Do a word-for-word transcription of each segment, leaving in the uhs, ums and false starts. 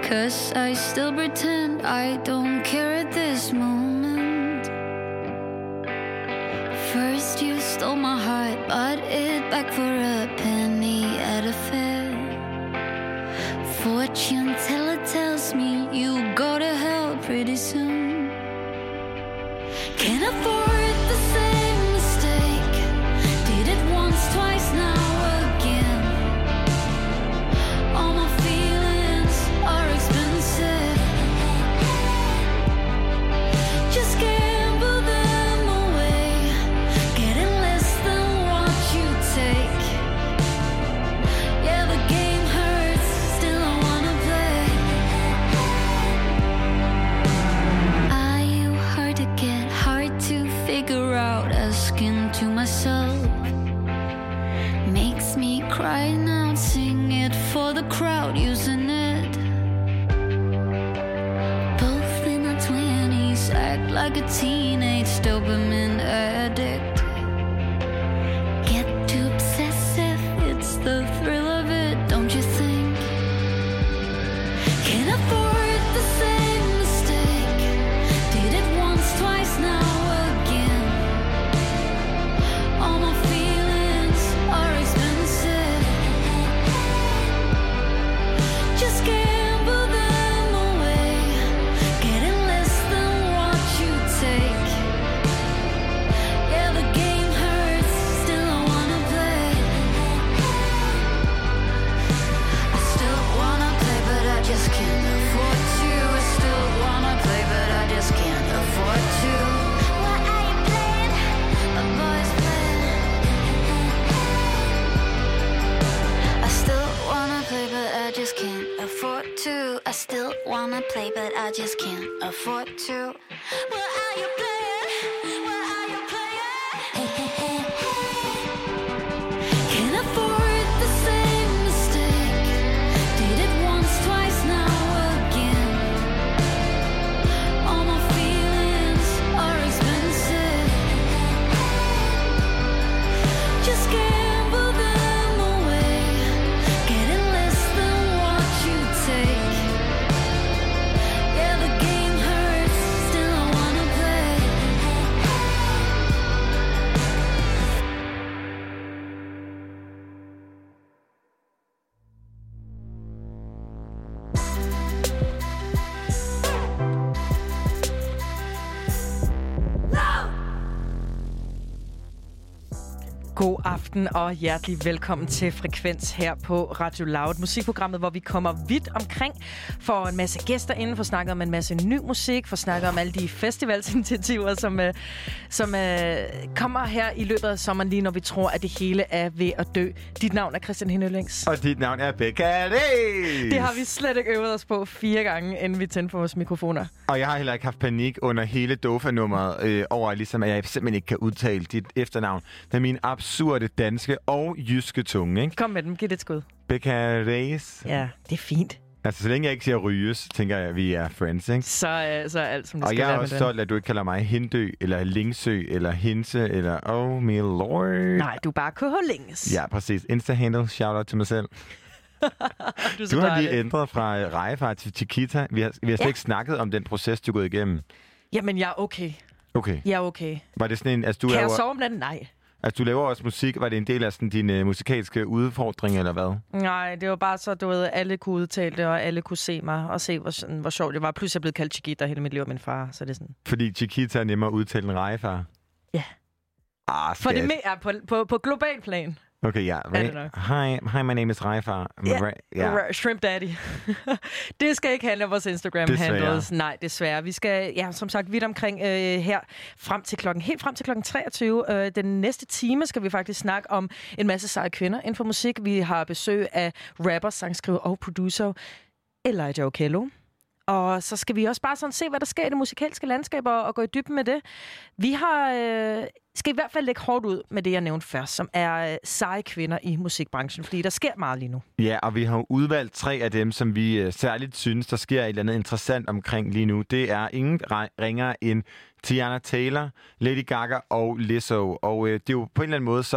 'cause I still pretend I don't care at this moment. First you stole my heart, bought it back for a penny at a fair. Fortune teller tells me you go to hell pretty soon. Can't afford the same mistake. Did it once, twice, now again. All my feelings are expensive. Just gamble them away, getting less than what you take. Yeah, the game hurts, still I wanna play. Are you hard to get, hard to figure out? Asking to myself makes me cry now. Sing it for the crowd using it. Both in our twenties, act like a teenage dopamine addict. Get too obsessive, it's the thrill of it, don't you think? Can't afford the same mistake. Did it once, twice, now again. All my feelings are expensive. Just gamble them away, getting less than what you take. Yeah, the game hurts, still I wanna play. I still wanna play, but I just can't afford to. I still wanna play, but I just can't afford to. What are you playing? A boy's playing. I still wanna play, but I just can't afford to. I still wanna play, but I just can't afford to. What are you playing? What are you playing? Hey, hey, hey, hey. Can't afford the same mistake. Did it once, twice, now again. All my feelings are expensive. Just gamble them away, getting less than what you take. Yeah, the game hurts, still I wanna play. God aften og hjertelig velkommen til Frekvens her på Radio Loud. Musikprogrammet, hvor vi kommer vidt omkring, får en masse gæster inden, får snakket om en masse ny musik, får snakket om alle de festivalsinitiativer, som, øh, som øh, kommer her i løbet af sommeren, lige når vi tror, at det hele er ved at dø. Dit navn er Christian Hindølings. Og dit navn er Becca Days. Det har vi slet ikke øvet os på fire gange, inden vi tændte for vores mikrofoner. Og jeg har heller ikke haft panik under hele Dofa-nummeret øh, over, ligesom at jeg simpelthen ikke kan udtale dit efternavn. Det er min absurde danske og jyske tunge, ikke? Kom med dem, giv det et skud. Becca Days. Ja, det er fint. Altså, så længe jeg ikke siger ryges, tænker jeg, at vi er friends, ikke? Så, øh, så er alt, som det og skal være. Og jeg er også stolt, at du ikke kalder mig Hindø, eller Lingsø, eller Hinse, eller Oh my lord. Nej, du er bare K H Lings. Ja, præcis. Insta-handle, shout-out til mig selv. du, du har lige ændret fra Rejefar til Chiquita. Vi har, vi har slet ja. ikke snakket om den proces, du er gået igennem. Jamen, jeg er okay. Okay. Jeg er okay. Var det sådan en... Altså, du kan laver... jeg sove om natten? Nej. Altså, du laver også musik. Var det en del af sådan, din uh, musikalske udfordring, eller hvad? Nej, det var bare så, du ved, alle kunne udtale det, og alle kunne se mig, og se, hvor, sådan, hvor sjovt det var. Pludselig er jeg blevet kaldt Chiquita hele mit liv af min far, så det er sådan... Fordi Chiquita er nemmere at udtale en Rejefar? Ja. Ah, For det mere på, på, på global plan. Okay, ja. Hi, hi, my name is Rejefar. Yeah. Yeah. Shrimp Daddy. Det skal ikke handle om vores Instagram-handles. Nej, desværre. Vi skal, ja, som sagt, vidt omkring øh, her frem til klokken, helt frem til klokken treogtyve. Øh, den næste time skal vi faktisk snakke om en masse seje kvinder inden for musik. Vi har besøg af rapper, sangskriver og producer Elijah Okello. Og så skal vi også bare sådan se, hvad der sker i det musikalske landskab, og, og gå i dybden med det. Vi har, øh, skal i hvert fald lægge hårdt ud med det, jeg nævnte først, som er øh, seje kvinder i musikbranchen, fordi der sker meget lige nu. Ja, og vi har udvalgt tre af dem, som vi øh, særligt synes, der sker et eller andet interessant omkring lige nu. Det er ingen ringer end Teyana Taylor, Lady Gaga og Lizzo. Og øh, det er jo på en eller anden måde, så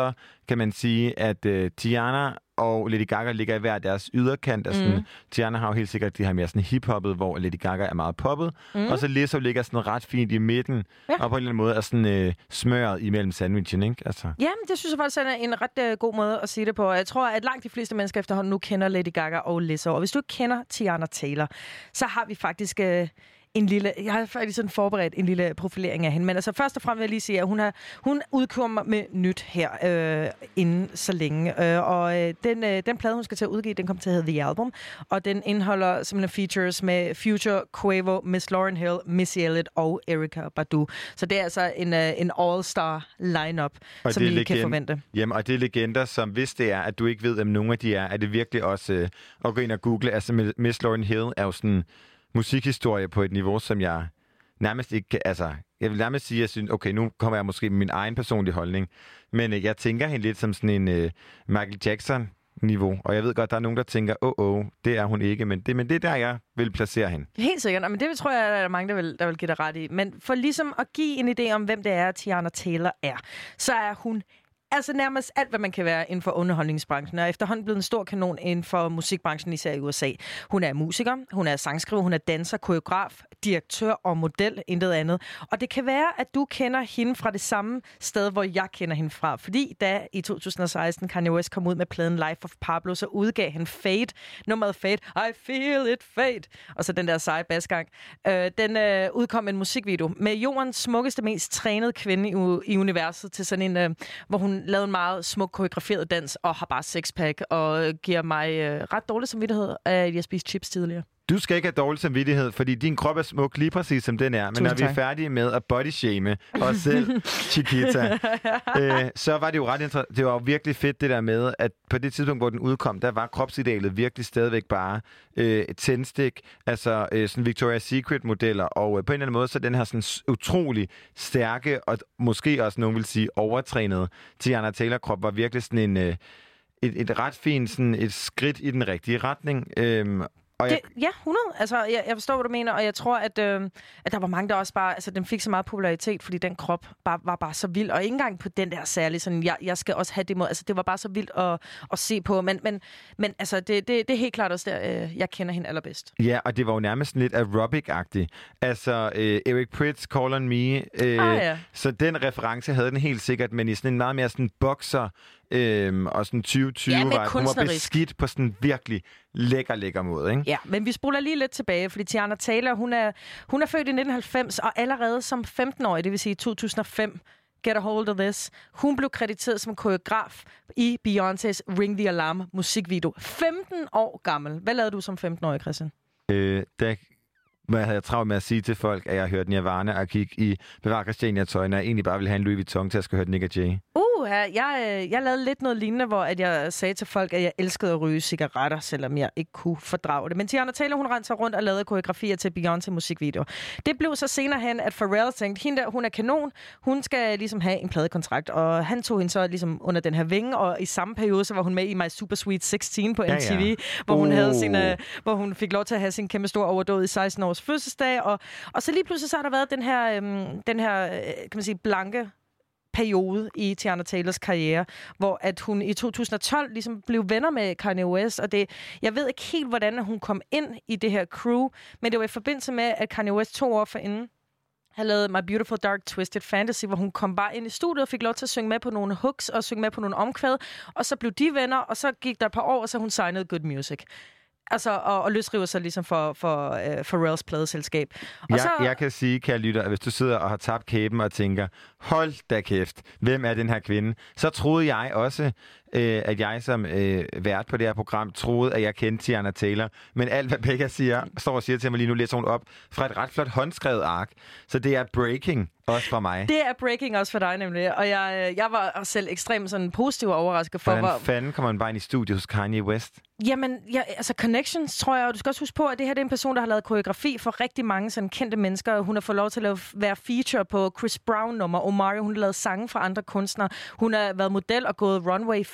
kan man sige, at uh, Tiana og Lady Gaga ligger i hver deres yderkant. Altså, mm. Tiana har jo helt sikkert de her mere sådan hip-hoppet, hvor Lady Gaga er meget poppet. Mm. Og så Lizzo ligger sådan ret fint i midten, ja. Og på en eller anden måde er sådan øh, smøret imellem sandwichen, ikke? Altså. Ja, det synes jeg faktisk er en ret øh, god måde at sige det på. Jeg tror, at langt de fleste mennesker efterhånden nu kender Lady Gaga og Lizzo. Og hvis du ikke kender Tiana Taylor, så har vi faktisk... Øh, En lille, jeg har faktisk sådan forberedt en lille profilering af hende. Men altså først og fremmest vil jeg lige sige, at hun, har, hun udkommer med nyt her øh, inden så længe. Øh, og øh, den, øh, den plade, hun skal til at udgive, den kommer til at hedde The Album. Og den indeholder simpelthen features med Future, Quavo, Miss Lauryn Hill, Missy Elliott og Erykah Badu. Så det er altså en, øh, en all-star lineup, og som vi legend- kan forvente. Jamen, og det er legender, som hvis det er, at du ikke ved, hvem nogen af de er, er det virkelig også øh, at gå ind og google. Altså Miss Lauryn Hill er jo sådan... musikhistorie på et niveau, som jeg nærmest ikke kan... Altså, jeg vil nærmest sige, at jeg synes, okay, nu kommer jeg måske med min egen personlige holdning, men øh, jeg tænker hende lidt som sådan en øh, Michael Jackson-niveau, og jeg ved godt, der er nogen, der tænker, åh, oh, oh, det er hun ikke, men det, men det er der, jeg vil placere hende. Helt sikkert, men det tror jeg, at der er mange, der vil, der vil give dig ret i. Men for ligesom at give en idé om, hvem det er, Tiana Taylor er, så er hun altså nærmest alt, hvad man kan være inden for underholdningsbranchen, og efterhånden blevet en stor kanon inden for musikbranchen, især i U S A. Hun er musiker, hun er sangskriver, hun er danser, koreograf, direktør og model, intet andet. Og det kan være, at du kender hende fra det samme sted, hvor jeg kender hende fra. Fordi da i to tusind og seksten Kanye West kom ud med pladen Life of Pablo, så udgav han Fade, nummeret Fade, I feel it fade, og så den der seje basgang. Øh, den øh, udkom en musikvideo med jordens smukkeste, mest trænede kvinde i, i universet til sådan en, øh, hvor hun lavede en meget smuk koreograferet dans og har bare sixpack og giver mig øh, ret dårlig samvittighed, at jeg spiste chips tidligere. Du skal ikke have dårlig samvittighed, fordi din krop er smuk lige præcis som den er. Men Tusind når vi er færdige med at bodyshame os selv, Chiquita, øh, så var det jo ret interessant. Det var jo virkelig fedt det der med, at på det tidspunkt, hvor den udkom, der var kropsidealet virkelig stadigvæk bare øh, et tændstik, altså øh, sådan Victoria's Secret-modeller, og øh, på en eller anden måde, så den her sådan utrolig stærke, og måske også nogen vil sige overtrænede Tiana Taylor-krop, var virkelig sådan en, øh, et, et ret fint sådan et skridt i den rigtige retning. Øh, Det, ja, hundrede. Altså, jeg, jeg forstår, hvad du mener, og jeg tror, at, øh, at der var mange, der også bare... Altså, den fik så meget popularitet, fordi den krop bare, var bare så vild. Og ikke engang på den der særlige sådan, jeg, jeg skal også have det mod... Altså, det var bare så vildt at, at se på. Men, men, men altså, det, det, det er helt klart også der, øh, jeg kender hende allerbedst. Ja, og det var jo nærmest lidt aerobic-agtigt. Altså, øh, Eric Prydz, Call on Me. Øh, ah, ja. Så den reference havde den helt sikkert, men i sådan en meget mere sådan bokser... Øhm, og sådan tyve tyve ja, var hun var beskidt på sådan virkelig lækker, lækker måde, ikke? Ja, men vi spoler lige lidt tilbage, fordi Tiana Taylor, hun er, hun er født i nitten halvfems, og allerede som femten-årig, det vil sige to tusind og fem, Get a Hold of This, hun blev krediteret som koreograf i Beyoncé's Ring the Alarm musikvideo. femten år gammel. Hvad lavede du som femten-årig, Christian? Øh, der hvad havde jeg travlt med at sige til folk, at jeg hørte Nirvana og kigge i Bevar Christiania-tøj, når jeg egentlig bare ville have en Louis Vuitton til at skulle høre Nick og Jay. Uh, jeg, jeg lavede lidt noget lignende, hvor at jeg sagde til folk, at jeg elskede at ryge cigaretter, selvom jeg ikke kunne fordrage det. Men Tiana Taylor, hun rendte sig rundt og lavede koreografier til Beyoncé-musikvideoer. Det blev så senere hen, at Pharrell tænkte, hende der, hun er kanon, hun skal ligesom have en pladekontrakt, og han tog hende så ligesom under den her vinge, og i samme periode, så var hun med i My Super Sweet seksten på M T V, ja, ja. Hvor, hun uh. havde sin, uh, hvor hun fik lov til at have sin kæmpe store overdåd i seksten års fødselsdag, og, og så lige pludselig så har der været den her, øhm, den her kan man sige, blanke periode i Tiana Taylors karriere, hvor at hun i to tusind og tolv ligesom blev venner med Kanye West, og det, jeg ved ikke helt, hvordan hun kom ind i det her crew, men det var i forbindelse med, at Kanye West to år forinden havde lavet My Beautiful Dark Twisted Fantasy, hvor hun kom bare ind i studiet og fik lov til at synge med på nogle hooks og synge med på nogle omkvæd, og så blev de venner, og så gik der et par år, og så hun signede Good Music. Altså, og, og løsriver sig ligesom for, for uh, Pharrells pladeselskab. Og jeg, så... jeg kan sige, kære lytter, at hvis du sidder og har tabt kæben og tænker, hold da kæft, hvem er den her kvinde? Så troede jeg også, øh, at jeg som øh, vært på det her program, troede, at jeg kendte Tiana Taylor. Men alt, hvad Becca siger, står og siger til mig lige nu, læser hun op fra et ret flot håndskrevet ark. Så det er breaking også fra mig. Det er breaking også for dig nemlig. Og jeg, jeg var selv ekstremt sådan positiv og overrasket for, hvordan hvor... fanden kommer man bare ind i studiet hos Kanye West? Jamen, ja, altså connections, tror jeg. Og du skal også huske på, at det her det er en person, der har lavet koreografi for rigtig mange sådan kendte mennesker. Hun har fået lov til at være feature på Chris Brown-nummer. Omari, hun har lavet sange fra andre kunstnere. Hun har været model og gået runway fashion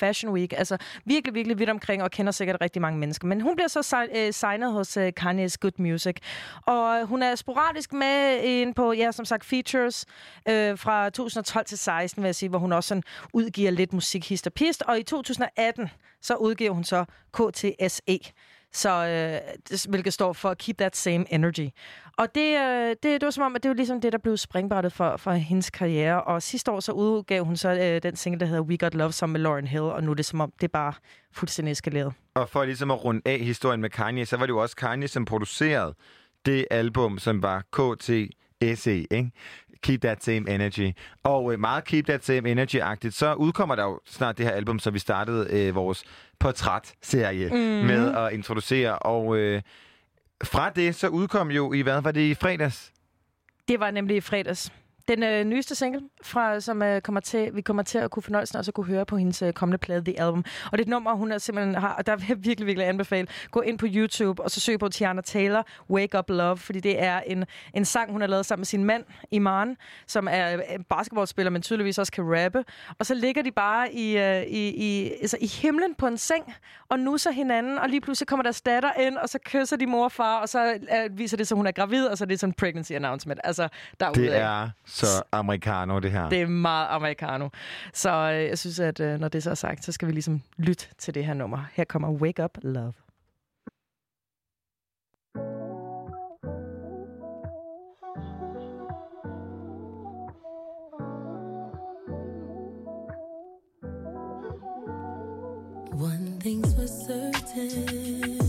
Fashion Week. Altså virkelig, virkelig vidt omkring og kender sikkert rigtig mange mennesker. Men hun bliver så signet hos uh, Kanye's Good Music. Og hun er sporadisk med ind på, ja, som sagt, features øh, fra to tusind og tolv til seksten, vil jeg sige, hvor hun også sådan udgiver lidt musik, hist og pist. Og i to tusind og atten, så udgiver hun så K T S E. Så, øh, hvilket står for Keep That Same Energy. Og det, øh, det, det var som om, at det var ligesom det, der blev springbrættet for, for hendes karriere. Og sidste år så udgav hun så øh, den single, der hedder We Got Love, sammen med Lauryn Hill. Og nu er det som om, det er bare fuldstændig eskaleret. Og for ligesom at runde af historien med Kanye, så var det jo også Kanye, som producerede det album, som var K T S E, ikke? Keep That Same Energy. Og øh, meget Keep That Same Energy-agtigt, så udkommer der jo snart det her album, så vi startede øh, vores portrætserie mm. med at introducere. Og øh, fra det, så udkom jo i, hvad var det, i fredags? Det var nemlig i fredags. Den øh, nyeste single, fra, som øh, kommer til, vi kommer til at kunne fornøjelsen også at kunne høre på hendes øh, kommende plade, The Album. Og det er et nummer, hun er simpelthen har, og der vil jeg virkelig, virkelig anbefale. Gå ind på YouTube, og så søg på Tiana Taylor, Wake Up Love, fordi det er en, en sang, hun har lavet sammen med sin mand, Iman, som er en basketballspiller, men tydeligvis også kan rappe. Og så ligger de bare i, øh, i, i, altså, i himlen på en seng, og nusser hinanden, og lige pludselig kommer deres datter ind, og så kysser de mor og far, og så øh, viser det sig, hun er gravid, og så er det sådan en pregnancy announcement. Altså, derude. Det er så americano, det her. Det er meget americano. Så øh, jeg synes, at øh, når det så er sagt, så skal vi ligesom lytte til det her nummer. Her kommer Wake Up Love. One thing's for certain,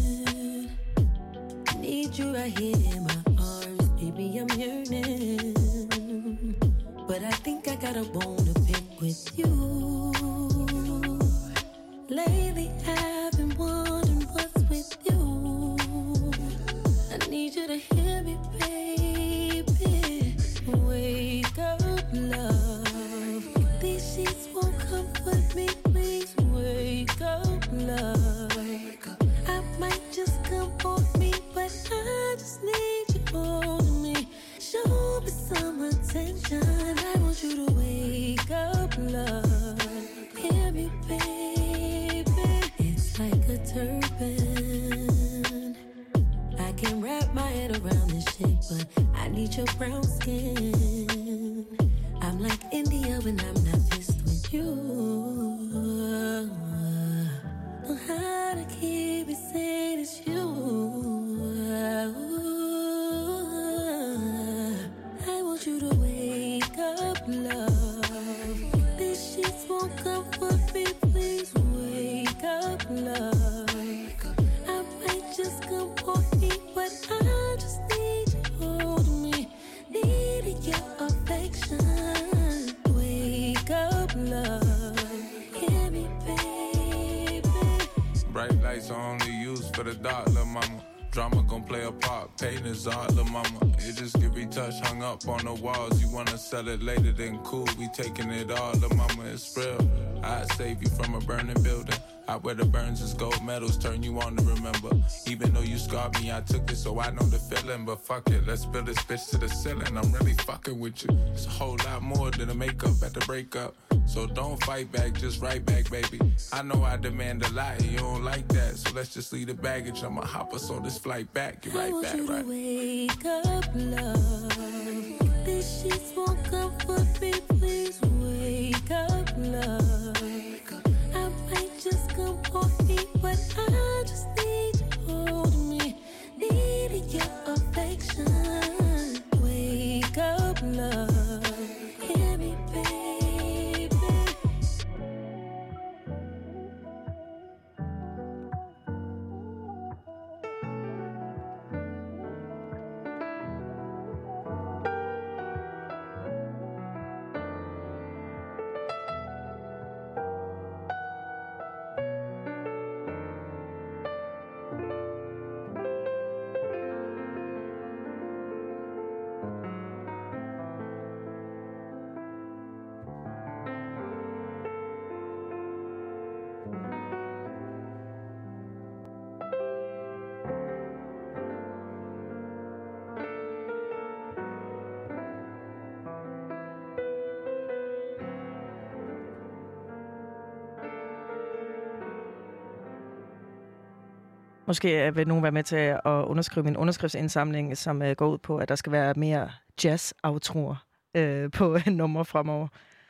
need you right here in my arms, baby, I'm yearning. But I think I got a bone to pick with you. Lately I've been wondering what's with you. I need you to hear me, baby. Wake up, love. These sheets won't comfort me, please. Wake up, love. I might just come for me, but I just need you holding me. Show me some attention. I want you to wake up, love. Hear me, baby. It's like a turban. I can wrap my head around this shit, but I need your brown skin. I'm like India when I'm not pissed with you. Know how to keep it saying it's you. I want you to wake up, love. These sheets won't comfort me, please. Wake up, love. I might just come for me, but I just need you holding me. Needing your affection. Wake up, love. Hear me, baby. Bright lights are only used for the dark, little mama. Drama gon' play a part, pain is art, lil' mama. It just get retouched, hung up on the walls. You wanna sell it later, then cool, we taking it all, lil' mama, it's real. I'd save you from a burning building. I wear the burns as gold medals, turn you on to remember. Even though you scarred me, I took it, so I know the feeling. But fuck it, let's build this bitch to the ceiling. I'm really fucking with you. It's a whole lot more than a makeup at the breakup. So don't fight back, just write back, baby. I know I demand a lot, and you don't like that. So let's just leave the baggage. I'ma hop us on this flight back. Get right back, right? I want you to wake up, love. These sheets won't comfort me, please. Wake up, love. I might just come for me, but I just need you holding me. Needing your affection. Wake up, love. Hear me, baby. Måske vil nogen være med til at underskrive min underskriftsindsamling, som uh, går ud på, at der skal være mere jazz-outroer uh, på en nummer fremover.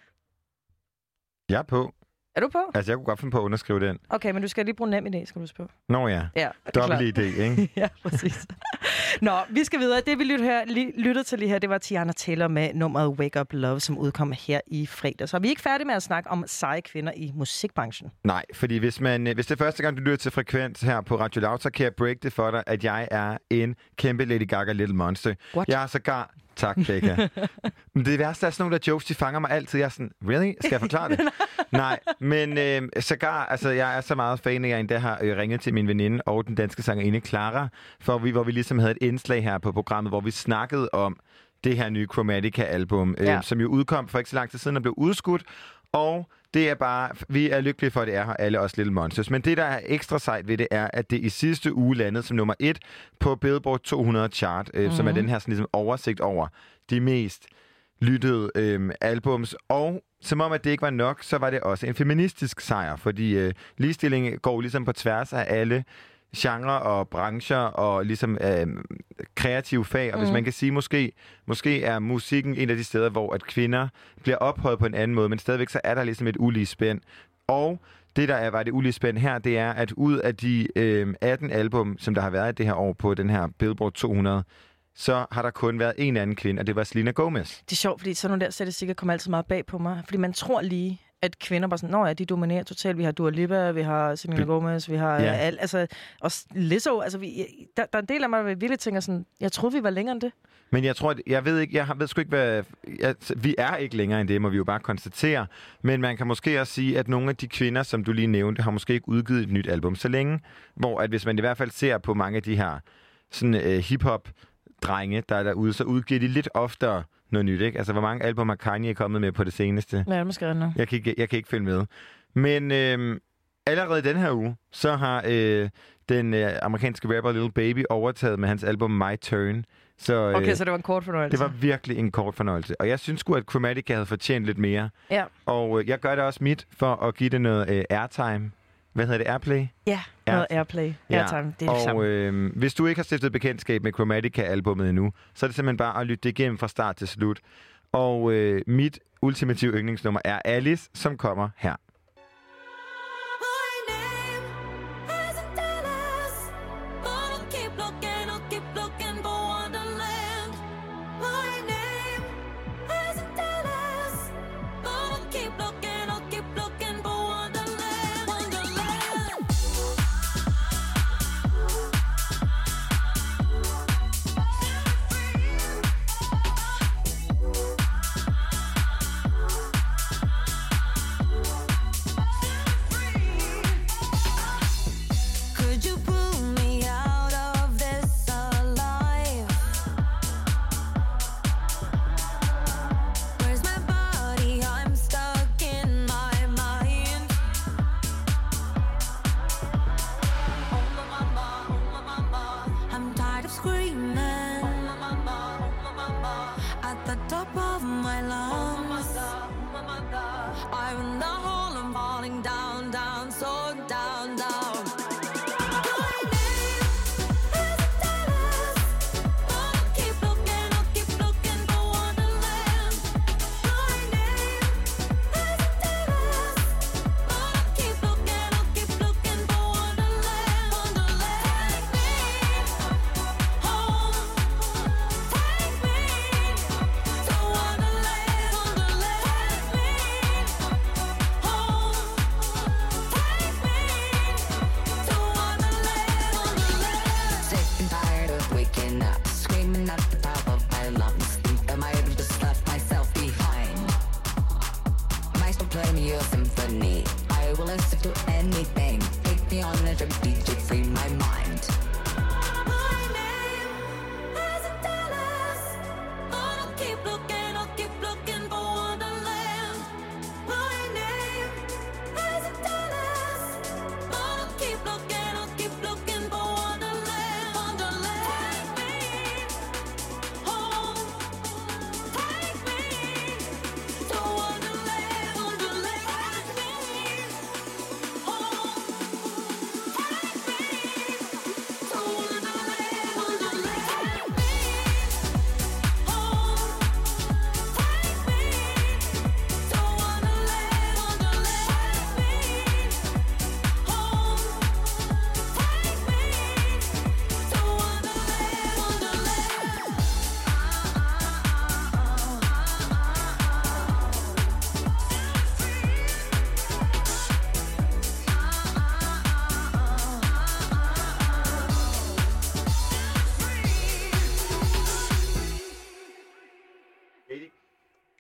Jeg er på. Er du på? Altså, jeg kunne godt finde på at underskrive den. Okay, men du skal lige bruge nem idé, skal du huske på. Nå ja. Ja, dobbelt idé, ikke? Ja, præcis. Nå, vi skal videre. Det, vi lyttede, her, lyttede til lige her, det var Tiana Taylor med nummeret Wake Up Love, som udkom her i fredag. Så vi er ikke færdige med at snakke om seje kvinder i musikbranchen. Nej, fordi hvis, man, hvis det er første gang, du lytter til Frekvens her på Radio Loud, så kan jeg break det for dig, at jeg er en kæmpe Lady Gaga Little Monster. What? Jeg er sågar... Tak, Becca. Men det værste er sådan nogle der jokes, de fanger mig altid. Jeg er sådan, really? Skal jeg forklare det? Nej, men øh, sågar, altså jeg er så meget fan, at jeg endda har øh, ringet til min veninde og den danske sangerinde Clara, for vi, hvor vi ligesom havde et indslag her på programmet, hvor vi snakkede om det her nye Chromatica-album, øh, ja. som jo udkom for ikke så lang tid siden og blev udskudt. Og det er bare, vi er lykkelige for, at det er her, alle os Little Monsters. Men det, der er ekstra sejt ved det, er, at det i sidste uge landede som nummer et på Billboard to hundrede chart, øh, mm-hmm. som er den her sådan, ligesom, oversigt over de mest lyttede øh, albums. Og som om, at det ikke var nok, så var det også en feministisk sejr, fordi øh, ligestilling går ligesom på tværs af alle genre og brancher og ligesom øh, kreative fag. Og mm. hvis man kan sige, måske, måske er musikken en af de steder, hvor at kvinder bliver ophøjet på en anden måde, men stadigvæk så er der ligesom et ulige spænd. Og det, der er, var det ulige spænd her, det er, at ud af de øh, atten album, som der har været det her år på den her Billboard to hundrede, så har der kun været en anden kvinde, og det var Selena Gomez. Det er sjovt, fordi sådan nogle der statistikker kommer altid meget bag på mig. Fordi man tror lige, at kvinder bare sådan, nå ja, de dominerer totalt. Vi har Dua Lipa, vi har Selena Gomez, vi har ja. alt, altså, og Lizzo. Altså, vi, der, der er en del af mig, der virkelig tænker sådan, jeg troede, vi var længere end det. Men jeg tror, jeg ved ikke, jeg ved sgu ikke, hvad... Jeg, vi er ikke længere end det, må vi jo bare konstatere. Men man kan måske også sige, at nogle af de kvinder, som du lige nævnte, har måske ikke udgivet et nyt album så længe. Hvor at hvis man i hvert fald ser på mange af de her sådan, uh, hip-hop drenge, der er derude, så udgiver de lidt oftere noget nyt, ikke? Altså, hvor mange album har Kanye kommet med på det seneste? Ja, måske er jeg kan ikke, jeg kan ikke følge med. Men øh, allerede den her uge, så har øh, den øh, amerikanske rapper Lil Baby overtaget med hans album My Turn. Så, øh, okay, så det var en kort fornøjelse. Det var virkelig en kort fornøjelse. Og jeg synes sgu, at Chromatica havde fortjent lidt mere. Ja. Og øh, jeg gør det også mit for at give det noget øh, airtime. Hvad hedder det? Airplay? Ja, noget Airplay. Airtime, ja. Det er det samme. Og øh, hvis du ikke har stiftet bekendtskab med Chromatica-albummet endnu, så er det simpelthen bare at lytte det igennem fra start til slut. Og øh, mit ultimative yndlingsnummer er Alice, som kommer her.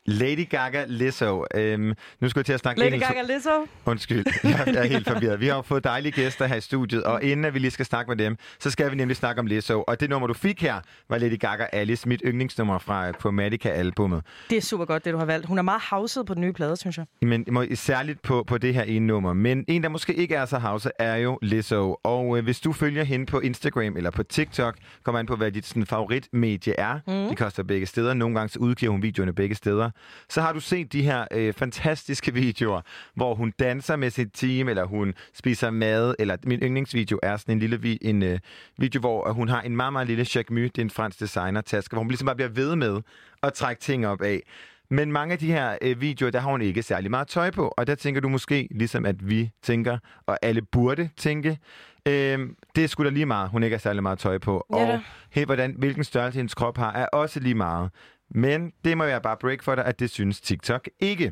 Lady Gaga, Lizzo. Øhm, nu skal jeg til at snakke Lady engelsk. Gaga, Lizzo? Undskyld, jeg er helt forvirret. Vi har jo fået dejlige gæster her i studiet, og inden at vi lige skal snakke med dem, så skal vi nemlig snakke om Lizzo. Og det nummer, du fik her, var Lady Gaga Alice, mit yndlingsnummer fra Chromatica-albummet. Det er super godt, det du har valgt. Hun er meget houset på den nye plade, synes jeg. Men særligt på, på det her ene nummer. Men en, der måske ikke er så house, er jo Lizzo. Og øh, hvis du følger hende på Instagram eller på TikTok, kommer an på, hvad dit sådan, favoritmedie er. Mm. De koster begge steder. Nogle gange så udgiver hun videoerne begge steder. Så har du set de her øh, fantastiske videoer, hvor hun danser med sit team, eller hun spiser mad, eller min yndlingsvideo er sådan en lille vi- en, øh, video, hvor hun har en meget, meget lille Jacquemus, det er en fransk designer-taske, hvor hun ligesom bare bliver ved med at trække ting op af. Men mange af de her øh, videoer, der har hun ikke særlig meget tøj på, og der tænker du måske, ligesom at vi tænker, og alle burde tænke, øh, det er sgu da lige meget, hun ikke har særlig meget tøj på. Ja, og helt, hvordan, hvilken størrelse hendes krop har, er også lige meget. Men det må jeg bare break for dig, at det synes TikTok ikke.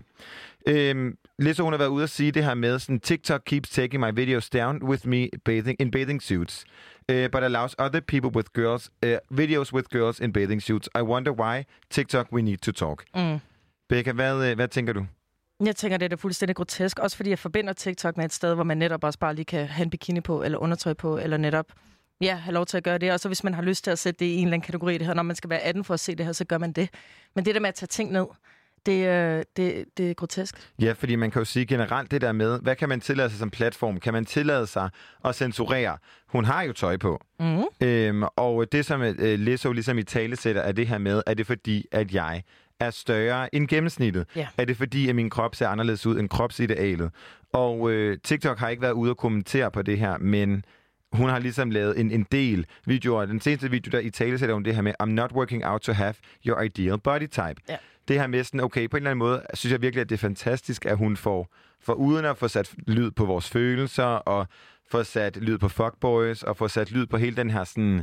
Øhm, Lizzo, hun har været ude at sige det her med, sådan, TikTok keeps taking my videos down with me bathing in bathing suits, uh, but allows other people with girls, uh, videos with girls in bathing suits. I wonder why. TikTok, we need to talk. Mm. Becca, hvad, hvad tænker du? Jeg tænker, det er da fuldstændig grotesk, også fordi jeg forbinder TikTok med et sted, hvor man netop også bare lige kan have en bikini på, eller undertøj på, eller netop ja, have lov til at gøre det. Og så hvis man har lyst til at sætte det i en eller anden kategori, det her, når man skal være atten for at se det her, så gør man det. Men det der med at tage ting ned, det, øh, det, det er grotesk. Ja, fordi man kan jo sige generelt det der med, hvad kan man tillade sig som platform? Kan man tillade sig at censurere? Hun har jo tøj på. Mm. Øhm, og det, som øh, Lizzo ligesom i talesætter, er det her med, er det fordi, at jeg er større end gennemsnittet? Yeah. Er det fordi, at min krop ser anderledes ud end kropsidealet? Og øh, TikTok har ikke været ude at kommentere på det her, men hun har ligesom lavet en, en del videoer. Den seneste video, der i tale sætter hun det her med, I'm not working out to have your ideal body type. Ja. Det her med sådan, okay, på en eller anden måde, synes jeg virkelig, at det er fantastisk, at hun får, for uden at få sat lyd på vores følelser, og få sat lyd på fuckboys, og få sat lyd på hele den her sådan,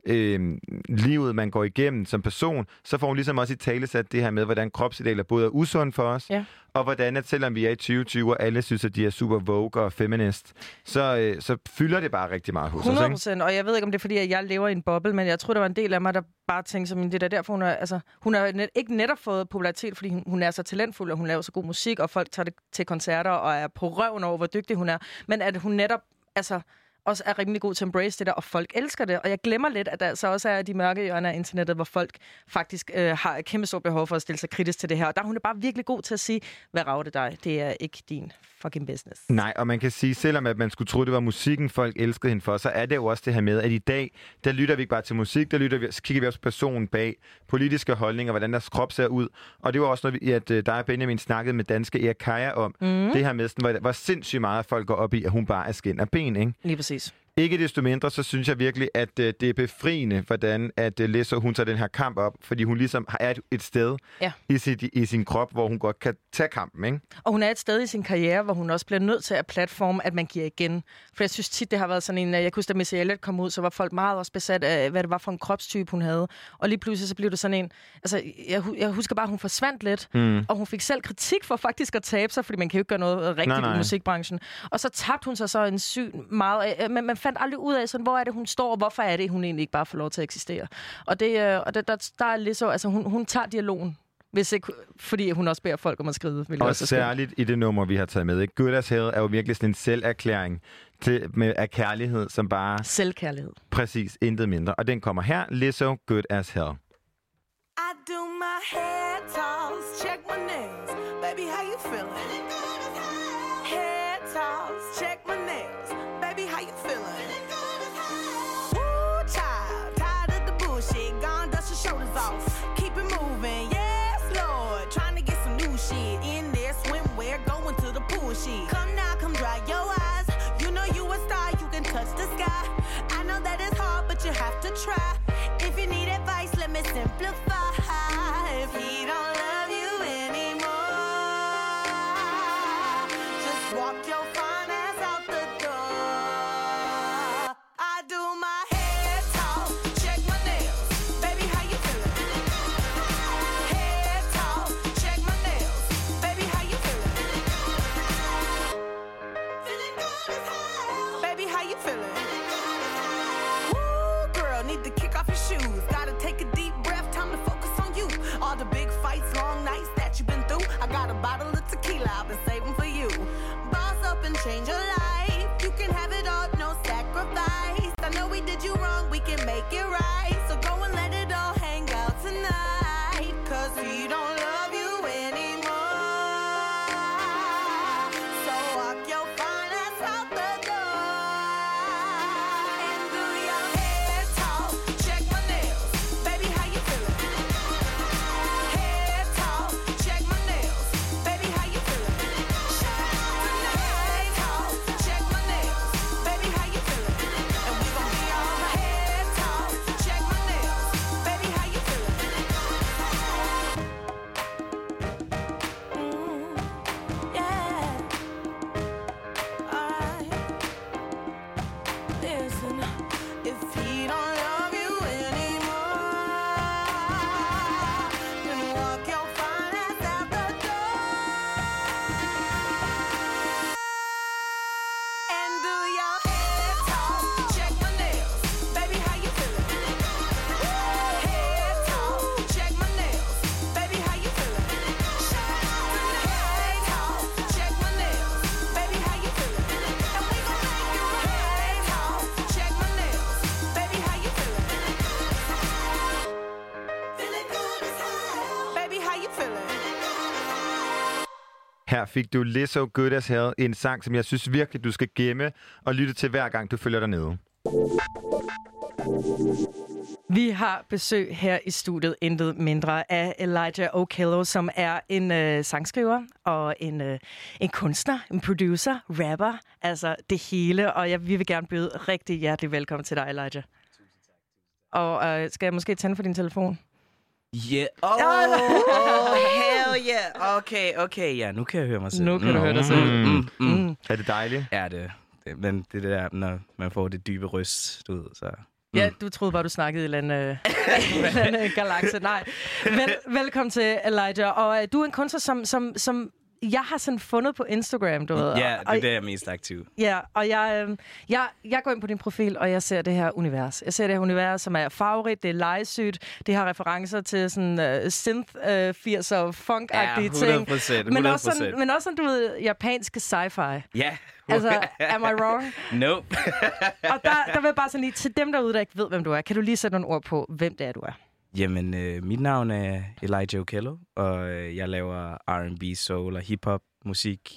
øh, livet, man går igennem som person, så får hun ligesom også i tale sat det her med, hvordan kropsidealer både er usund for os, ja. Og hvordan, at selvom vi er i tyve tyve, og alle synes, at de er super vogue og feminist, så, øh, så fylder det bare rigtig meget hos os. hundrede procent, og jeg ved ikke, om det er, fordi at jeg lever i en boble, men jeg tror, der var en del af mig, der bare tænkte som det der derfor, hun er, altså, hun har net, ikke netop fået popularitet, fordi hun, hun er så talentfuld, og hun laver så god musik, og folk tager det til koncerter, og er på røven over, hvor dygtig hun er, men at hun netop, altså, også er rimelig god til at embrace det der, og folk elsker det. Og jeg glemmer lidt, at der så også er de mørke hjørner af internettet, hvor folk faktisk øh, har et kæmpe stort behov for at stille sig kritisk til det her. Og der er hun bare virkelig god til at sige, hvad rager det dig? Det er ikke din fucking business. Nej, og man kan sige, selvom at man skulle tro, det var musikken, folk elskede hende for, så er det jo også det her med, at i dag, der lytter vi ikke bare til musik, der lytter vi, så kigger vi også på personen bag politiske holdninger, hvordan deres krop ser ud. Og det var også noget, at uh, der er Benjamin snakket med danske Erik Kaja om. Mm. Det her med, sådan, hvor, hvor sindssygt meget folk går op i, at hun bare er skin af ben, ikke? Lige præcis. Ikke desto mindre, så synes jeg virkelig, at uh, det er befriende, hvordan at uh, Lizzo, hun tager den her kamp op, fordi hun ligesom er et, et sted ja. i, sit, i sin krop, hvor hun godt kan tage kampen, ikke? Og hun er et sted i sin karriere, hvor hun også bliver nødt til at platforme, at man giver igen. For jeg synes tit, det har været sådan en, jeg kunne huske, da Missy Elliott kom ud, så var folk meget også besat af, hvad det var for en kropstype, hun havde. Og lige pludselig så blev det sådan en, altså jeg, jeg husker bare, hun forsvandt lidt, mm. og hun fik selv kritik for faktisk at tabe sig, fordi man kan jo ikke gøre noget rigtigt nej, nej. i musikbranchen. Og så tabte hun sig så en syg meget, men man fandt aldrig ud af, sådan, hvor er det, hun står, og hvorfor er det, hun egentlig ikke bare får lov til at eksistere. Og, det, og det, der, der er lidt så, altså hun, hun tager dialogen, hvis ikke, fordi hun også beder folk om at skrive. Og også særligt i det nummer, vi har taget med. Ikke? Good as Hell er jo virkelig sådan en selverklæring til, med, af kærlighed, som bare... Selvkærlighed. Præcis, intet mindre. Og den kommer her, Lizzo, Good as Hell. I do my hair toss, check my nails. Baby, how you feeling? Hair toss, check my nails. Baby, how you feeling? Woo, child, tired of the bullshit. Gone, dust your shoulders off. Keep it moving, yes, Lord. Trying to get some new shit in there. Swimwear, going to the pool shit. Come now, come dry your eyes. You know you a star, you can touch the sky. I know that it's hard, but you have to try. If you need advice, let me simplify. If he don't love you anymore, just walk your fine ass out the door. I do my hair talk, check my nails. Baby, how you feeling? Hair talk, check my nails. Baby, how you feeling? Feeling good as hell. Baby, how you feeling? Woo, girl, need to kick off your shoes. Gotta take a deep breath, time to focus. have it all, no sacrifice. I know we did you wrong, we can make it right. So go and let it all hang out tonight. Cause he don't love you anymore. So walk your fine ass out the door. And do your hair talk, check my nails. Baby, how you feeling? Hair talk, check my nails. Baby, how you feeling? Tonight talk, check my nails. Baby, how you feeling? And we gon' be all hair talk, check my nails. Baby, how you feeling? Mm, yeah. Alright. Listen, if he don't love you anymore, then walk your fine ass out the door. And do your hair talk, check my nails. Baby, how you feeling? Hair talk, check my nails. Baby, how you feeling? Tonight talk, check my nails. Baby, how you feeling? And we gon' make you hair talk, check my nails. Baby, how you feeling? Feeling good as hell. Baby, how you feeling? Her fik du Lizzo Good As Hell, en sang, som jeg synes virkelig, du skal gemme og lytte til hver gang, du følger dig nede. Vi har besøg her i studiet, intet mindre, af Elijah Okello, som er en øh, sangskriver og en, øh, en kunstner, en producer, rapper, altså det hele. Og jeg, vi vil gerne byde rigtig hjertelig velkommen til dig, Elijah. Og øh, skal jeg måske tænde for din telefon? Yeah. Oh, oh, hell yeah. Okay, okay, ja, nu kan jeg høre mig selv. Nu kan du høre dig selv. Mm, mm, mm. Er det dejligt? Ja, det, det, men det der, når man får det dybe røst, du ved, så... Mm. Ja, du troede bare, du snakkede i en eller anden, øh, en eller anden galakse. Nej. Vel, velkommen til, Elijah. Og øh, du er en kunstner, som, som, som jeg har sådan fundet på Instagram, du ved. Ja, det er og, det, jeg er mest aktiv. Ja, og jeg, øh, jeg, jeg går ind på din profil, og jeg ser det her univers. Jeg ser det her univers, som er farverigt, det er legesygt, det har referencer til sådan uh, synth uh, firser funk-agtige Ja, ting. hundrede procent. Men også sådan, men også sådan, du ved, japanske sci-fi. Ja. Altså, am I wrong? Nope. Og der, der vil jeg bare sådan lige, til dem derude, der ikke ved, hvem du er, kan du lige sætte nogle ord på, hvem det er, du er? Jamen, øh, mit navn er Elijah Okello, og øh, jeg laver R and B, soul og hip-hop musik.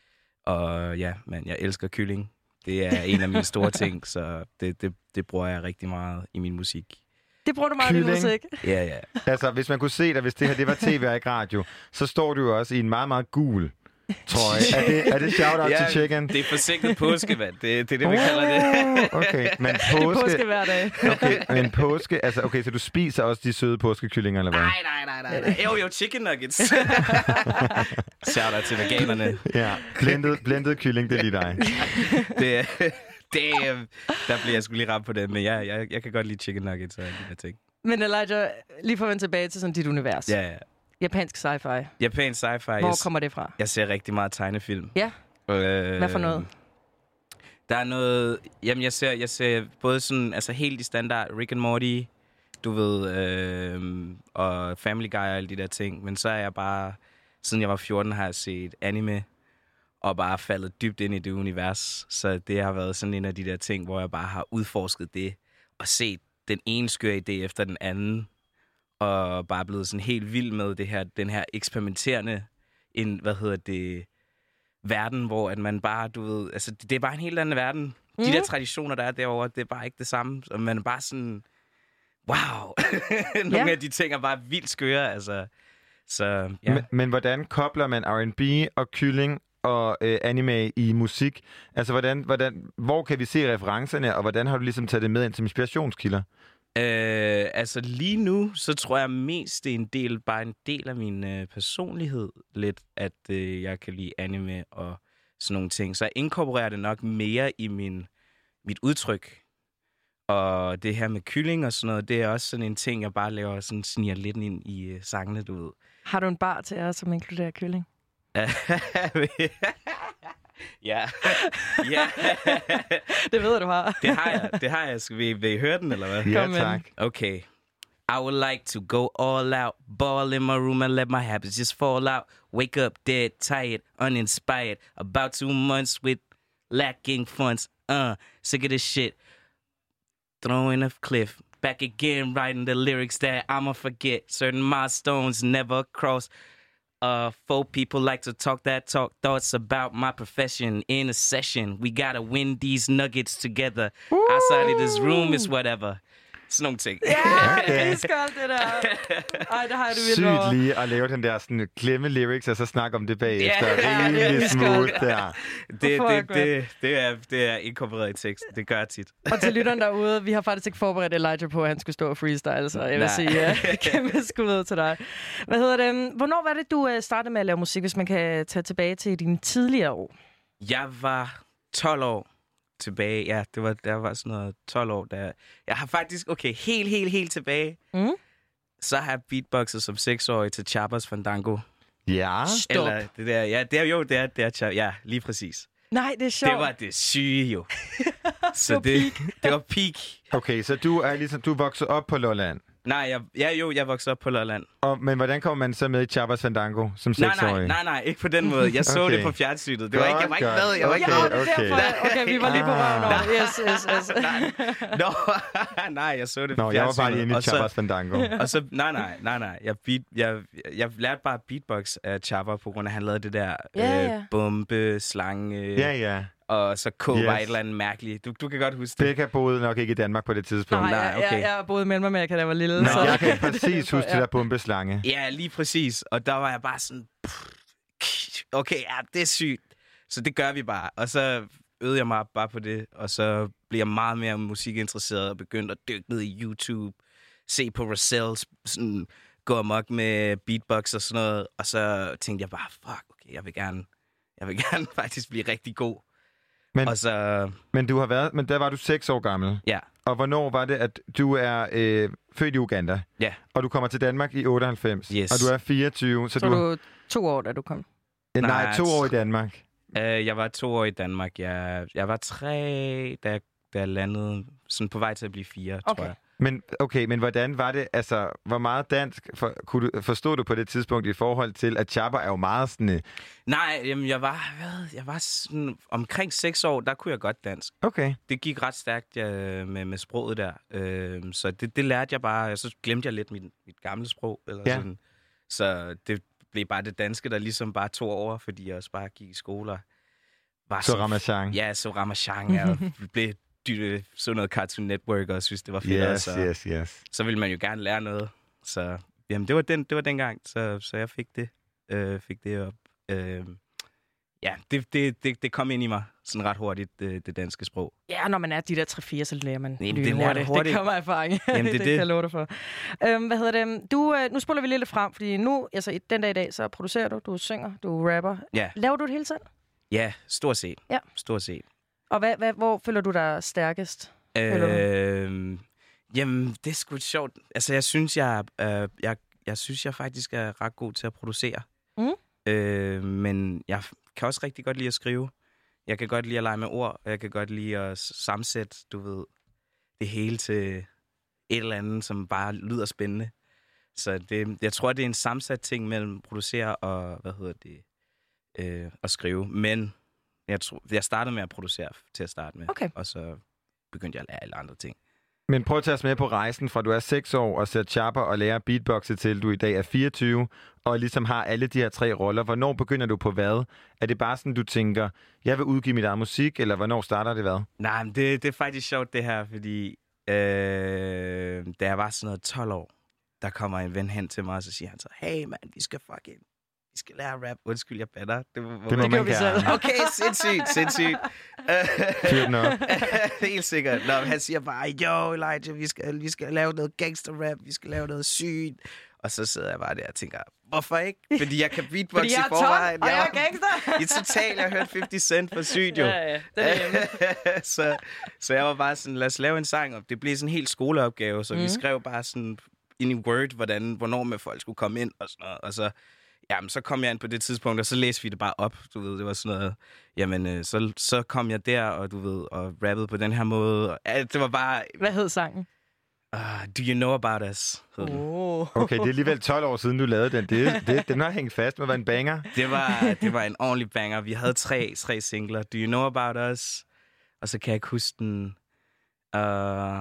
Og ja, man, jeg elsker kylling. Det er en af mine store ting, så det, det, det bruger jeg rigtig meget i min musik. Det bruger du meget i din musik. Ja, ja. Altså, hvis man kunne se dig, hvis det her det var tv og ikke radio, så står du jo også i en meget, meget gul trøje. Er det, er det shout-out ja, til chicken? Det er forsinket påskevand. Det, det er det, vi kalder det. Okay, men påske... Det er påske hver dag. Okay, men påske... Altså, okay, så du spiser også de søde påskekyllinger, eller hvad? Nej, nej, nej, nej, nej. Jo, jo, chicken nuggets. Shout-out til veganerne. Ja, blendet, blendet kylling, det er lige dig. det, det, der bliver jeg sgu lige ramt på det, men jeg, jeg, jeg kan godt lide chicken nuggets og de der ting. Men Elijah, lige for at vende tilbage til sådan dit univers. Ja, ja. Japansk sci-fi. Japansk sci-fi. Hvor jeg, kommer det fra? Jeg ser rigtig meget tegnefilm. Ja. Øh, Hvad for noget? Der er noget... Jamen, jeg ser, jeg ser både sådan... Altså, helt i standard Rick and Morty, du ved, øh, og Family Guy og alle de der ting. Men så er jeg bare... Siden jeg var fjorten, har jeg set anime, og bare faldet dybt ind i det univers. Så det har været sådan en af de der ting, hvor jeg bare har udforsket det, og set den ene skøre idé efter den anden, og bare blevet sådan helt vild med det her, den her eksperimenterende, en, hvad hedder det, verden, hvor at man bare, du ved, altså det er bare en helt anden verden. Mm. De der traditioner, der er derovre, det er bare ikke det samme. Og man er bare sådan, wow. Nogle yeah. af de ting er bare vildt skøre, altså. Så, ja. men, men hvordan kobler man R and B og kylling og øh, anime i musik? Altså, hvordan, hvordan, hvor kan vi se referencerne, og hvordan har du ligesom taget det med ind som inspirationskilder? Øh, altså lige nu, så tror jeg mest, det er en del, bare en del af min øh, personlighed lidt, at øh, jeg kan lide anime og sådan nogle ting. Så jeg inkorporerer det nok mere i min, mit udtryk. Og det her med kylling og sådan noget, det er også sådan en ting, jeg bare laver, sådan sniger lidt ind i øh, sangene, du ved. Har du en bar til os, som inkluderer kylling? Ja. Ja. Det ved jeg, du har. Det har jeg. Det har jeg. Skal vi, vil I høre den, eller hvad? Ja, tak. Okay. I would like to go all out, ball in my room and let my habits just fall out. Wake up dead, tired, uninspired. About two months with lacking funds. Uh, sick of this shit. Throwing a cliff. Back again, writing the lyrics that I'ma forget. Certain milestones never cross. Uh, folk people like to talk that talk. Thoughts about my profession in a session. We gotta win these nuggets together. Woo! Outside of this room is whatever. Sådan nogle ting. Ja, det er skønt, det der. Ej, det har du vildt over. Sygt lige at lave den der sådan, klemme lyrics, og så snakke om det bagefter. Ja, Rimelig det er smooth skønt. der. Det, det, det, det, er, det er inkorporeret i teksten. Det gør jeg tit. Og til lytteren derude, vi har faktisk ikke forberedt Elijah på, at han skulle stå og freestyle, så jeg vil Nej. sige uh, kæmpe skud ud til dig. Hvad hedder det? Hvornår var det, du uh, startede med at lave musik, hvis man kan tage tilbage til dine tidligere år? Jeg var tolv år tilbage. Ja, det var, der var sådan noget tolv år. Der. Jeg har faktisk, okay, helt, helt, helt tilbage. Mm. Så har jeg beatboxet som seksårig til Chappers Fandango. Ja. Stop. Eller det der, ja, det er jo, det er, det er Chap- ja, lige præcis. Nej, det er sjovt. Det var det syge jo. Så var det, det var peak. Okay, så du er ligesom, du er vokset op på Lolland. Nej, jeg, ja, jo, jeg voksede op på Lolland. Og, men hvordan kommer man så med i Chappers Fandango som Nej, seksårig? nej, nej, nej, ikke på den måde. Jeg så Okay. det på fjernsynet. Det var ikke, jeg var ikke Godt, med. Jeg var ikke godt. Ja, Okay, okay. okay. Derfor. Okay, vi var lige på røven over. Yes, yes, yes. Nå, nej, jeg så det på Nå, jeg var fjernsynet. bare lige inde i og så- Chappers Fandango. Og så, nej, nej, nej, nej. Jeg, beat, jeg, jeg lærte bare beatbox af Chapper, på grund af, at han lavede det der Ja, øh, ja. bombe, slange, Ja, ja. og så K Yes. var et eller andet mærkeligt. Du, du kan godt huske det. Becca boede nok ikke i Danmark på det tidspunkt. Nej, Nej, jeg, okay. jeg, jeg boede i Mellemamerika, da jeg var lille. Men så. jeg kan præcis huske det der bombeslange. Ja, lige præcis. Og der var jeg bare sådan, okay, ja, det er sygt. Så det gør vi bare. Og så øvede jeg mig bare på det, og så blev jeg meget mere musikinteresseret og begyndte at dykke ned i YouTube, se på Roselle, sådan gå amok med beatbox og sådan noget, og så tænkte jeg bare, fuck, okay, jeg vil gerne, jeg vil gerne faktisk blive rigtig god. Men, Og så, men du har været, men der var du seks år gammel. ja, Og hvornår var det, at du er øh, født i Uganda, ja, og du kommer til Danmark i otteoghalvfems, Yes. og du er fireogtyve, så, Så du... du to år, da du kom. Nej, Nej, to år i Danmark. uh, jeg var to år i Danmark. Jeg, jeg var tre, da jeg, da jeg landede, sådan på vej til at blive fire, Okay. tror jeg. Men okay, men hvordan var det, altså, hvor meget dansk for, kunne du, forstod du på det tidspunkt i forhold til, at Chapper er jo meget sådan... øh, Nej, jamen, jeg var, hvad, jeg var sådan, omkring seks år, der kunne jeg godt dansk. Okay. Det gik ret stærkt ja, med, med sproget der. Øh, så det, det lærte jeg bare, og så glemte jeg lidt mit, mit gamle sprog. Eller Ja. sådan. Så det blev bare det danske, der ligesom bare tog over, fordi jeg også bare gik i skole. og Var Så sådan- Ramachan. Ja, så Ramachan, ja, og blev dy- så noget Cartoon Network, og synes, det var fedt. Yes, så, yes, yes. så ville man jo gerne lære noget. Så jamen, det var den, det var dengang, så, så jeg fik det. Øh, fik det op. Øh, ja, det, det, det, det kom ind i mig sådan ret hurtigt, det, det danske sprog. Ja, når man er de der tre fire, så lærer man Jamen, det det lærer du hurtigt. hurtigt. Det kommer af erfaring. Jamen, det er det, det. kan jeg love dig for. Øhm, hvad hedder det? Du, øh, nu spoler vi lidt frem, fordi nu, altså i den dag i dag, så producerer du, du synger, du rapper. Ja. Laver du det hele tiden? Ja, stort set. Ja. Stort set. Og hvad, hvad, hvor føler du dig stærkest? Eller Øh, jamen, det er sgu sjovt. Altså, jeg synes, jeg, øh, jeg, jeg synes, jeg faktisk er ret god til at producere. Mm. Øh, men jeg kan også rigtig godt lide at skrive. Jeg kan godt lide at lege med ord, og jeg kan godt lide at s- sammensætte, du ved, det hele til et eller andet, som bare lyder spændende. Så det, jeg tror, det er en sammensat ting mellem producere og, hvad hedder det, øh, at skrive. Men jeg, tror, jeg startede med at producere til at starte med, Okay. og så begyndte jeg at lære alle andre ting. Men prøv at tage os med på rejsen fra du er seks år og ser Chapper og lærer beatboxe til du i dag er fireogtyve og ligesom har alle de her tre roller. Hvornår begynder du på hvad? Er det bare sådan, du tænker, jeg vil udgive mit eget musik, eller hvornår starter det hvad? Nej, men det, det er faktisk sjovt det her, fordi øh, da jeg var sådan noget tolv år, der kommer en ven hen til mig, og så siger han så, hey mand, vi skal fucking, vi skal lære rap. Undskyld, jeg batter. Det, må, Det må det man gjorde vi gerne. selv. Okay, sindssygt, sindssygt. Fyr den op. Helt sikkert. Nå, han siger bare, yo Elijah, vi skal, vi skal lave noget gangster-rap, vi skal lave noget sygt. Og så sidder jeg bare der og tænker, hvorfor ikke? Fordi jeg kan beatbox Fordi i jeg er forvejen. tom, og jeg er gangster. I total, jeg har hørt halvtreds Cent for sygt, jo. Ja, ja, det er hjemme. så, så jeg var bare sådan, lad os lave en sang, og det blev sådan en helt skoleopgave, så mm. vi Mhm. skrev bare sådan ind i Word, hvordan, hvornår med folk skulle komme ind, og sådan noget, og så, jamen, så kom jeg ind på det tidspunkt, og så læste vi det bare op, du ved, det var sådan noget, jamen, øh, så, så kom jeg der, og du ved, og rappede på den her måde, og alt, det var bare, Hvad hed sangen? Uh, do you know about us? Oh. Okay, det er alligevel tolv år siden, du lavede den. Det, det, den har hængt fast med, var en banger. Det var, det var en ordentlig banger. Vi havde tre, tre singler. Do you know about us? Og så kan jeg ikke huske den... Uh,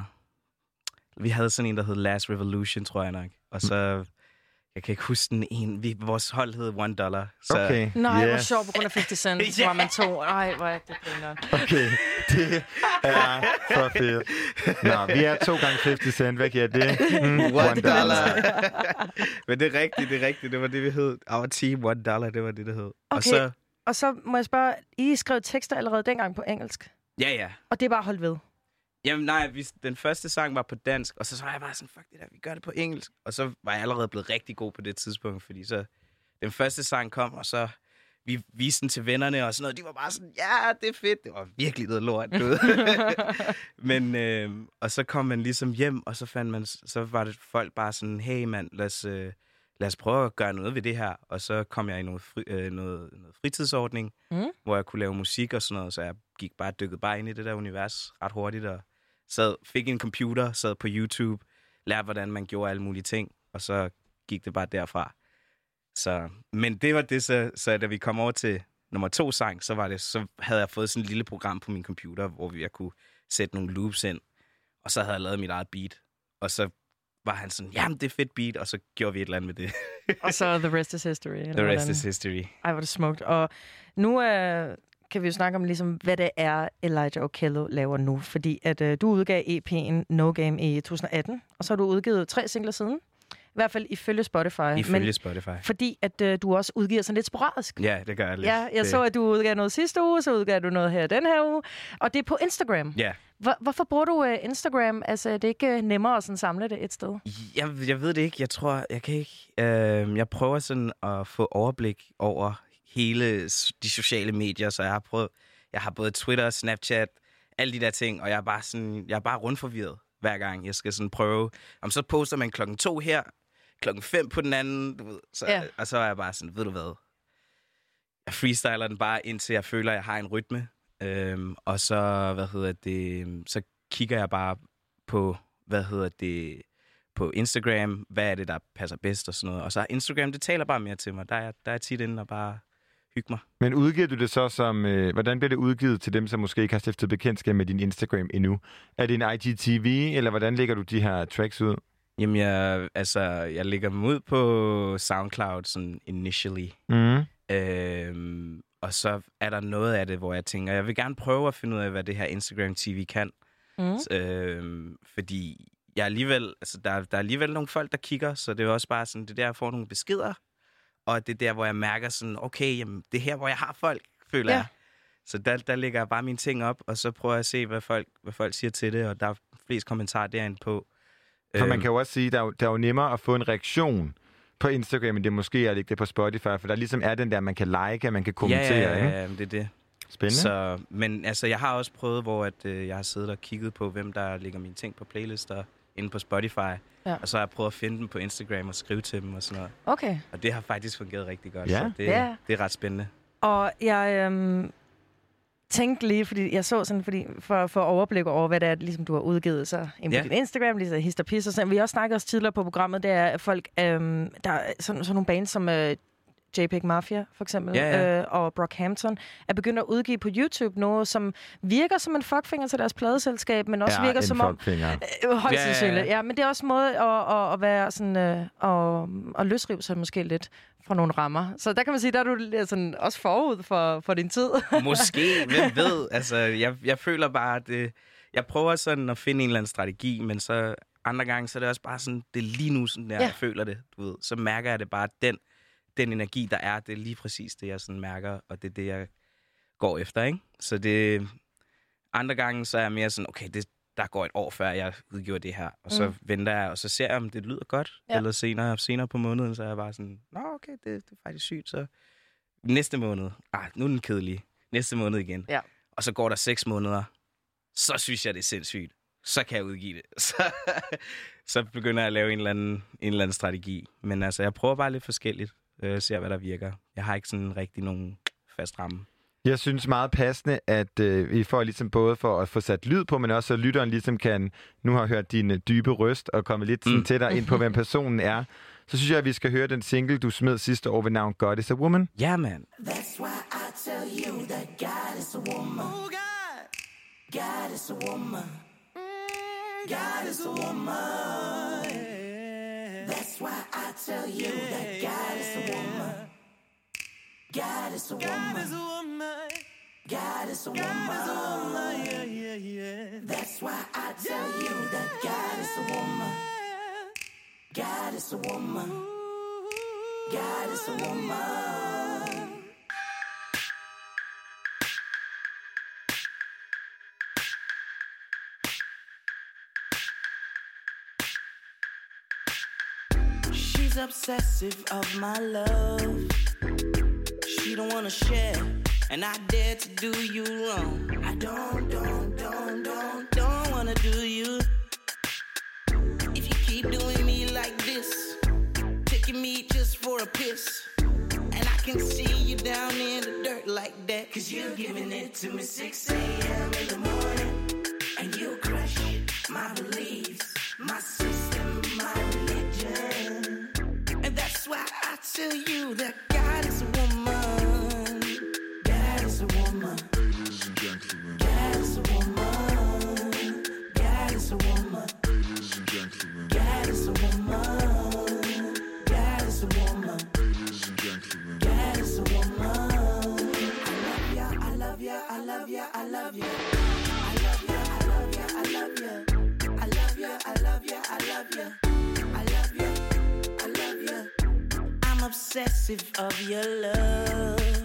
vi havde sådan en, der hed Last Revolution, tror jeg nok. Og så... Jeg kan ikke huske den en. Vi, vores hold hed One Dollar. Så... Okay. Nej, yes. Hvor yes. sjovt på grund af halvtreds Cent, så var man to. Ej, hvor er det griner. Okay, det er for fedt. Nå, vi er to gange halvtreds Cent. Hvad giver det? Mm, One, one dollar. Men det er rigtigt, det er rigtigt. Det var det, vi hed. Our team, One Dollar, det var det, det hed. Okay, og så, og så må jeg spørge, I skrev tekster allerede dengang på engelsk? Ja, ja. Og det er bare holdt ved? Jamen nej, vi, den første sang var på dansk, og så, så var jeg bare sådan, fuck det der, vi gør det på engelsk. Og så var jeg allerede blevet rigtig god på det tidspunkt, fordi så den første sang kom, og så vi viste den til vennerne og sådan noget. De var bare sådan, ja, det er fedt. Det var virkelig noget lort, du ved. Men, øh, og så kom man ligesom hjem, og så fandt man, så var det folk bare sådan, hey mand, lad os, øh, lad os prøve at gøre noget ved det her. Og så kom jeg i noget, fri, øh, noget, noget fritidsordning, mm. hvor jeg kunne lave musik og sådan noget, så jeg gik bare dykket bare ind i det der univers ret hurtigt, og sad, fik en computer, sad på YouTube, lærte, hvordan man gjorde alle mulige ting, og så gik det bare derfra. Så, men det var det, så, så da vi kom over til nummer to sang, så, var det, så havde jeg fået sådan et lille program på min computer, hvor jeg kunne sætte nogle loops ind, og så havde jeg lavet mit eget beat. Og så var han sådan, jamen det er fedt beat, og så gjorde vi et eller andet med det. Og så the rest is history. Eller the rest hvordan? is history. Ej, hvor det smukt. Og nu er... Øh... kan vi jo snakke om, ligesom, hvad det er, Elijah Okello laver nu. Fordi at øh, du udgav E P'en No Game i to tusind atten, og så har du udgivet tre singler siden. I hvert fald ifølge Spotify. Ifølge men Spotify. Fordi at øh, du også udgiver sådan lidt sporadisk. Ja, det gør jeg lidt. Ja, jeg det... så, at du udgav noget sidste uge, så udgav du noget her den her uge. Og det er på Instagram. Ja. Hvor, hvorfor bruger du uh, Instagram? Altså, det er ikke nemmere at sådan samle det et sted? Jeg, jeg ved det ikke. Jeg tror, jeg kan ikke... Øh, jeg prøver sådan at få overblik over hele de sociale medier, så jeg har prøvet... Jeg har både Twitter, Snapchat, alle de der ting, og jeg er bare sådan... Jeg er bare rundforvirret hver gang. Jeg skal sådan prøve... Om så poster man klokken to her, klokken fem på den anden, du ved. Så, ja. Og så er jeg bare sådan, ved du hvad? Jeg freestyler den bare, indtil jeg føler, at jeg har en rytme. Øhm, og så, hvad hedder det, så kigger jeg bare på, hvad hedder det, på Instagram, hvad er det, der passer bedst og sådan noget. Og så Instagram, det taler bare mere til mig. Der er, der er tit inde og bare hygge mig. Men udgiver du det så som, øh, hvordan bliver det udgivet til dem, som måske ikke har stiftet bekendtskab med din Instagram endnu? Er det en I G T V, eller hvordan lægger du de her tracks ud? Jamen, jeg, altså, jeg lægger dem ud på SoundCloud sådan initially. Mm. Øhm, og så er der noget af det, hvor jeg tænker, jeg vil gerne prøve at finde ud af, hvad det her Instagram T V kan. Mm. Øhm, fordi jeg alligevel, altså, der, der er alligevel nogle folk, der kigger, så det er også bare sådan, det er der, jeg får nogle beskeder. Og det er der, hvor jeg mærker sådan, okay, jamen, det er her, hvor jeg har folk, føler ja. jeg. Så der, der lægger jeg bare mine ting op, og så prøver jeg at se, hvad folk, hvad folk siger til det, og der er flest kommentarer derinde på. For man kan jo også sige, at der er jo, der er jo nemmere at få en reaktion på Instagram, end det måske er at lægge det på Spotify, for der ligesom er den der, man kan like, man kan kommentere. Ja, ja, ikke? ja, det er det. Spændende. Så, men altså, jeg har også prøvet, hvor at, øh, jeg har siddet og kigget på, hvem der lægger mine ting på playlister inde på Spotify. Ja. Og så har jeg prøvet at finde dem på Instagram og skrive til dem og sådan noget. Okay. Og det har faktisk fungeret rigtig godt, ja. så det, ja. det er ret spændende. Og jeg øhm, tænkte lige, fordi jeg så sådan, fordi for, for overblik over, hvad det er, ligesom du har udgivet så inde på ja. din Instagram, lige så hist og pis og sådan. Vi har også snakket også tidligere på programmet, det er, at folk, øhm, der er sådan, sådan nogle bands som øh, J P E G Mafia, for eksempel, ja, ja. Øh, og Brockhampton, er begyndt at udgive på YouTube noget, som virker som en fuckfinger til deres pladeselskab, men også ja, virker som om... Øh, højst sandsynligt, ja, ja. ja. Men det er også en måde at, at, at være sådan... Øh, og, at løsrive sig måske lidt fra nogle rammer. Så der kan man sige, der er du sådan, også forud for, for din tid. Måske, hvem ved? Altså, jeg, jeg føler bare, at det, jeg prøver sådan at finde en eller anden strategi, men så andre gange, så er det også bare sådan, det er lige nu sådan der, ja. jeg føler det, du ved. Så mærker jeg det bare, den den energi, der er, det er lige præcis det, jeg sådan mærker, og det er det, jeg går efter, ikke? Så det... Andre gange, så er jeg mere sådan, okay, det, der går et år, før jeg udgiver det her, og så mm. venter jeg, og så ser jeg, om det lyder godt, ja. eller senere, senere på måneden, så er jeg bare sådan, nå, okay, det, det er faktisk sygt, så næste måned, ah, nu er den kedelig, næste måned igen, ja. og så går der seks måneder, så synes jeg, det er sindssygt, så kan jeg udgive det, så, så begynder jeg at lave en eller anden, en eller anden strategi, men altså, jeg prøver bare lidt forskelligt, Øh, ser, hvad der virker. Jeg har ikke sådan rigtig nogen fast ramme. Jeg synes meget passende, at øh, vi får ligesom både for at få sat lyd på, men også så lytteren ligesom kan, nu har hørt din øh, dybe røst og kommet lidt sådan, mm. tættere ind på, hvem personen er. Så synes jeg, at vi skal høre den single, du smed sidste år ved navn God is a Woman. Ja, yeah, man. That's why I tell you that God is a woman. Oh, God. God is a woman. God is a woman. That's why I tell you that God is a woman. God is a woman. God is a woman. That's why I tell you that God is a woman. God is a woman. God is a woman. She's obsessive of my love. She don't wanna share, and I dare to do you wrong. I don't, don't, don't, don't, don't wanna do you. If you keep doing me like this, taking me just for a piss, and I can see you down in the dirt like that, cause you're giving it to me six a.m. in the morning, and you crush my beliefs, my system, my religion. And that's why I tell you that God is a woman. God is a woman. Ladies and gentlemen. God is a woman. God is a woman. Ladies and gentlemen. God is a woman. God is a woman. Ladies and gentlemen. God is a woman. I love ya, I love ya, I love ya, I love ya. I love ya, I love ya, I love ya. I love ya, I love ya, I love ya. I love ya, I love ya. I'm obsessive of your love,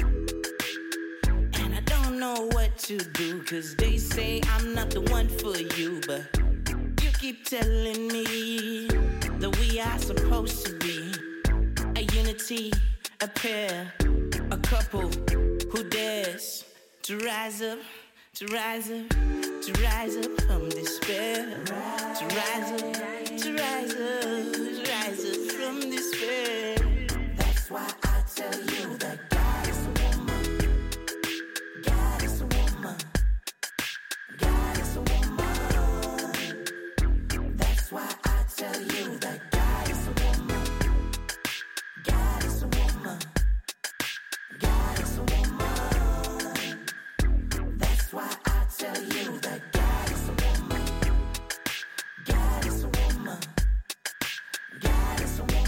and I don't know what to do, cause they say I'm not the one for you, but you keep telling me that we are supposed to be a unity, a pair, a couple who dares to rise up, to rise up, to rise up from despair, to rise up, to rise up, to rise up from despair. That's why I tell you that God is a woman. God is a woman. God is a woman. That's why I tell you that God is a woman. God is a woman. God is a woman. That's why I tell you that God is a woman. God is a woman. God is a woman.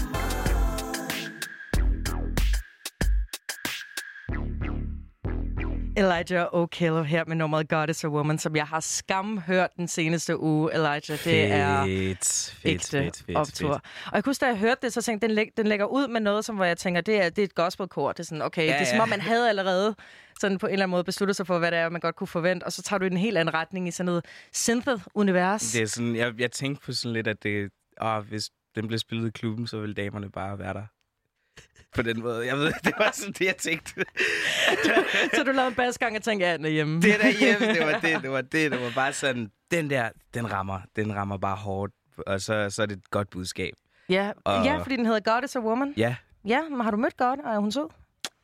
Elijah O'Kello her med nummeret God is a Woman, som jeg har skam hørt den seneste uge. Elijah, det fedt, er fedt, ægte fedt, fedt, optur. fedt. Og jeg kunne da jeg hørte det, så tænkte jeg, den, læg, den lægger ud med noget, som hvor jeg tænker, det er, det er et gospelkor. Det er sådan, okay, ja, det er som ja. om, man havde allerede sådan på en eller anden måde besluttet sig for, hvad det er, man godt kunne forvente, og så tager du i en helt anden retning i sådan noget synth-univers. Det er sådan, jeg, jeg tænkte på sådan lidt, at det, åh, hvis den blev spillet i klubben, så ville damerne bare være der. På den måde. Jeg ved, det var sådan det, jeg tænkte. Så du lavede en basgang og tænkte, ja, den er hjemme. Det der hjemme, det var det, det var det. Det var bare sådan, den der, den rammer, den rammer bare hårdt. Og så, så er det et godt budskab. Ja, og... ja, fordi den hedder God is a Woman. Ja. Ja, men har du mødt God, og er hun sød?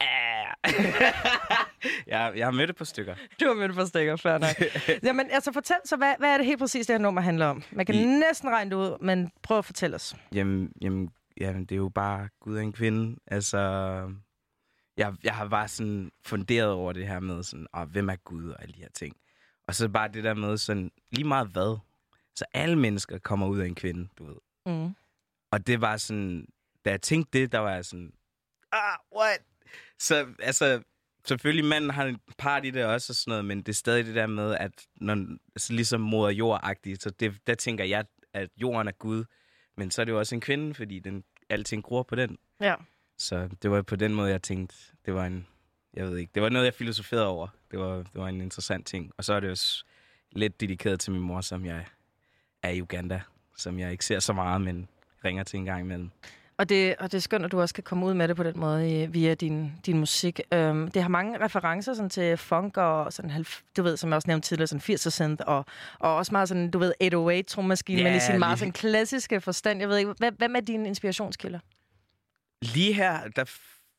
jeg, jeg har mødt et par stykker. Du har mødt et par stykker, fair nok. Jamen, altså fortæl så, hvad, hvad er det helt præcis, det her nummer handler om? Man kan I... næsten regne det ud, men prøv at fortælle os. Jamen, jamen, jamen det er jo bare Gud og en kvinde. Altså, jeg, jeg har bare sådan funderet over det her med sådan, åh, hvem er Gud og alle de her ting. Og så bare det der med sådan, lige meget hvad. Så alle mennesker kommer ud af en kvinde, du ved. Mm. Og det var sådan, da jeg tænkte det, der var jeg sådan, ah, what? Så altså, selvfølgelig manden har en part i det også og sådan noget, men det er stadig det der med, at når, altså, ligesom moder jord-agtigt, så det, der tænker jeg, at jorden er Gud, men så er det jo også en kvinde, fordi den, alting gror på den. Ja. Så det var på den måde, jeg tænkte, det var en, jeg ved ikke, det var noget, jeg filosoferede over. Det var, det var en interessant ting. Og så er det også lidt dedikeret til min mor, som jeg er i Uganda, som jeg ikke ser så meget, men ringer til en gang imellem. Og det, og det er skønt, at du også kan komme ud med det på den måde via din, din musik. Um, det har mange referencer sådan, til funk og sådan, du ved, som jeg også nævnte tidligere, sådan firs synth og, og også meget sådan, du ved, otte nul otte trommaskine, yeah, men i sin meget sådan klassiske forstand. Jeg ved ikke, hvad, hvad med dine inspirationskilder? Lige her, der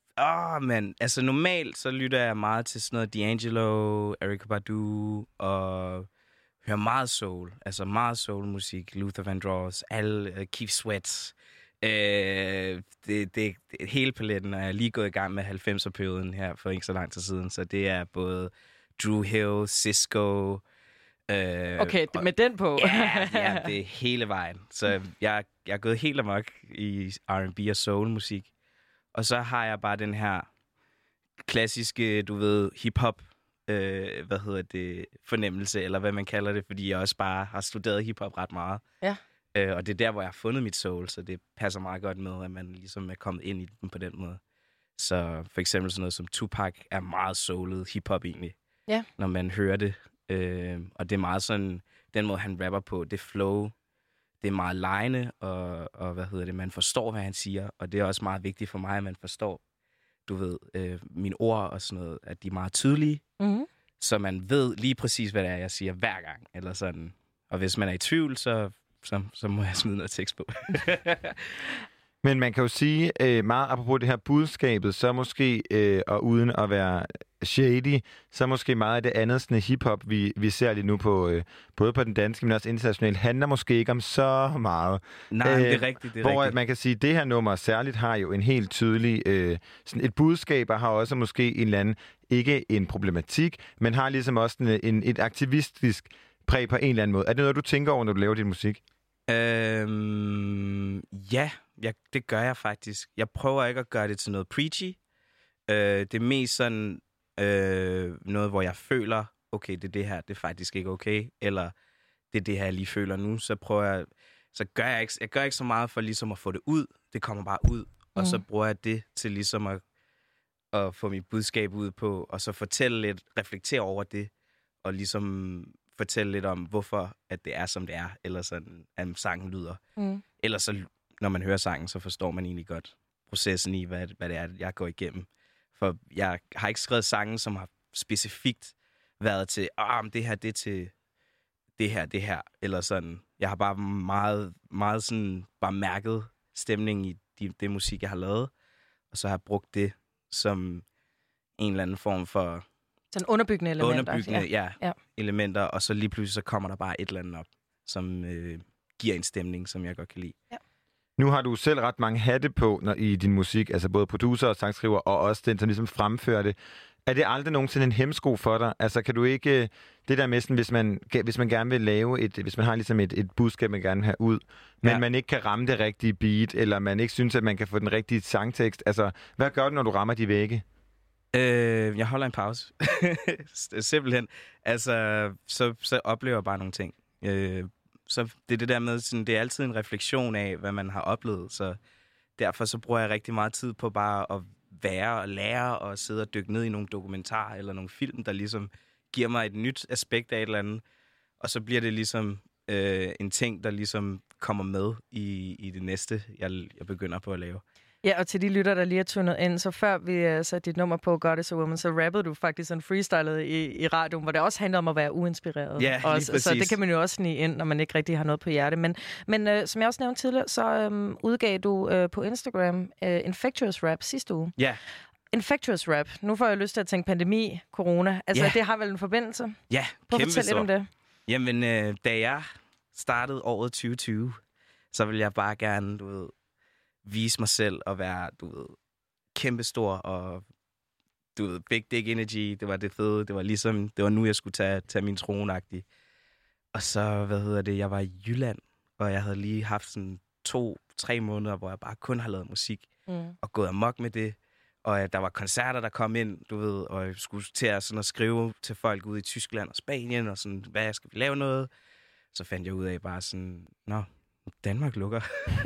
Åh, oh, man. Altså, normalt så lytter jeg meget til sådan noget D'Angelo, Erykah Badu, og hører meget soul. Altså, meget soul-musik. Luther Vandross, alle, uh, Keith Sweat. Uh, det, det, det hele paletten, og jeg er lige gået i gang med halvfemser-perioden her for ikke så lang tid siden. Så det er både Dru Hill, Sisqó. Uh, okay, og, med den på. Ja, ja, det er hele vejen. Så jeg, jeg er gået helt amok i R and B og soul-musik. Og så har jeg bare den her klassiske, du ved, hip-hop, øh, hvad hedder det, fornemmelse, eller hvad man kalder det, fordi jeg også bare har studeret hip-hop ret meget. Ja. Øh, og det er der, hvor jeg har fundet mit soul, så det passer meget godt med, at man ligesom er kommet ind i den på den måde. Så for eksempel sådan noget som Tupac er meget soulet hip-hop egentlig, ja. Når man hører det. Øh, og det er meget sådan, den måde han rapper på, det flow, det er meget lejende, og, og hvad hedder det, man forstår, hvad han siger, og det er også meget vigtigt for mig, at man forstår, du ved, øh, mine ord og sådan noget, at de er meget tydelige, mm-hmm. så man ved lige præcis, hvad det er, jeg siger hver gang, eller sådan. Og hvis man er i tvivl, så, så, så må jeg smide noget tekst på. Men man kan jo sige, øh, meget apropos det her budskabet, så måske, øh, og uden at være shady, så måske meget af det andet sådan hip-hop, vi, vi ser lige nu på, øh, både på den danske, men også internationalt, handler måske ikke om så meget. Nej, øh, det er rigtigt, det er hvor rigtigt. Man kan sige, at det her nummer særligt har jo en helt tydelig, øh, sådan et budskab, og har også måske en eller anden, ikke en problematik, men har ligesom også en, en, et aktivistisk præg på en eller anden måde. Er det noget, du tænker over, når du laver din musik? Øhm, ja, ja, det gør jeg faktisk. Jeg prøver ikke at gøre det til noget preachy. Øh, det er mest sådan øh, noget, hvor jeg føler, okay, det er det her, det er faktisk ikke okay, eller det er det her, jeg lige føler nu. Så prøver jeg, så gør jeg ikke, jeg gør ikke så meget for ligesom at få det ud. Det kommer bare ud, mm. og så bruger jeg det til ligesom at, at få mit budskab ud på, og så fortælle lidt, reflektere over det, og ligesom fortælle lidt om, hvorfor at det er, som det er, eller sådan, at sangen lyder. Mm. Ellers så, når man hører sangen, så forstår man egentlig godt processen i, hvad, hvad det er, jeg går igennem. For jeg har ikke skrevet sangen, som har specifikt været til, ah, det her, det er til det her, det her, eller sådan. Jeg har bare meget, meget sådan, bare mærket stemningen i de, det musik, jeg har lavet, og så har jeg brugt det som en eller anden form for sådan underbyggende elementer. Underbyggende, ja. ja, elementer, og så lige pludselig så kommer der bare et eller andet op, som øh, giver en stemning, som jeg godt kan lide. Ja. Nu har du selv ret mange hatte på når, i din musik, altså både producer og sangskriver, og også den, som ligesom fremfører det. Er det aldrig nogensinde en hemsko for dig? Altså kan du ikke, det der med sådan, hvis man, hvis man gerne vil lave et, hvis man har ligesom et, et budskab, man gerne vil have ud, men ja. man ikke kan ramme det rigtige beat, eller man ikke synes, at man kan få den rigtige sangtekst, altså hvad gør du, når du rammer de vægge? Øh, jeg holder en pause. Simpelthen. Altså, så, så oplever jeg bare nogle ting. Øh, så det er det der med, sådan, det er altid en refleksion af, hvad man har oplevet. Så derfor så bruger jeg rigtig meget tid på bare at være og lære og sidde og dykke ned i nogle dokumentarer eller nogle film, der ligesom giver mig et nyt aspekt af et eller andet. Og så bliver det ligesom øh, en ting, der ligesom kommer med i, i det næste, jeg, jeg begynder på at lave. Ja, og til de lytter, der lige er tunet ind, så før vi uh, satte dit nummer på God is a Woman, så rappede du faktisk sådan freestylet i, i radioen, hvor det også handler om at være uinspireret. Ja, også, så det kan man jo også snige ind, når man ikke rigtig har noget på hjerte. Men, men uh, som jeg også nævnte tidligere, så um, udgav du uh, på Instagram uh, Infectious Rap sidste uge. Ja. Infectious Rap. Nu får jeg lyst til at tænke pandemi, corona. Altså, ja. det har vel en forbindelse? Ja, kæmpe fortæl lidt om det. Jamen, øh, da jeg startede året tyve tyve, så ville jeg bare gerne, du ved, vise mig selv og være, du ved, kæmpestor og, du ved, big dick energy. Det var det fede. Det var ligesom, det var nu, jeg skulle tage, tage min tronagtig. Og så, hvad hedder det, jeg var i Jylland, og jeg havde lige haft sådan to, tre måneder, hvor jeg bare kun har lavet musik mm. og gået amok med det. Og der var koncerter, der kom ind, du ved, og jeg skulle til at, sådan at skrive til folk ude i Tyskland og Spanien, og sådan, hvad skal vi lave noget? Så fandt jeg ud af bare sådan, nå, Danmark lukker.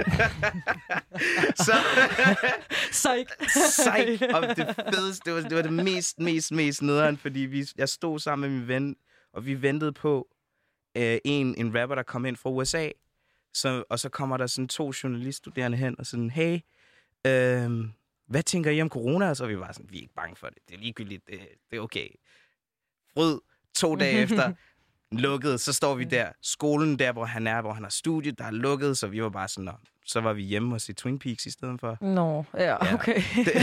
så Psych. Psych. Og det fedeste, det var det, var det mest, mest, mest nederen, fordi vi, jeg stod sammen med min ven, og vi ventede på øh, en, en rapper, der kom ind fra U S A. Så, og så kommer der sådan to journaliststuderende hen, og sådan, hey, øh, hvad tænker I om corona? Og så vi var sådan, vi er ikke bange for det. Det er ligegyldigt, det, det er okay. Fryd, to dage efter, lukket. Så står vi der, skolen der, hvor han er, hvor han har studiet, der er lukket, så vi var bare sådan, nå, så var vi hjemme og se Twin Peaks i stedet for. Nå, ja, okay.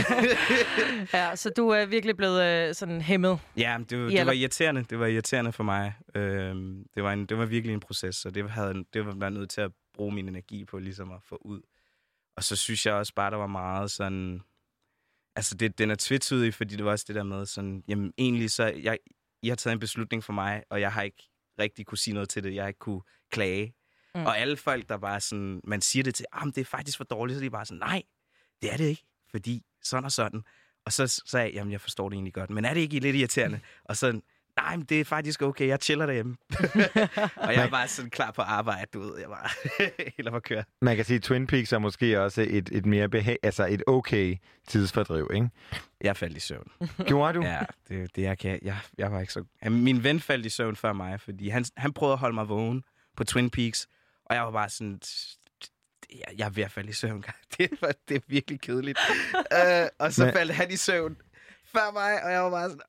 Ja, så du er virkelig blevet øh, sådan hæmmet. Ja, det var, det var irriterende. Det var irriterende for mig. Øhm, det, var en, det var virkelig en proces, så det, havde, det var jeg nødt til at bruge min energi på ligesom at få ud. Og så synes jeg også bare, der var meget sådan... Altså, det, den er tvetydig, fordi det var også det der med sådan... Jamen, egentlig så... Jeg, I har taget en beslutning for mig, og jeg har ikke rigtig kunne sige noget til det. Jeg har ikke kunne klage. Mm. Og alle folk, der bare sådan... Man siger det til, ah, det er faktisk for dårligt, så de er bare sådan, nej, det er det ikke, fordi sådan og sådan. Og så sagde jeg, jamen, jeg forstår det egentlig godt, men er det ikke lidt irriterende? Og så, nej, men det er faktisk okay, jeg chiller derhjemme. Og jeg er bare sådan klar på arbejde, du ved, jeg var helt op at køre. Man kan sige, at Twin Peaks er måske også et, et mere behag, altså et okay tidsfordriv, ikke? Jeg faldt i søvn. Gjorde du? Ja, det, det jeg kan. Jeg, jeg var ikke så... Min ven faldt i søvn før mig, fordi han, han prøvede at holde mig vågen på Twin Peaks, og jeg var bare sådan... Jeg, jeg er ved at falde i søvn. Det er, det er virkelig kedeligt. uh, og så Men... faldt han i søvn før mig, og jeg var bare sådan...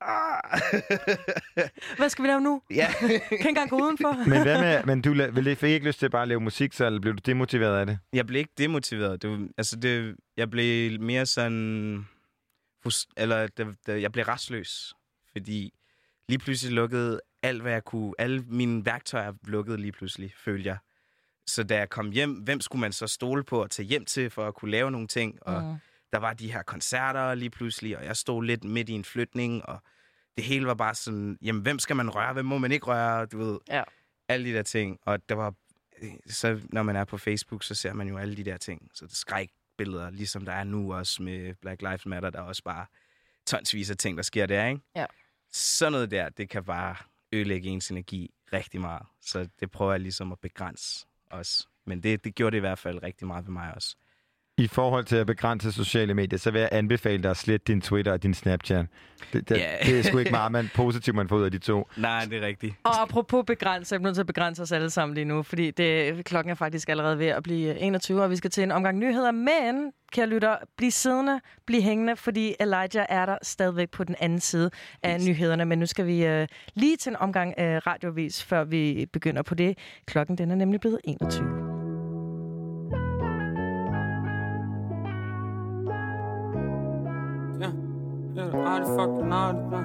Arh! Hvad skal vi lave nu? Ja. Kan ikke engang gå udenfor. Men hvad med... Men du ville, fik ikke lyst til at bare lave musik, så eller blev du demotiveret af det? Jeg blev ikke demotiveret. Det var, altså, det, jeg blev mere sådan... Eller det, det, jeg blev restløs. Fordi lige pludselig lukkede alt, hvad jeg kunne... Alle mine værktøjer lukkede lige pludselig, følte jeg. Så da jeg kom hjem, hvem skulle man så stole på at tage hjem til, for at kunne lave nogle ting? Og mm. der var de her koncerter lige pludselig, og jeg stod lidt midt i en flytning, og det hele var bare sådan, jamen, hvem skal man røre? Hvem må man ikke røre? Du ved, ja. Alle de der ting. Og der var, så når man er på Facebook, så ser man jo alle de der ting. Så det skrækbilleder, ligesom der er nu også med Black Lives Matter, der er også bare tonsvis af ting, der sker der, ikke? Ja. Sådan noget der, det kan bare ødelægge ens energi rigtig meget. Så det prøver jeg ligesom at begrænse også. Men det, det gjorde det i hvert fald rigtig meget ved mig også. I forhold til at begrænse sociale medier, så vil jeg anbefale dig at slette din Twitter og din Snapchat. Det, det, yeah. det er sgu ikke meget man, positivt, man får ud af de to. Nej, det er rigtigt. Og apropos begrænse, jeg bliver nødt til at begrænse os alle sammen lige nu, fordi det, klokken er faktisk allerede ved at blive enogtyve, og vi skal til en omgang nyheder. Men, kære lytter, bliv siddende, bliv hængende, fordi Elijah er der stadigvæk på den anden side af yes. nyhederne. Men nu skal vi uh, lige til en omgang uh, radiovis, før vi begynder på det. Klokken den er nemlig blevet enogtyve. Ej, det fucking art, man.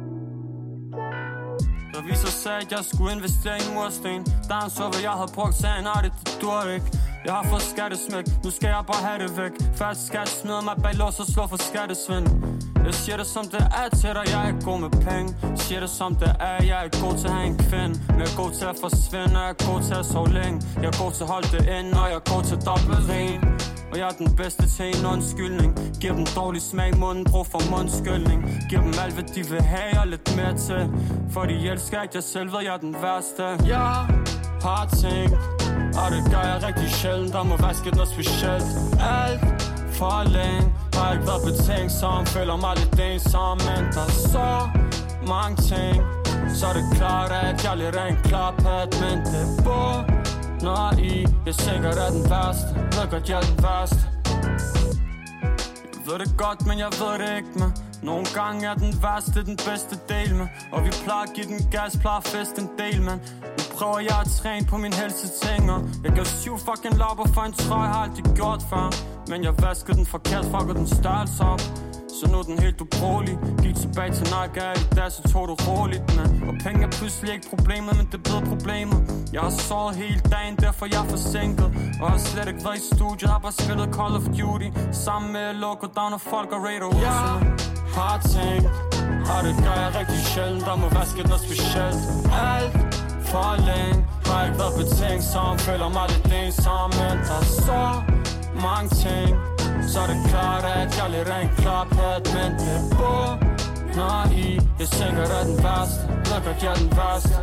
Revisor sagde, at jeg skulle investere i en mursten. Der er en så, hvad jeg havde brugt, sagde han, det, det dur ikke. Jeg har fået skattesmæk, nu skal jeg bare have det væk. Færdig skat smider mig bag lås og slår for skattesvind. Jeg siger det som det er til dig, jeg er ikke god med penge. Siger det som det er, jeg er ikke god til at have en kvinde. Men jeg er god til at forsvinde, og jeg er god til at sove længe. Jeg er god til at holde det inde, og jeg er god til at dobbelt ren. Og jeg er den bedste til en undskyldning. Giv dem dårlig smag i munden, brug for mundskyldning. Giv dem alt, hvad de vil have og lidt mere til. For de elsker ikke, jeg selv ved, jeg er den værste. Jeg har tænkt, og det gør jeg rigtig sjældent. Der må være sket noget specielt. Alt for længe har ikke været betænksom. Føler mig lidt ensom, men der er så mange ting. Så er det klart, at jeg lidt er en klarpat. Men det bor når I er sikkert er den værste. Ved godt, jeg er den værste. Jeg ved det godt, men jeg ved det ikke med. Nogle gange er den værste den bedste del med. Og vi plejer at give den gas, plejer at feste en del, man. Nu prøver jeg at træne på min helsetinger. Jeg gav syv fucking lapper for en trøje, har aldrig gjort før. Men jeg vaskede den forkert, fuckede den størrelse op. Så nu er den helt ubrugelig. Gik tilbage til Nike, i dag så tog du roligt, man. Og penge er pludselig ikke problemet, men det er blevet problemer. Jeg har sovet hele dagen, derfor jeg er forsinket. Og har slet ikke været i studiet, har bare spillet Call of Duty sammen med Loco Down og folk og Raider Husene. Jeg har tænkt, og det gør jeg rigtig sjældent. Der må være sket noget specielt. Alt for længe har ikke været betænksom. Føler mig lidt ensom, men der er så mange ting. Så er det klart, at jeg lidt er en klarpat. Men det bor når I er sikkert er den værste. Ved godt, jeg er den værste.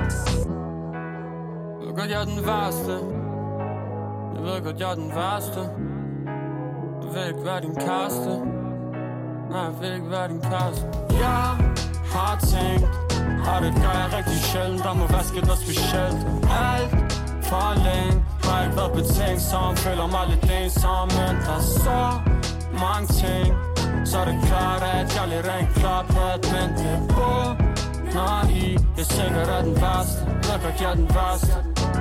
Ved godt, jeg er den værste. Jeg ved godt, jeg er den værste. Jeg vil ikke være din kæreste. Nej, jeg vil ikke være din kæreste. Jeg har tænkt, og det gør jeg rigtig sjældent. Der må være sket noget specielt. Alt for længe har ikke været betænksom. Føler mig lidt ensom, men der er så mange ting. Så er det klart, at jeg lidt er en klarpat. Men det bor Når I er sikkert er den værste, jeg kan give den værste.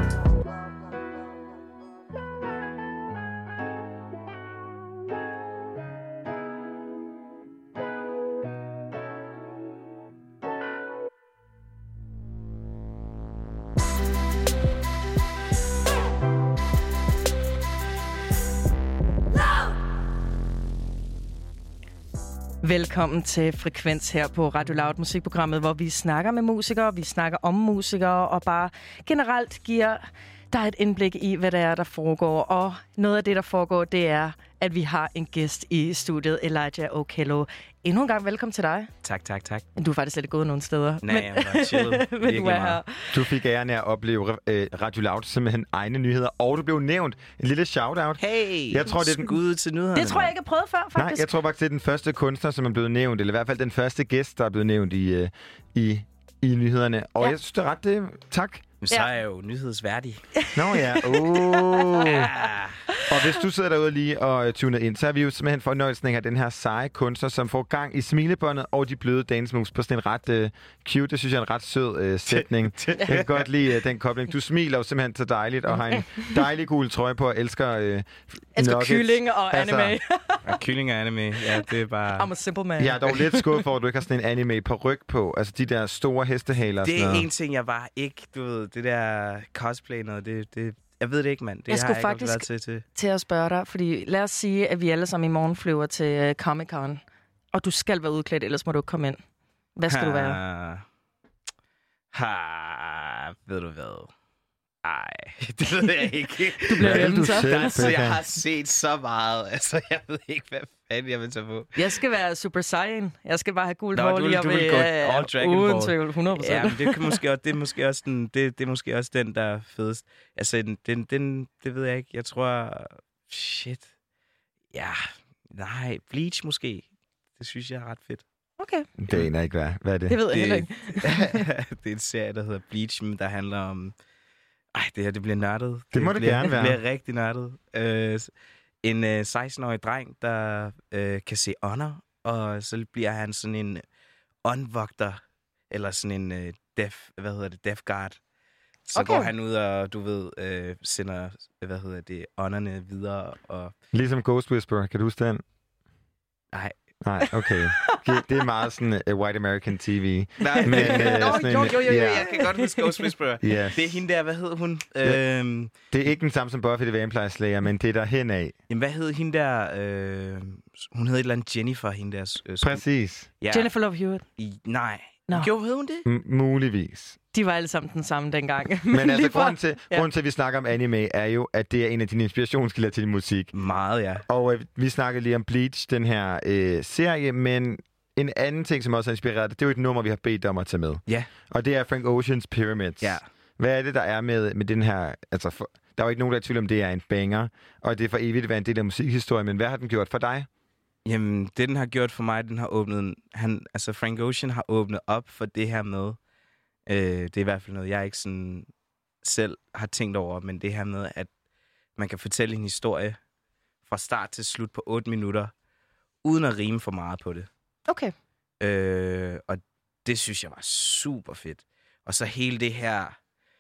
Velkommen til Frekvens her på Radio Loud, musikprogrammet, hvor vi snakker med musikere, vi snakker om musikere og bare generelt giver dig et indblik i, hvad der er, der foregår. Og noget af det, der foregår, det er, at vi har en gæst i studiet, Elijah Okello. Endnu en gang velkommen til dig. Tak, tak, tak. Du er faktisk slet ikke gået nogen steder. Nej, men, jeg var chillet. men du er her. Du fik æren af at opleve øh, Radio Loud simpelthen egne nyheder, og du blev nævnt. En lille shout-out. Hey, jeg tror, det er den... skud til nyhederne. Det tror jeg ikke har prøvet før, faktisk. Nej, jeg tror faktisk, det er den første kunstner, som er blevet nævnt, eller i hvert fald den første gæst, der er blevet nævnt i, øh, i, i nyhederne. Og ja. Jeg synes, det er ret det. Tak. Men så er jeg jo nyhedsværdig. Nå ja. Oh. Ja. Og hvis du sidder derude lige og tuner ind, så er vi jo simpelthen fornøjelsen af den her seje kunstner, som får gang i smilebåndet og de bløde dance moves på sådan en ret uh, cute, det synes jeg er en ret sød uh, sætning. Jeg kan godt lide uh, den kobling. Du smiler jo simpelthen så dejligt og har en dejlig gul trøje på og elsker uh, elsker kylling og altså, anime. Ja, kylling og anime. Ja, det er bare... I'm a simple man. Jeg er dog lidt skuffet for, at du ikke har sådan en anime på ryg på. Altså de der store hestehaler. Det er en ting, jeg bare ikke, du ved, det der cosplay noget, det, det, jeg ved det ikke, mand. Det jeg har jeg ikke faktisk været til, til. til at spørge dig, fordi lad os sige, at vi alle sammen i morgen flyver til uh, Comic-Con, og du skal være udklædt, ellers må du ikke komme ind. Hvad skal ha. du være? Ha, ved du hvad? Ej, det ved jeg ikke. Du bliver hjemme, så. Der, jeg har set så meget, altså jeg ved ikke, hvad fanden jeg vil tage på. Jeg skal være Super Saiyan. Jeg skal bare have gult Nå, hår du, lige du op vil i, gå all Dragon Ball. Uden tvivl, hundrede procent. Ja, men det, kan måske også, det, er måske også den, det, det er måske også den, der er fedest. Altså, den, den, den, det ved jeg ikke. Jeg tror, shit. Ja, nej, Bleach måske. Det synes jeg er ret fedt. Okay. Det er ikke, hvad, hvad er det? Det ved jeg heller ikke. Det er en serie, der hedder Bleach, der handler om... Ej, det her, det bliver nørdet. Det, det må det bliver, gerne være. Det bliver rigtig nørdet. Øh, en øh, seksten-årig dreng, der øh, kan se ånder, og så bliver han sådan en åndvogter, eller sådan en øh, deaf, hvad hedder det, deaf guard. Så okay. går han ud og, du ved, øh, sender, hvad hedder det, ånderne videre. Og... Ligesom Ghost Whisperer, kan du huske den? Nej. Nej, okay. Det er meget sådan uh, white American T V. Nej, men, uh, Nå, jo, jo, jo, jo, jeg kan godt huske Ghost Whisperer. Yes. Det er hende der, hvad hed hun? Ja. Øhm, det er ikke den samme som Buffy the Vampire Slayer, men det er der henad. Jamen, hvad hed hende der? Øh, hun hed et eller andet Jennifer, hende der. Øh, Præcis. Ja. Jennifer Love Hewitt. I, nej. No. Jo, hed hun det? M- muligvis. De var alle sammen den samme dengang. Men, Men altså, grunden til, ja. grunden til, at vi snakker om anime, er jo, at det er en af dine inspirationskilder til din musik. Meget, ja. Og øh, vi snakkede lige om Bleach, den her øh, serie, men en anden ting, som også har inspireret det, det er jo et nummer, vi har bedt om at tage med. Ja. Og det er Frank Ocean's Pyramids. Ja. Hvad er det, der er med, med den her... Altså, for, der er jo ikke nogen, der er i tvivl om, det er en banger, og det er for evigt at være en del af musikhistorien, men hvad har den gjort for dig? Jamen, det den har gjort for mig, den har åbnet... Han, altså, Frank Ocean har åbnet op for det her med... Øh, det er i hvert fald noget, jeg ikke sådan selv har tænkt over, men det her med, at man kan fortælle en historie fra start til slut på otte minutter, uden at rime for meget på det. Okay. Øh, og det synes jeg var super fedt. Og så hele det her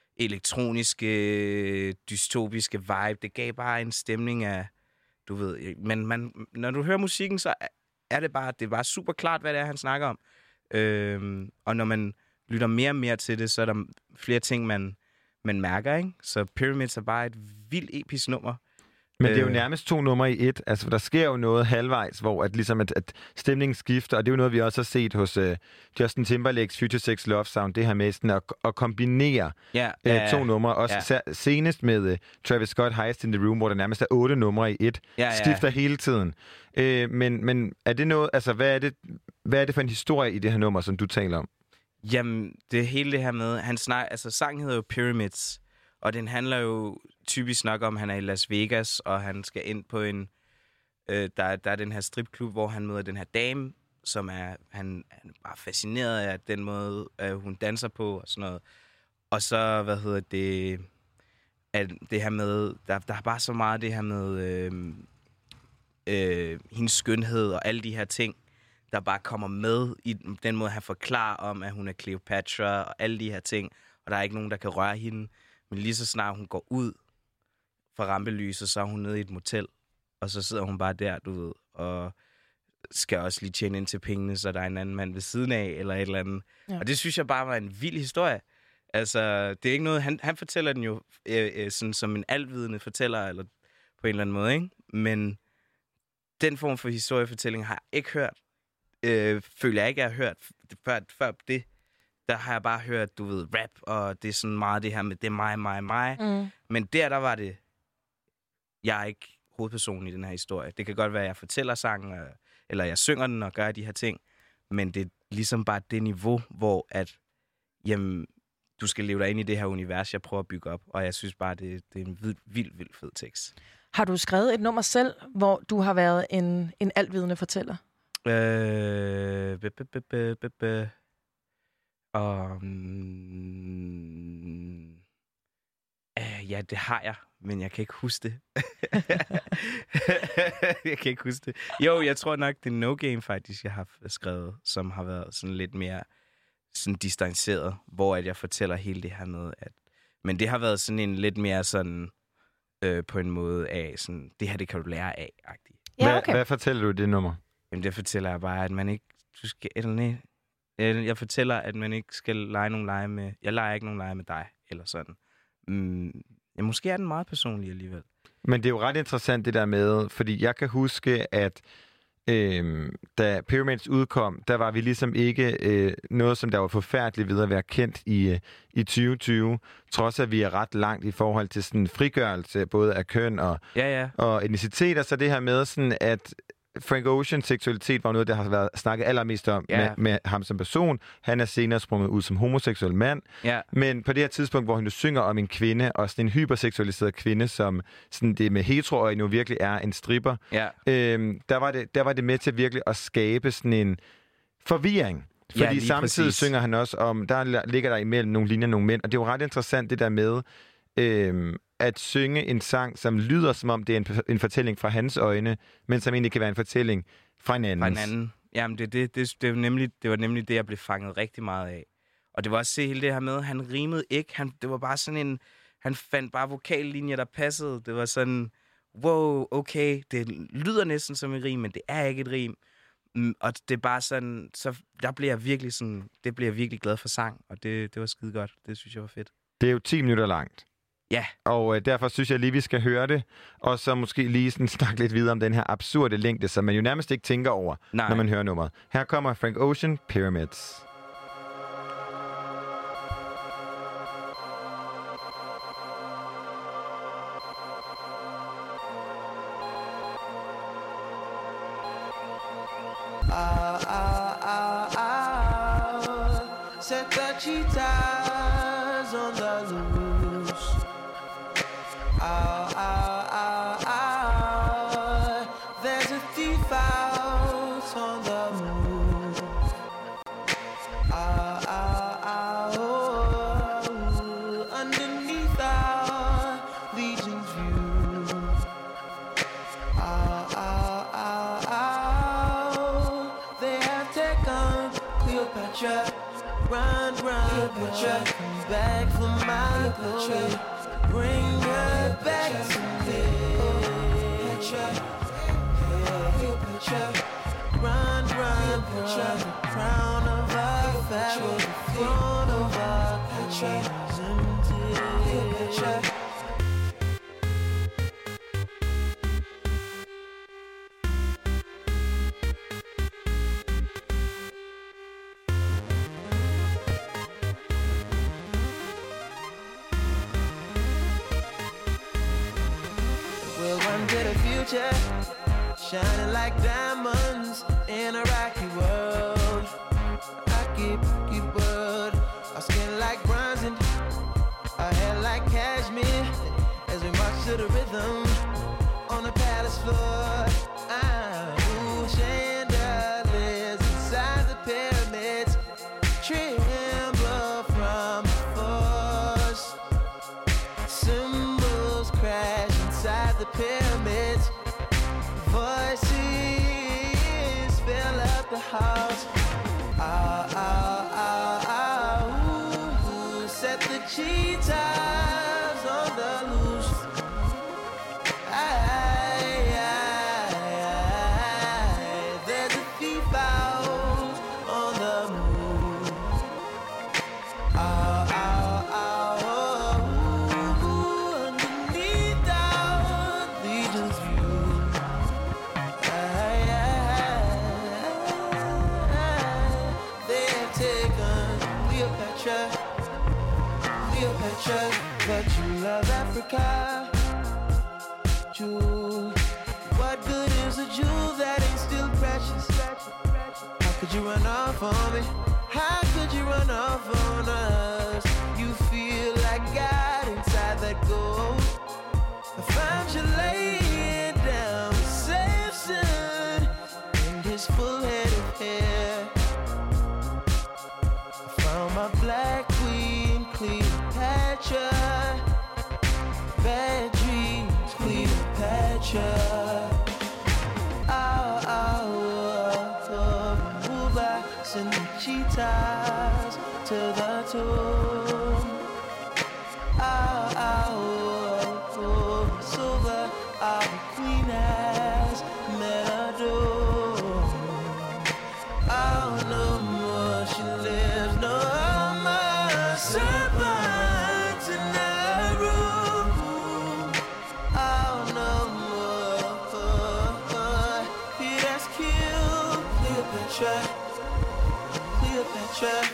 elektroniske, dystopiske vibe, det gav bare en stemning af, du ved, men man, når du hører musikken, så er det bare, det er bare super klart, hvad det er, han snakker om. Øh, og når man lytter mere og mere til det, så er der flere ting, man, man mærker, ikke? Så Pyramids er bare et vildt episk nummer. Men det er jo nærmest to numre i et. Altså, der sker jo noget halvvejs, hvor at, ligesom at, at stemningen skifter, og det er jo noget, vi også har set hos uh, Justin Timberlakes Future Sex Love Sound, det her med sådan at, at kombinere ja, ja, uh, to numre. Også ja. senest med uh, Travis Scott, Highest in the Room, hvor der nærmest er otte numre i et. Ja, ja. Skifter hele tiden. Uh, men, men er det noget, altså, hvad er det, hvad er det for en historie i det her nummer, som du taler om? Jamen, det er hele det her med, han snak, altså sangen hedder jo Pyramids, og den handler jo typisk nok om, at han er i Las Vegas, og han skal ind på en... Øh, der, der er den her stripklub, hvor han møder den her dame, som er... Han, han er bare fascineret af den måde, øh, hun danser på og sådan noget. Og så, hvad hedder det... At det her med... Der, der er bare så meget det her med... Øh, øh, hendes skønhed og alle de her ting, der bare kommer med i den måde, han forklarer om, at hun er Cleopatra og alle de her ting, og der er ikke nogen, der kan røre hende. Men lige så snart hun går ud fra rampelyset, så er hun nede i et motel, og så sidder hun bare der, du ved, og skal også lige tjene ind til pengene, så der er en anden mand ved siden af, eller et eller andet. Ja. Og det synes jeg bare var en vild historie. Altså, det er ikke noget... Han, han fortæller den jo øh, øh, sådan som en altvidende fortæller, eller på en eller anden måde, ikke? Men den form for historiefortælling har jeg ikke hørt. Øh, føler jeg ikke, jeg har hørt før, før det. Der har jeg bare hørt, du ved, rap, og det er sådan meget det her med, det er mig, mig, mig. Mm. Men der, der var det... Jeg er ikke hovedpersonen i den her historie. Det kan godt være, at jeg fortæller sangen, eller jeg synger den og gør de her ting, men det er ligesom bare det niveau, hvor at, jamen, du skal leve dig ind i det her univers, jeg prøver at bygge op, og jeg synes bare, det, det er en vild, vild, vild fed tekst. Har du skrevet et nummer selv, hvor du har været en, en altvidende fortæller? Øh... Be, be, be, be, be, be. Um, uh, ja, det har jeg, men jeg kan ikke huske det. jeg kan ikke huske det. Jo, jeg tror nok, det er No Game faktisk, jeg har skrevet, som har været sådan lidt mere sådan distanceret, hvor at jeg fortæller hele det her med, at... Men det har været sådan en lidt mere sådan, øh, på en måde af sådan, det her, det kan du lære af, agtigt. Ja, okay. Hvad, hvad fortæller du i det nummer? Jamen, det fortæller jeg bare, at man ikke... Du skal, eller nej, jeg fortæller, at man ikke skal lege nogen lege med... Jeg leger ikke nogen lege med dig, eller sådan. Mm, ja, måske er den meget personlig alligevel. Men det er jo ret interessant det der med, fordi jeg kan huske, at øh, da Pyramids udkom, der var vi ligesom ikke øh, noget, som der var forfærdeligt ved at være kendt i, øh, i tyve tyve, trods at vi er ret langt i forhold til sådan frigørelse, både af køn og, ja, ja. og etnicitet, så det her med sådan, at Frank Oceans seksualitet var noget, der har været snakket allermest om yeah. med, med ham som person. Han er senere sprunget ud som homoseksuel mand. Yeah. Men på det her tidspunkt, hvor han jo synger om en kvinde, og sådan en hyperseksualiseret kvinde, som sådan det med heteroøjne nu virkelig er en stripper, yeah. øhm, der, var det, der var det med til virkelig at skabe sådan en forvirring. Fordi ja, samtidig præcis. Synger han også om, der ligger der imellem nogle linjer nogle mænd, og det er jo ret interessant det der med... Øhm, at synge en sang, som lyder som om det er en, en fortælling fra hans øjne, men som egentlig kan være en fortælling fra en andens. Fra en anden. Jamen, det, det, det, det, var nemlig, det var nemlig det, jeg blev fanget rigtig meget af. Og det var også se hele det her med, han rimede ikke. Han, det var bare sådan en... Han fandt bare vokallinjer, der passede. Det var sådan, wow, okay, det lyder næsten som et rim, men det er ikke et rim. Og det er bare sådan... Så der blev jeg virkelig sådan... Det blev jeg virkelig glad for sang, og det, det var skide godt. Det synes jeg var fedt. Det er jo ti minutter langt. Ja. Og øh, derfor synes jeg lige, vi skal høre det, og så måske lige sådan snakke lidt videre om den her absurde længde, som man jo nærmest ikke tænker over, Nej. når man hører nummeret. Her kommer Frank Ocean, Pyramids. Ah, ah, ah, ah. Set the cheetahs on the loose. Ah, ah, ah, ah. There's a thief out on the move. Ah, ah, ah, oh. Underneath our legion's view. Ah, ah, ah, ah. They have taken Cleopatra. Run, run, Cleopatra. Come back for my glory. Bring her back to me. Cleopatra. Cleopatra. Run, run, run. The crown of our pharaoh. The throne of our Cleopatra is empty. Cleopatra. Shining like diamonds in a rocky world. Rocky, rocky world. Our skin like bronze and our hair like cashmere. As we march to the rhythm on the palace floor. Ah, ooh, chandeliers inside the pyramids tremble from the force. Symbols crash inside the pyramids. Voices fill up the house. Ow, ow, ow, ow. Ooh, set the cheetahs on the loose. Aye, aye, aye. There's a thief out on the move. Ow, ow, ow. Ooh, underneath our legion's view. Aye, aye, aye. They have taken Cleopatra, Cleopatra, but you love Africa. Jewel, what good is a jewel that ain't still precious? How could you run off on me? How could you run off on us? You feel like God inside that gold. I found you laying down with Samson and his full head of hair. I found my black queen, Cleopatra. Bad dreams, Cleopatra. Ow, ow, ow, ow. Move back, send the cheetahs to the tomb. Ow, ow, ow, ow. Silver, our queen has met a doom. Oh, no more she lives, no more serpents in the room. Oh, no more. He has killed Cleopatra, Cleopatra.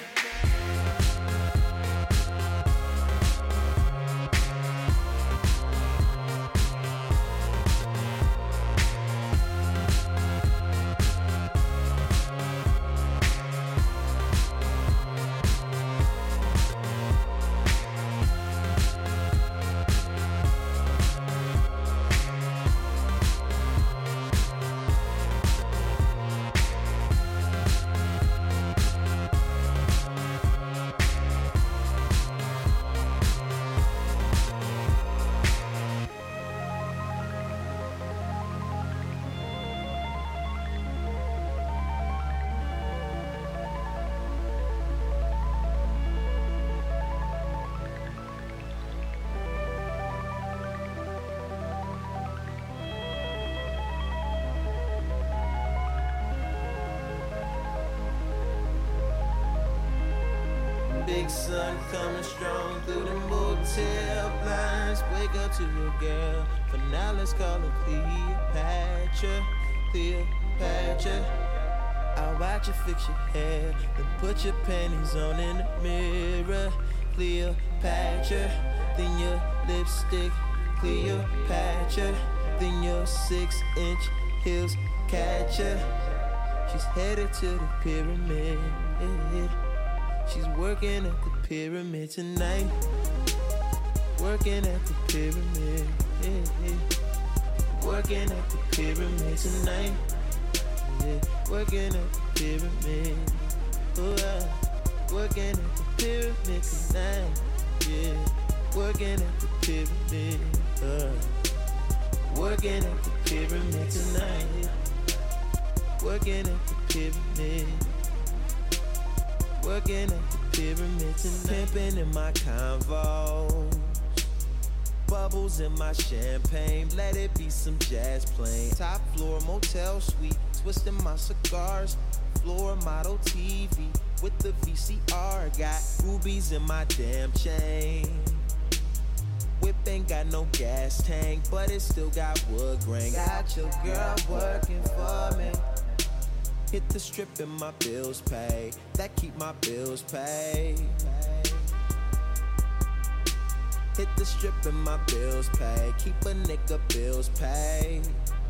Big sun coming strong through the motel blinds. Wake up to your girl, but now let's call her Cleopatra, Cleopatra. I'll watch you fix your hair, then put your panties on in the mirror, Cleopatra. Then your lipstick, Cleopatra. Then your six-inch heels catch her. She's headed to the pyramid. She's working at the pyramid tonight. Working at the pyramid. Yeah, yeah. Working at the pyramid tonight. Yeah. Working at the pyramid. Oh, uh. Working at the pyramid tonight. Yeah. Working at the pyramid. Uh. Working at the pyramid tonight. Working at the pyramid. Working at the pyramid tonight. Pimping in my Convo. Bubbles in my champagne. Let it be some jazz playing. Top floor motel suite. Twisting my cigars. Floor model T V with the V C R. Got rubies in my damn chain. Whip ain't got no gas tank, but it still got wood grain. Got your girl working for me. Hit the strip and my bills pay. That keep my bills paid. Hit the strip and my bills pay. Keep a nigga bills paid.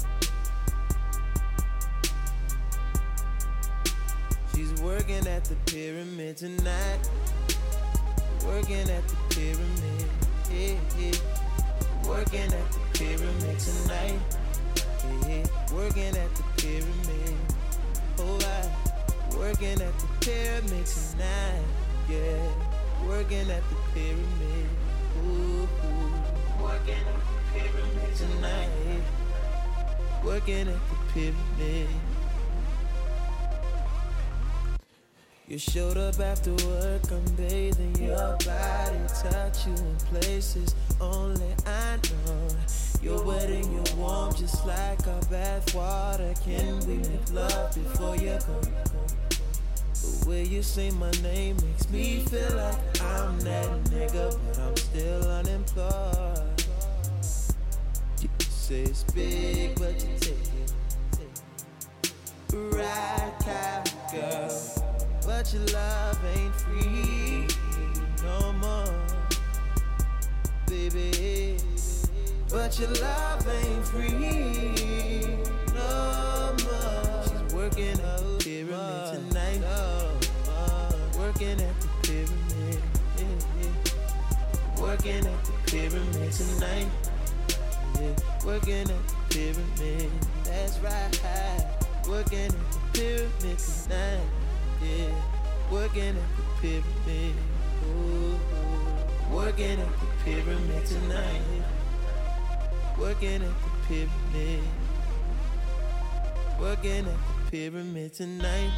She's working at the pyramid tonight. Working at the pyramid. Yeah, yeah. Working at the pyramid tonight. Yeah, yeah. Working at the pyramid. Oh, I working at the pyramid tonight. Yeah, working at the pyramid. Ooh, ooh. Working at the pyramid tonight. Working at the pyramid. You showed up after work, I'm bathing your body, touch you in places only I know. You're wet and you're warm, just like our bath water. Can we make love before you go? The way you say my name makes me feel like I'm that nigga, but I'm still unemployed. You say it's big, but you take it. Right, kind of girl. But your love ain't free no more, baby. But your love ain't free no more. She's working at the pyramid tonight. Working at the pyramid. Working at the pyramid tonight. Yeah. Working at the pyramid. That's right. Working at the pyramid tonight. Yeah, working at the pyramid. Ooh, working at the pyramid tonight. Working at the pyramid. Working at the pyramid tonight.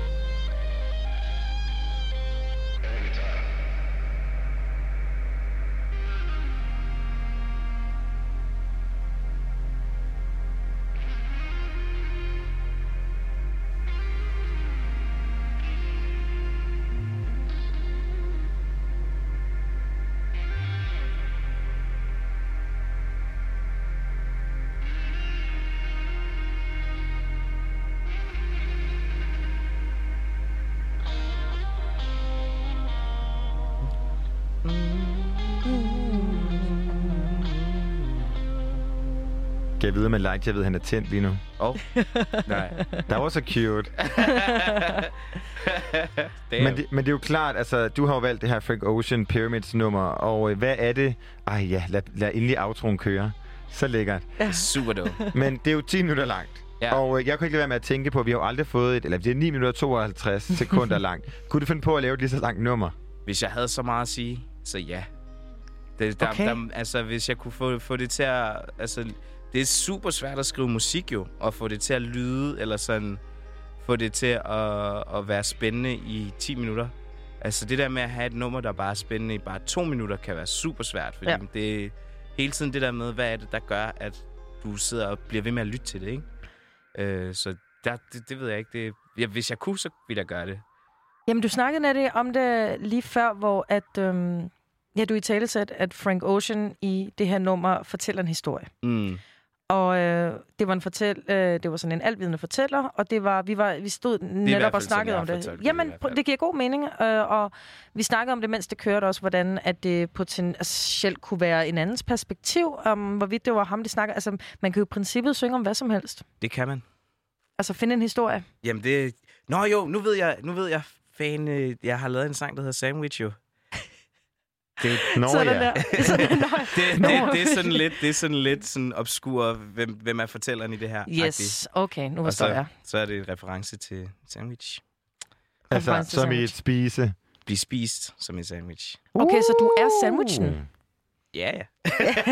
Kan jeg vide med like, jeg ved, han er tændt lige nu. Åh, oh. Nej. Der var så cute. men, det, men det er jo klart, altså, du har jo valgt det her Frank Ocean Pyramids nummer, og øh, hvad er det? Ej ja, lad, lad endelig outroen køre. Så lækkert. Ja. Super dope. Men det er jo ti minutter langt. Ja. Og øh, jeg kunne ikke lade være med at tænke på, at vi har jo aldrig fået et, eller det er ni minutter og tooghalvtreds sekunder langt. Kunne du finde på at lave et lige så langt nummer? Hvis jeg havde så meget at sige, så ja. Det, der, okay. der, altså, hvis jeg kunne få, få det til at... Altså, det er super svært at skrive musik jo, og få det til at lyde, eller sådan, få det til at, at være spændende i ti minutter. Altså det der med at have et nummer, der bare er spændende i bare to minutter, kan være super svært, fordi ja. det er hele tiden det der med, hvad er det, der gør, at du sidder og bliver ved med at lytte til det, ikke? Øh, så der, det, det ved jeg ikke. Det, ja, hvis jeg kunne, så ville jeg gøre det. Jamen, du snakkede Natty, om det lige før, hvor at, øhm, ja, du i tale sagde, at Frank Ocean i det her nummer fortæller en historie. Mm. Og øh, det var en fortæl, øh, det var sådan en altvidende fortæller, og det var vi var vi stod netop og snakkede om det. Fortalt, Jamen, det, det giver god mening, øh, og vi snakkede om det, mens det kørte også, hvordan at det potentielt kunne være en andens perspektiv, om hvorvidt det var ham, de snakker. Altså, man kan jo i princippet synge om hvad som helst. Det kan man. Altså, finde en historie. Jamen, det... Nå jo, nu ved jeg, nu ved jeg, fan, øh, jeg har lavet en sang, der hedder Sandwich jo. Det, nå, sådan ja. der. Det, det, det, det er sådan lidt, det er sådan lidt sådan obskur, hvem, hvem er fortælleren i det her. Yes, okay, nu forstår så, jeg. Så er det en reference til sandwich. Altså, som i et spise. Blive spist som en sandwich. Okay, så du er sandwichen. Uh. Ja, ja.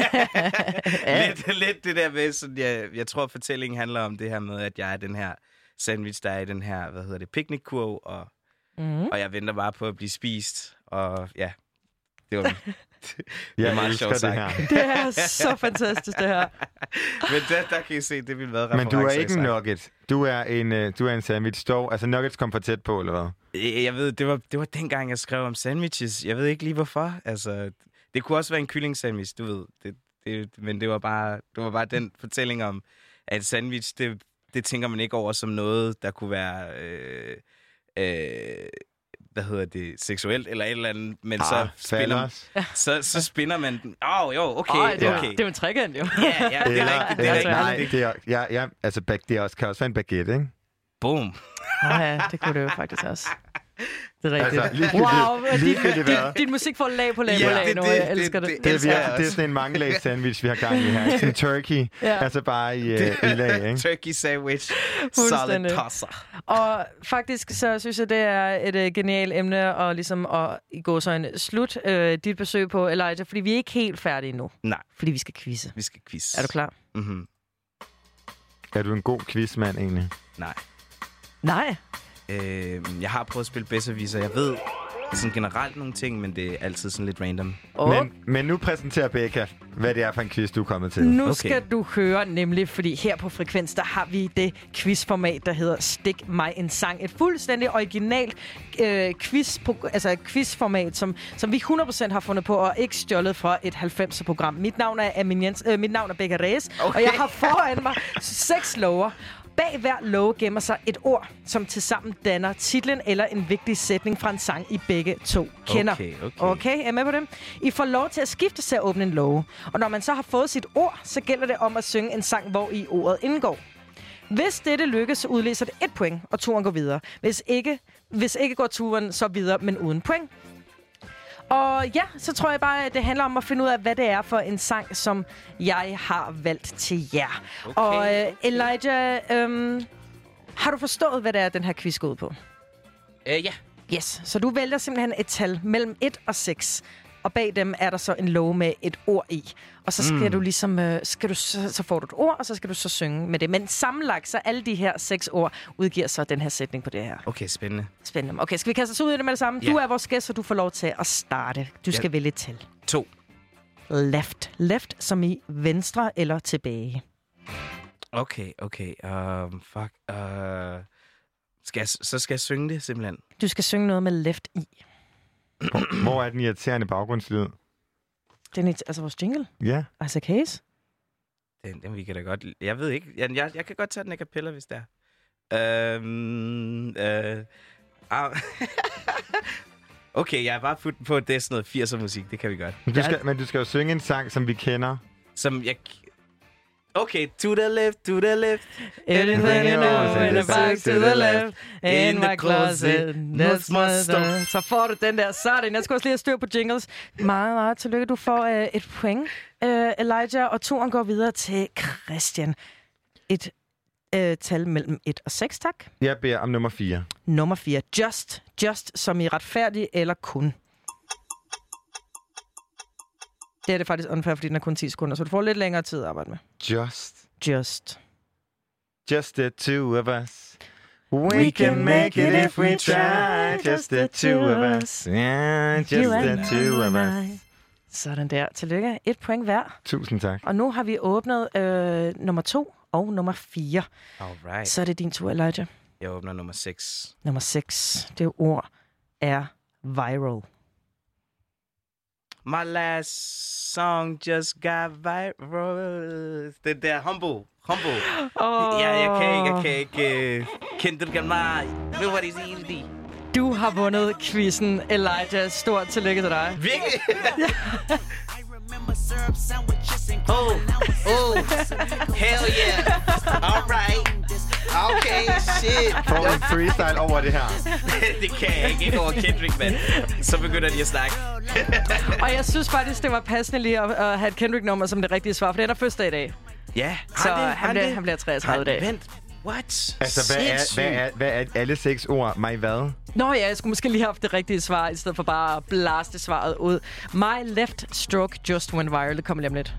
lidt, lidt det der med, sådan, jeg, jeg tror, fortællingen handler om det her med, at jeg er den her sandwich, der er i den her, hvad hedder det, picnickurv, og, mm. og jeg venter bare på at blive spist, og ja, det var det jeg er meget sjovt det her. Det er så fantastisk, det her. Men der, der kan I se, det ville være reference. Men du er ikke en nugget. Du er en, uh, du er en sandwich. Dog, altså nuggets kom for tæt på, eller hvad? Jeg ved, det var, det var dengang, jeg skrev om sandwiches. Jeg ved ikke lige, hvorfor. Altså, det kunne også være en kylling sandwich, du ved. Det, det, men det var, bare, det var bare den fortælling om, at sandwich, det, det tænker man ikke over som noget, der kunne være... Øh, øh, hvad hedder det, seksuelt eller et eller andet, men ah, så, spiller, så, så spinder man den. Åh, oh, jo, okay, oh, det, er, okay. Det er jo en trekant, jo. Ja, ja, det er rigtigt. Det er rigtigt. Nej, det er, ja, ja, altså, det er også, kan også være en baguette, ikke? Boom. Oh, ja, det kunne det jo faktisk også. Det er rigtigt. Altså, wow, din, din, din musik får lag på lag på ja, lag nu, jeg elsker det. Det, det, det, er, det er sådan en mange sandwich, vi har gang i her. Sådan en turkey, ja. Altså bare i, uh, i lag, ikke? Turkey sandwich, solid tosser. Og faktisk så synes jeg, det er et uh, genialt emne, og ligesom at i gå så en slut uh, dit besøg på Elijah, fordi vi er ikke helt færdige nu. Nej. Fordi vi skal quizze. Vi skal quizze. Er du klar? Mhm. Er du en god quizmand, egentlig? Nej. Nej? Øh, jeg har prøvet at spille Besserwisser. Jeg ved sådan generelt nogle ting, men det er altid sådan lidt random. Oh. Men, men nu præsenterer Becca, hvad det er for en quiz, du er kommet til. Nu Okay. skal du høre, nemlig, fordi her på Frekvens, der har vi det quizformat, der hedder Stik mig en sang. Et fuldstændig originalt øh, quiz, altså quizformat, som, som vi hundrede procent har fundet på, og ikke stjålet fra et halvfemser-program. Mit navn er Amin Jens, øh, mit navn er Becca Reyes, okay. Og jeg har foran mig seks lover. Bag hver love gemmer sig et ord, som tilsammen danner titlen eller en vigtig sætning fra en sang, I begge to kender. Okay, okay. Okay, er I med på det? I får lov til at skifte til at åbne en love. Og når man så har fået sit ord, så gælder det om at synge en sang, hvor i ordet indgår. Hvis dette lykkes, så udløser det et point, og turen går videre. Hvis ikke, hvis ikke går turen så videre, men uden point. Og ja, så tror jeg bare, at det handler om at finde ud af, hvad det er for en sang, som jeg har valgt til jer. Okay. Og øh, Elijah, øhm, har du forstået, hvad det er, den her quiz går ud på? Øh, ja. Yes, så du vælger simpelthen et tal mellem et og seks. Og bag dem er der så en love med et ord i. Og så skal mm. du ligesom, øh, skal du, så, så får du et ord, og så skal du så synge med det. Men sammenlagt, så alle de her seks ord udgiver så den her sætning på det her. Okay, spændende. Spændende. Okay, skal vi kaste os ud i det med det samme? Ja. Du er vores gæst, så du får lov til at starte. Du skal Ja. vælge et tal. To. Left. Left som i venstre eller tilbage. Okay, okay. Um, fuck. Uh, skal jeg, så skal jeg synge det, simpelthen? Du skal synge noget med left i. Hvor er den irriterende baggrundslyd? Den er altså vores jingle. Ja. Isaac Hayes. Den, den vi kan da godt... Jeg ved ikke. Jeg, jeg, jeg kan godt tage den a cappella, hvis det er. Um, uh, uh, okay, jeg har bare puttet på, at det er sådan noget firser musik. Det kan vi godt. Men du, skal, men du skal jo synge en sang, som vi kender. Som jeg... Okay, to the left, to the left. Anything you know, in the back to the left. In my closet, that's my stuff. Så får du den der. Sådan, jeg skal også lige have styr på jingles. Meget, meget tillykke. Du får øh, et point, øh, Elijah. Og turen går videre til Christian. Et øh, tal mellem et og seks, tak. Jeg beder om nummer fire. Nummer fire. Just. Just som i retfærdig eller kun. Det er det faktisk unfair, fordi den er kun ti sekunder, så du får lidt længere tid at arbejde med. Just. Just. Just the two of us. We can make it if we try. Just the two of us. Yeah, just the two of us. Sådan der. Tillykke. Et point hver. Tusind tak. Og nu har vi åbnet øh, nummer to og nummer fire. Alright. Så er det din tur, Elijah. Jeg åbner nummer seks. Nummer seks. Det ord er viral. My last song just got viral. Det der humble. Humble. Oh. Ja, jeg kan ikke, jeg kan ikke. Uh, Kendrick Lamar. Nobody's easy. Du har vundet quizzen, Elijah. Stort tillykke til dig. Virkelig? Oh, oh, hell yeah. All right. Okay, shit. Får en freestyle over det her. Det kan jeg ikke. Ikke over Kendrick, mand. Så begynder de at snakke. Og jeg synes faktisk, det var passende lige at, at have et Kendrick-nummer som det rigtige svar, for det er der første i dag. Ja. Så han bliver, han bliver treogtredive i dag. Vent. What? Altså, hvad er, hvad, er, hvad er alle seks ord? Mig hvad? Nå ja, jeg skulle måske lige have haft det rigtige svar, i stedet for bare at blaste svaret ud. My left stroke just went viral. Det kommer lige om lidt.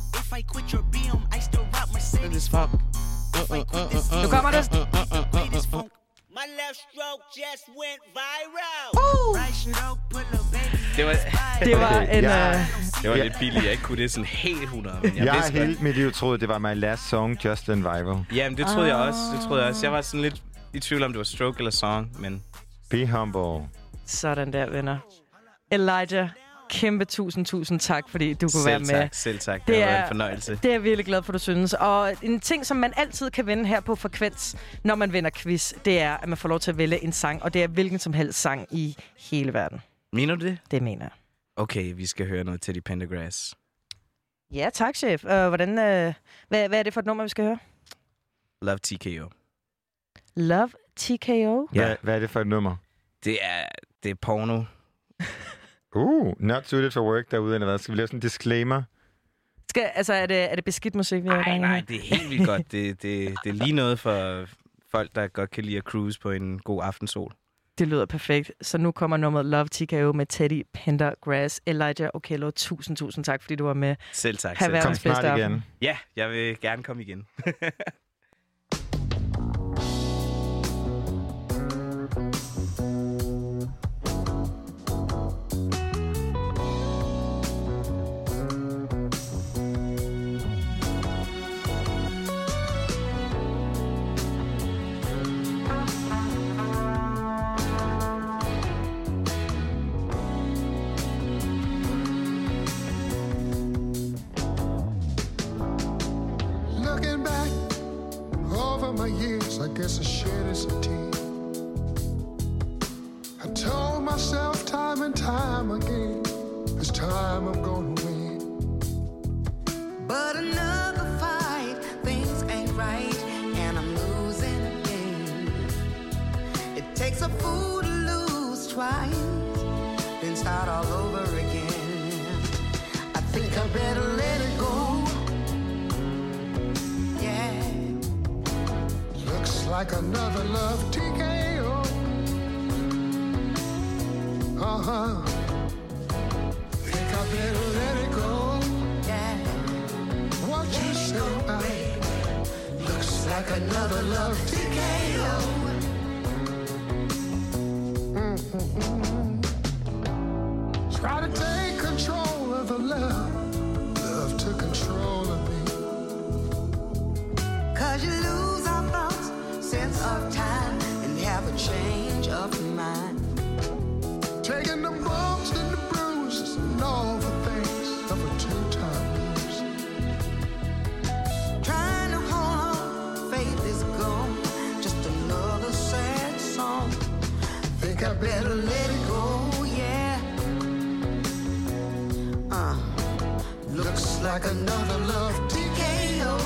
Nu kommer det. My left stroke just went viral. Uh! Det var, det var en... Ja. Uh... det var lidt billigt. Jeg ikke kunne det sådan helt hundrede. Men jeg Jeg har vidste hele godt. mit liv troet, det var my last song, just went viral. Jamen, det troede ah. jeg også. Det troede jeg også. Jeg var sådan lidt i tvivl om, det var stroke eller song, men... Be humble. Sådan der, venner. Elijah, kæmpe tusind, tusind tak, fordi du kunne selv være med. Tak, selv tak. Det, Det har været er- en fornøjelse. Det er jeg virkelig glad for, du synes. Og en ting, som man altid kan vinde her på Frekvens, når man vinder quiz, det er, at man får lov til at vælge en sang, og det er hvilken som helst sang i hele verden. Mener du det? Det mener jeg. Okay, vi skal høre noget Teddy Pendergrass. Ja, tak, chef. Uh, hvordan, uh, hvad, hvad er det for et nummer, vi skal høre? Love T K O. Love T K O? Ja. Hvad, hvad er det for et nummer? Det er, det er porno. Uh, not suited for work derude, eller hvad? Skal vi lave sådan en disclaimer? Skal, altså, er det, er det beskidt musik, vi har i Nej, gang nej, her? det er helt vildt godt. Det, det, det er lige noget for folk, der godt kan lide at cruise på en god aftensol. Det lyder perfekt. Så nu kommer nummeret Love T K O med Teddy Pendergrass. Elijah Okello, tusind, tusind tak, fordi du var med. Selv tak. Ha' Selv tak. verdens Kom snart bedste aften. igen. Ja, jeg vil gerne komme igen. my years, I guess I shed some tears. I told myself time and time again, this time I'm gonna win. But another fight, things ain't right, and I'm losing again. It takes a fool to lose twice, then start all over again. I think I better let it go. Yeah. Looks like another love T K O. Uh-huh. Think I better let it go. Yeah. What you say about it? Looks like another love T K O. Mm-mm-mm. Try to take control of the love. Love took control of me. Cause you lose our thoughts, sense of time, and have a change of mind. Taking the bumps and the bruises and all the things of a two-time loser. Trying to hold on, faith is gone, just another sad song. Think I better let it go, yeah. Uh, looks like another love T K O.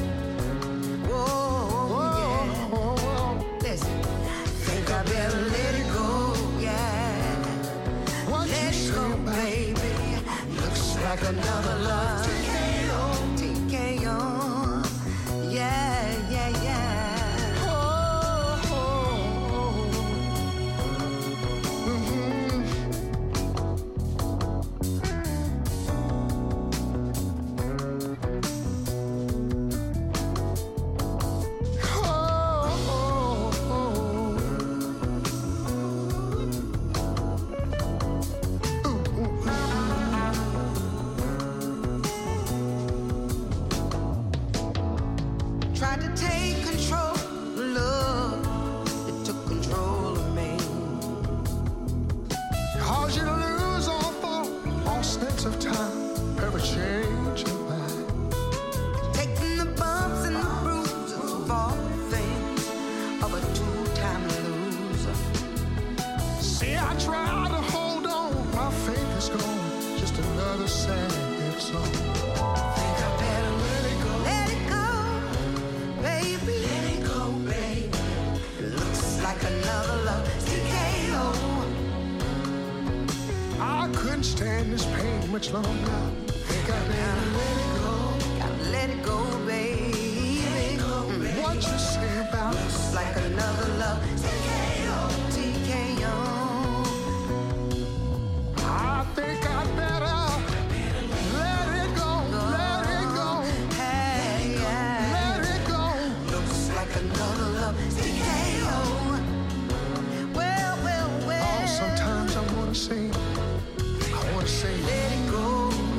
Whoa, yeah. Listen, think I better let it go, yeah. Let it go, baby. Looks like another love T K O. T K O. Yeah, yeah, yeah. Oh, oh, oh. Mm-hmm. Tried to take control, love, it took control of me. Cause you lose all thought, all sense of time, ever change your mind. Taking the bumps and the bruises of all things of a two-time loser. See, I try to hold on, my faith is gone, just another sad song. Think I better let it go. Let it go, baby. Let it go, baby. It looks like another love T K O. I couldn't stand this pain much longer. Think I better let it go. Gotta let it go, baby. Let it go, baby. What you say about it? Looks like another love T K O. T K O. I think I better let it go, let it go, Hey, yeah. let it go. Looks like another love T K O. Well, well, well. Oh, sometimes I wanna say, I wanna say, Let it go.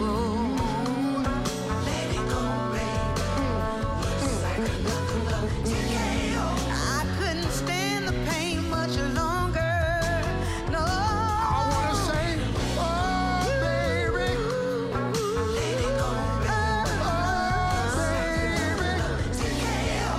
Let it go, baby. Looks like another love T K O. I couldn't stand the pain much longer. No. I wanna say, oh baby, Let it go, baby. oh baby. T K O.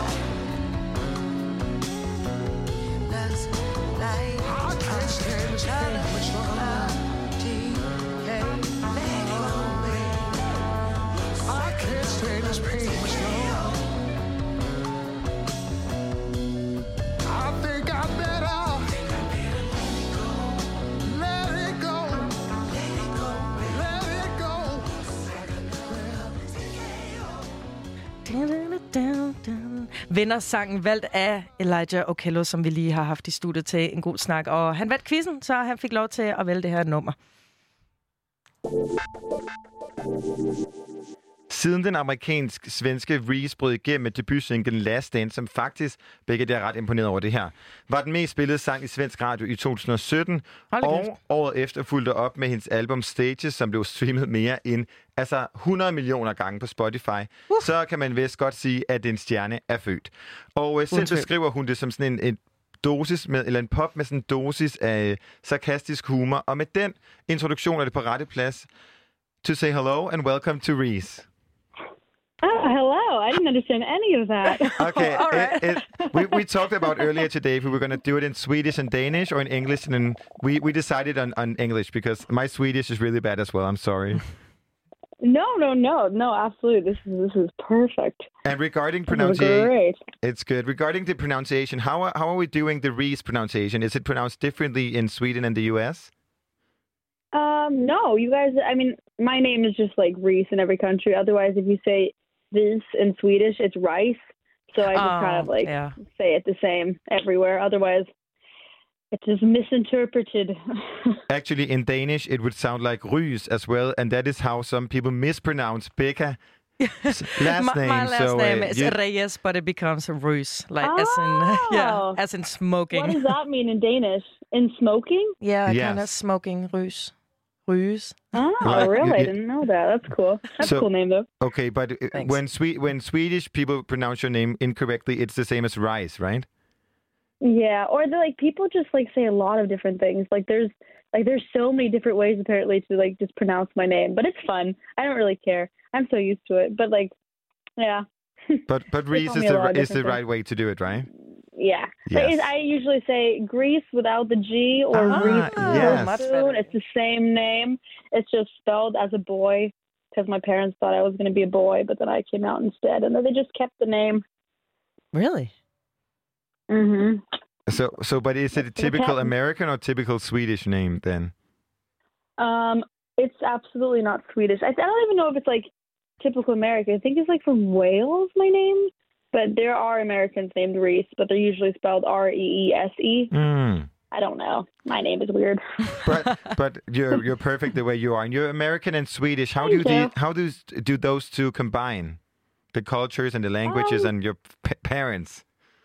That's like I can't stand this pain much longer. T K O. Let it go, baby. I can't stand this pain much longer. I think I better let it go, let it go. Venner-sangen valgt af Elijah Okello, som vi lige har haft i studiet til en god snak. Og han vandt quizzen, så han fik lov til at vælge det her nummer. Siden den amerikansk-svenske Reese brød igennem med debutsinglen Last Dance, som faktisk, begge der er ret imponeret over det her, var den mest spillede sang i svensk radio i to tusind og sytten, og året efter fulgte op med hendes album Stages, som blev streamet mere end altså hundrede millioner gange på Spotify. Uh. Så kan man vist godt sige, at en stjerne er født. Og øh, selv beskriver hun det som sådan en, en dosis med, eller en pop med sådan en dosis af øh, sarkastisk humor. Og med den introduktion er det på rette plads to say hello and welcome to Reese. Oh, hello. I didn't understand any of that. Okay. All right. it, it, we, we talked about earlier today if we were going to do it in Swedish and Danish or in English. And then we, we decided on, on English because my Swedish is really bad as well. I'm sorry. No, no, no. No, absolutely. This is this is perfect. And regarding This is pronunciation, great. it's good. Regarding the pronunciation, how are, how are we doing the Reese pronunciation? Is it pronounced differently in Sweden and the U S? Um, no, you guys, I mean, my name is just like Reese in every country. Otherwise, if you say this in Swedish, it's rice. So I just Oh, kind of like yeah. say it the same everywhere. Otherwise, it's just misinterpreted. Actually, in Danish, it would sound like Rys as well. And that is how some people mispronounce Becca. Last my, name. my last so, name uh, is you- Reyes, but it becomes Rys, like Oh. as in yeah, as in smoking. What does that mean in Danish? In smoking? Yeah, Yes. kind of smoking Rys. Rys. Oh, Like, really? you- I didn't know that. That's cool. That's So- a cool name, though. Okay, but uh, Thanks. when Swe- when Swedish people pronounce your name incorrectly, it's the same as rice, right? Yeah, or the, like people just like say a lot of different things. Like there's like there's so many different ways apparently to like just pronounce my name, but it's fun. I don't really care. I'm so used to it. But like, yeah, But but They Reese call is me a the lot of is the different right way to do it, right? yeah. But Yes. it's- I usually say Greece without the G or Ah, Greece yes. Much soon. better. It's the same name. It's just spelled as a boy because my parents thought I was going to be a boy, but then I came out instead, and then they just kept the name. Really? Mm-hmm. So so, but is it a typical happened. American or typical Swedish name then? Um, it's absolutely not Swedish. I, I don't even know if it's like typical American. I think it's like from Wales, my name. But there are Americans named Reese, but they're usually spelled R E E S E. Mm. I don't know. My name is weird. But but you're you're perfect the way you are, and you're American and Swedish. How Thank do you. the, how do do those two combine? The cultures and the languages Um, and your p- parents.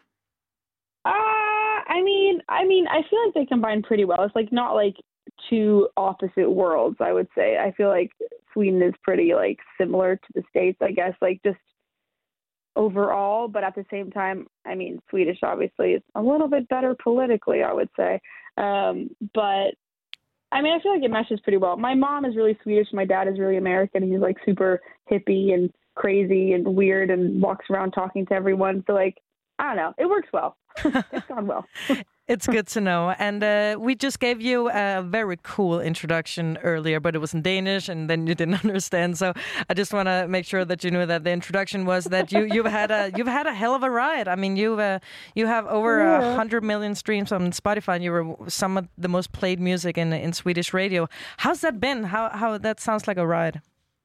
Uh, I mean, I mean, I feel like they combine pretty well. It's like not like two opposite worlds, I would say. I feel like Sweden is pretty like similar to the States, I guess, like just overall, but at the same time, I mean, Swedish obviously is a little bit better politically, I would say. Um, but I mean, I feel like it meshes pretty well. My mom is really Swedish. My dad is really American. He's like super hippie and crazy and weird and walks around talking to everyone. So like, I don't know. It works well. It's gone well. It's good to know. And uh, we just gave you a very cool introduction earlier, but it was in Danish, and then you didn't understand. So I just want to make sure that you knew that the introduction was that you you've had a you've had a hell of a ride. I mean, you've uh, you have over a Yeah. hundred million streams on Spotify. And you were some of the most played music in in Swedish radio. How's that been? How how that sounds like a ride.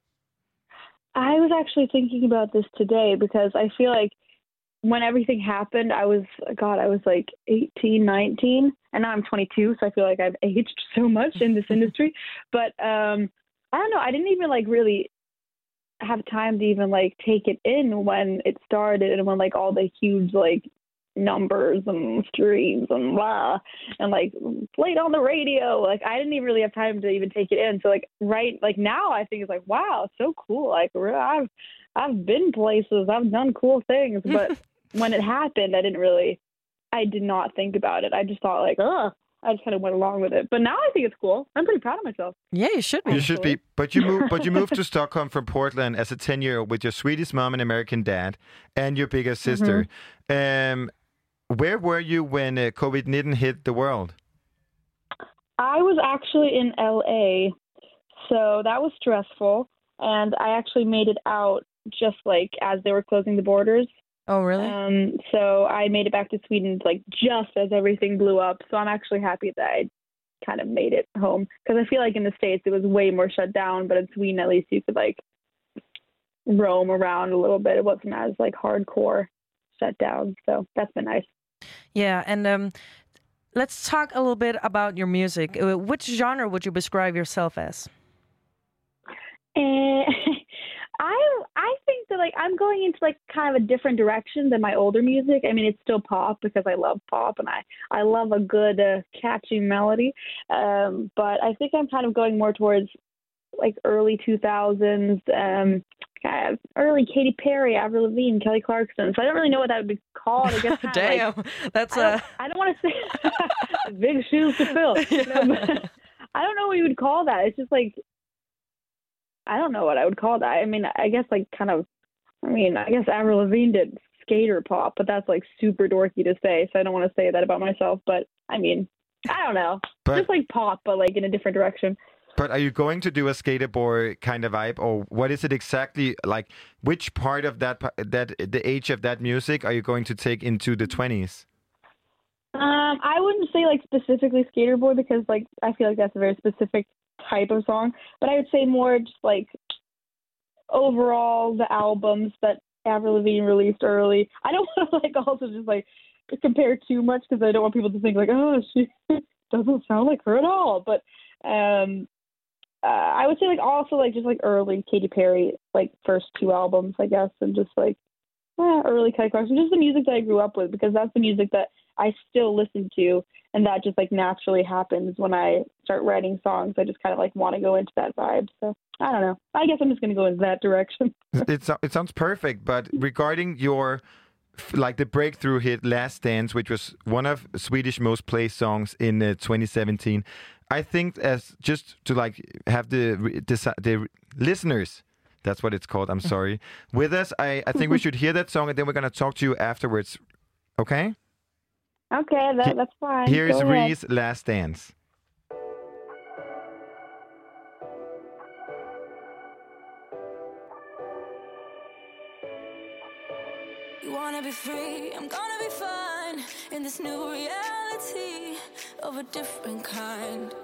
I was actually thinking about this today because I feel like when everything happened, I was, God, I was like eighteen, nineteen, and now I'm twenty-two, so I feel like I've aged so much in this industry. But um, I don't know, I didn't even like really have time to even like take it in when it started and when like all the huge like numbers and streams and blah and like played on the radio. Like I didn't even really have time to even take it in. So like right like now I think it's like, wow, so cool. Like I've I've been places, I've done cool things, but when it happened, I didn't really, I did not think about it. I just thought like, oh, I just kind of went along with it. But now I think it's cool. I'm pretty proud of myself. Yeah, you should be. You should be, but you moved. But you moved to Stockholm from Portland as a ten-year-old with your Swedish mom and American dad, and your bigger sister. Um, where were you when uh, COVID nineteen hit the world? I was actually in L A, so that was stressful. And I actually made it out just like as they were closing the borders. Oh, really? Um, so I made it back to Sweden like just as everything blew up. So I'm actually happy that I kind of made it home because I feel like in the States it was way more shut down, but in Sweden at least you could like roam around a little bit. It wasn't as like hardcore shut down. So that's been nice. Yeah, and um, let's talk a little bit about your music. Uh, Which genre would you describe yourself as? And I I think that like I'm going into like kind of a different direction than my older music. I mean, it's still pop because I love pop and I I love a good uh, catchy melody. Um, but I think I'm kind of going more towards like early two thousands, um, kind of early Katy Perry, Avril Lavigne, Kelly Clarkson. So I don't really know what that would be called. I guess kind Damn, of like, that's I a don't, I don't want to say big shoes to fill. No, but I don't know what you would call that. It's just like I don't know what I would call that. I mean, I guess like kind of I mean, I guess Avril Lavigne did skater pop, but that's like super dorky to say, so I don't want to say that about myself. But I mean, I don't know, but, just like pop, but like in a different direction. But are you going to do a skater boy kind of vibe, or what is it exactly? Like, which part of that that the age of that music are you going to take into the twenties? Um, I wouldn't say like specifically skater boy because like I feel like that's a very specific type of song. But I would say more just like overall the albums that Avril Lavigne released early. I don't want to like also just like compare too much because I don't want people to think like, oh, she doesn't sound like her at all. But um, uh, I would say like also like just like early Katy Perry like first two albums, I guess, and just like eh, early Kelly Clarkson, just the music that I grew up with because that's the music that I still listen to, and that just like naturally happens when I start writing songs. I just kind of like want to go into that vibe. So I don't know. I guess I'm just going to go in that direction. It's it sounds perfect. But regarding your like the breakthrough hit "Last Dance," which was one of Swedish most played songs in uh, twenty seventeen, I think as just to like have the the, the listeners. That's what it's called. I'm sorry. With us, I, I think we should hear that song, and then we're going to talk to you afterwards. Okay? Okay, that, that's fine. Here is Reese, Last Dance. You wanna be free, I'm gonna be fine in this new reality of a different kind.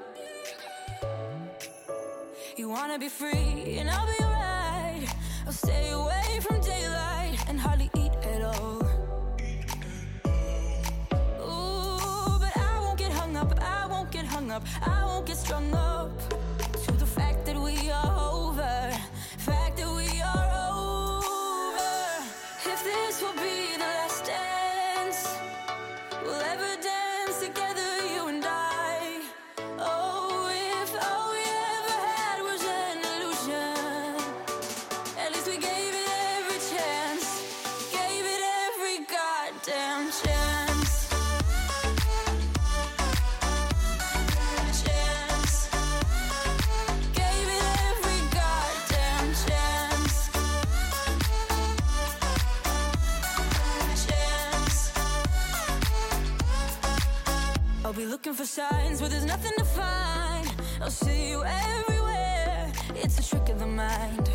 You wanna be free, and I'll be right. I'll stay away from daylight and hardly eat at all. Up. I won't get strung up to the fact that we are over, fact that we are over. If this will be the last dance we'll ever dance together, you and I. Oh, if all we ever had was an illusion, at least we gave it every chance, gave it every goddamn chance. I'll be looking for signs where there's nothing to find. I'll see you everywhere. It's a trick of the mind.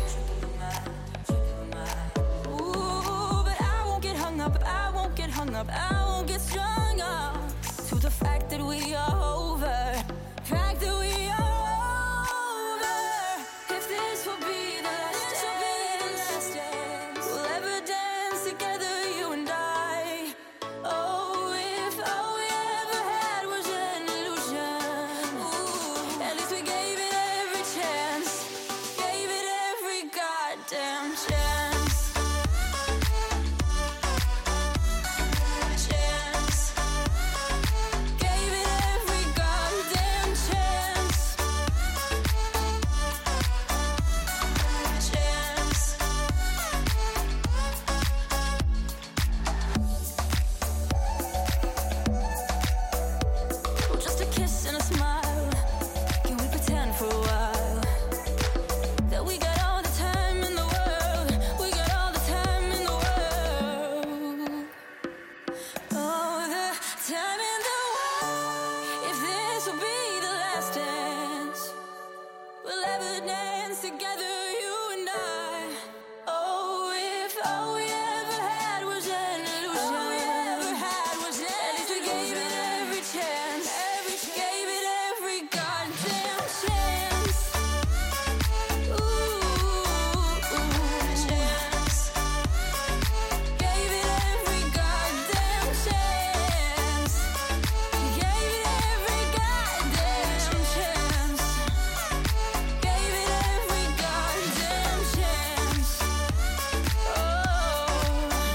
Ooh, but I won't get hung up. I won't get hung up. I won't get strung up to the fact that we are over. Fact that we are over. If this will be the last dance we'll ever dance together, you and I. Oh, if all we ever had was an illusion. Ooh, at least we gave it every chance, gave it every goddamn chance. Chance. Gave it every goddamn chance. Chance. Well, just a kiss and a smile. Can we pretend for a while that we got all the time in the world? We got all the time in the world. All the time in the world. If this will be the last dance we'll ever dance together, you and I. Oh, if all we ever had was an illusion. All we ever had was an At least we gave it every chance. Every gave it every goddamn chance. Ooh, chance. Gave it every goddamn chance. Gave it every goddamn chance. Gave it every goddamn chance. Oh,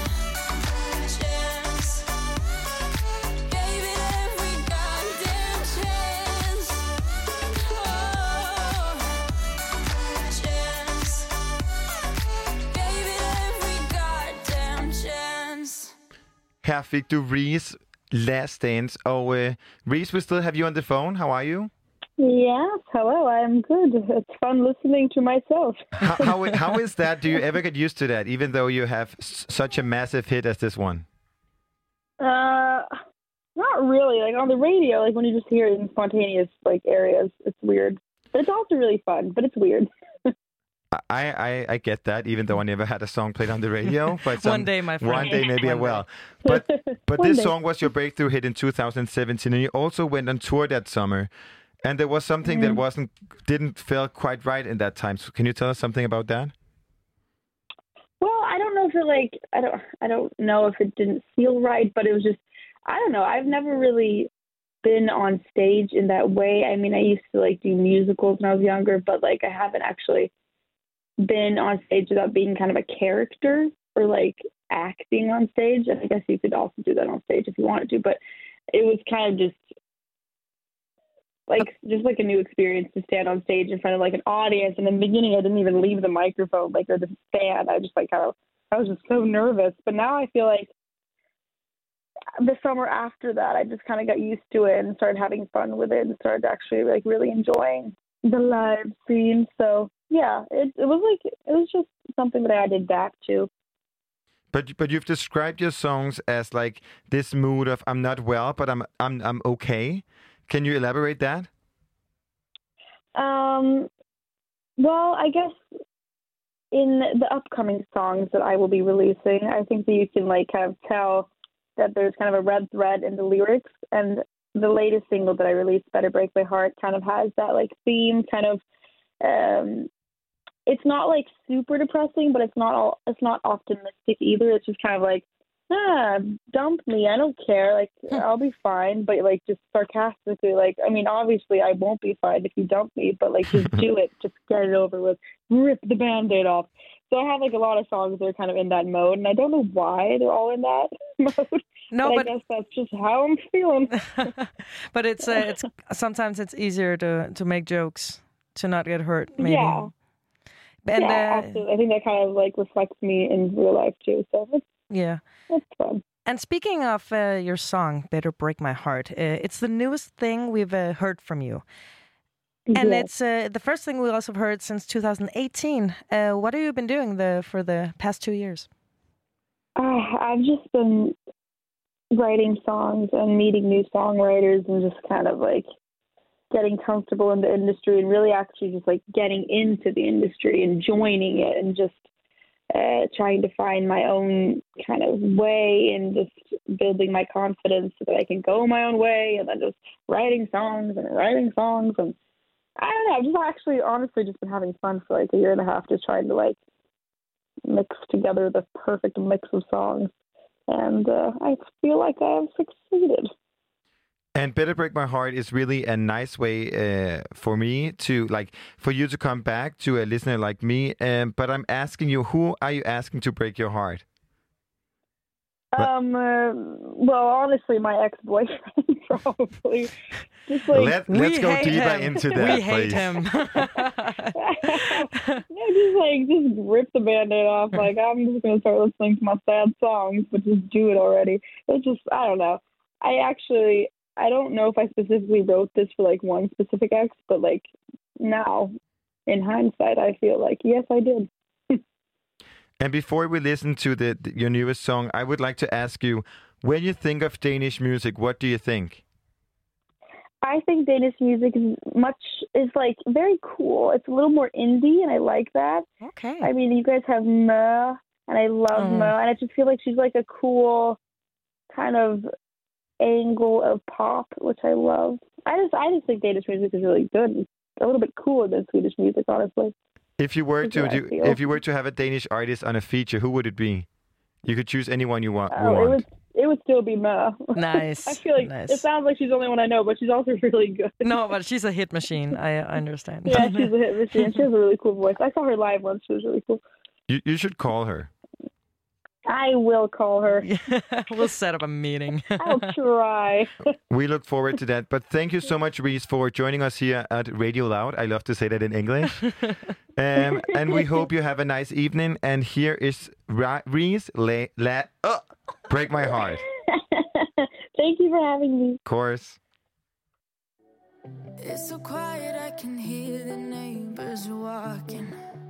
chance. Gave it every goddamn chance. Oh, chance. Gave it every goddamn chance. Her fik du Reese, Last Dance. Og uh, Reese, we still have you on the phone. How are you? Yes, hello, I'm good. It's fun listening to myself. how, how, how is that? Do you ever get used to that, even though you have s- such a massive hit as this one? Uh, not really. Like on the radio, like when you just hear it in spontaneous like areas, it's weird. But it's also really fun, but it's weird. I, I, I get that, even though I never had a song played on the radio. But some, one day, my friend. One day, maybe I will. But but this song was your breakthrough hit in two thousand seventeen, and you also went on tour that summer. And there was something mm. that wasn't didn't feel quite right in that time. So can you tell us something about that? Well, I don't know if it like I don't I don't know if it didn't feel right, but it was just I don't know. I've never really been on stage in that way. I mean, I used to like do musicals when I was younger, but like I haven't actually been on stage without being kind of a character or like acting on stage. And I guess you could also do that on stage if you wanted to, but it was kind of just like just like a new experience to stand on stage in front of like an audience. And in the beginning, I didn't even leave the microphone like or the stand. I just like kind of I was just so nervous. But now I feel like the summer after that, I just kind of got used to it and started having fun with it and started actually like really enjoying the live scene. So yeah, it it was like it was just something that I added back to. But but you've described your songs as like this mood of I'm not well, but I'm I'm I'm okay. Can you elaborate that? Um, well, I guess in the upcoming songs that I will be releasing, I think that you can like kind of tell that there's kind of a red thread in the lyrics, and the latest single that I released, Better Break My Heart, kind of has that like theme kind of um it's not like super depressing, but it's not all it's not optimistic either. It's just kind of like, ah, dump me, I don't care, like I'll be fine, but like just sarcastically, like I mean obviously I won't be fine if you dump me, but like just do it, just get it over with, rip the band-aid off. So I have like a lot of songs that are kind of in that mode, and I don't know why they're all in that mode. No, but, but I guess that's just how I'm feeling. But it's uh, it's sometimes it's easier to to make jokes to not get hurt. Maybe. Yeah. And, yeah, uh, absolutely. I think that kind of like reflects me in real life too. So it's, yeah, it's fun. And speaking of uh, your song, Better Break My Heart, uh, it's the newest thing we've uh, heard from you. And yes. it's uh, the first thing we also heard since two thousand eighteen. Uh, what have you been doing the, for the past two years? Uh, I've just been writing songs and meeting new songwriters and just kind of like getting comfortable in the industry and really actually just like getting into the industry and joining it and just uh, trying to find my own kind of way and just building my confidence so that I can go my own way, and then just writing songs and writing songs. And I don't know, I've just actually honestly just been having fun for like a year and a half, just trying to like mix together the perfect mix of songs. And uh, I feel like I have succeeded. And Better Break My Heart is really a nice way uh, for me to, like, for you to come back to a listener like me. Um, but I'm asking you, who are you asking to break your heart? Um. Uh, well, honestly, my ex-boyfriend probably. Just like, Let, let's go deeper him. into that, We hate please. him. no, just like just rip the Band-Aid off. Like I'm just gonna start listening to my sad songs, but just do it already. It's just I don't know. I actually. I don't know if I specifically wrote this for like one specific ex, but like now, in hindsight, I feel like yes, I did. And before we listen to the, the your newest song, I would like to ask you, when you think of Danish music, what do you think? I think Danish music is much is like very cool. It's a little more indie, and I like that. Okay. I mean, you guys have Mø, and I love Mm. Mø, and I just feel like she's like a cool kind of angle of pop, which I love. I just I just think Danish music is really good. It's a little bit cooler than Swedish music, honestly. If you were That's to what I do, feel. if you were to have a Danish artist on a feature, who would it be? You could choose anyone you want. Oh, you it want. would it would still be Mø. Nice. I feel like nice. it sounds like she's the only one I know, but she's also really good. No, but she's a hit machine. I, I understand. Yeah, she's a hit machine. She has a really cool voice. I saw her live once. She was really cool. You you should call her. I will call her. We'll set up a meeting. I'll try. We look forward to that. But thank you so much, Reese, for joining us here at Radio Loud. I love to say that in English. um, and we hope you have a nice evening. And here is Ra- Reese, La- La- uh, Break My Heart. Thank you for having me. Of course. It's so quiet I can hear the neighbors walking.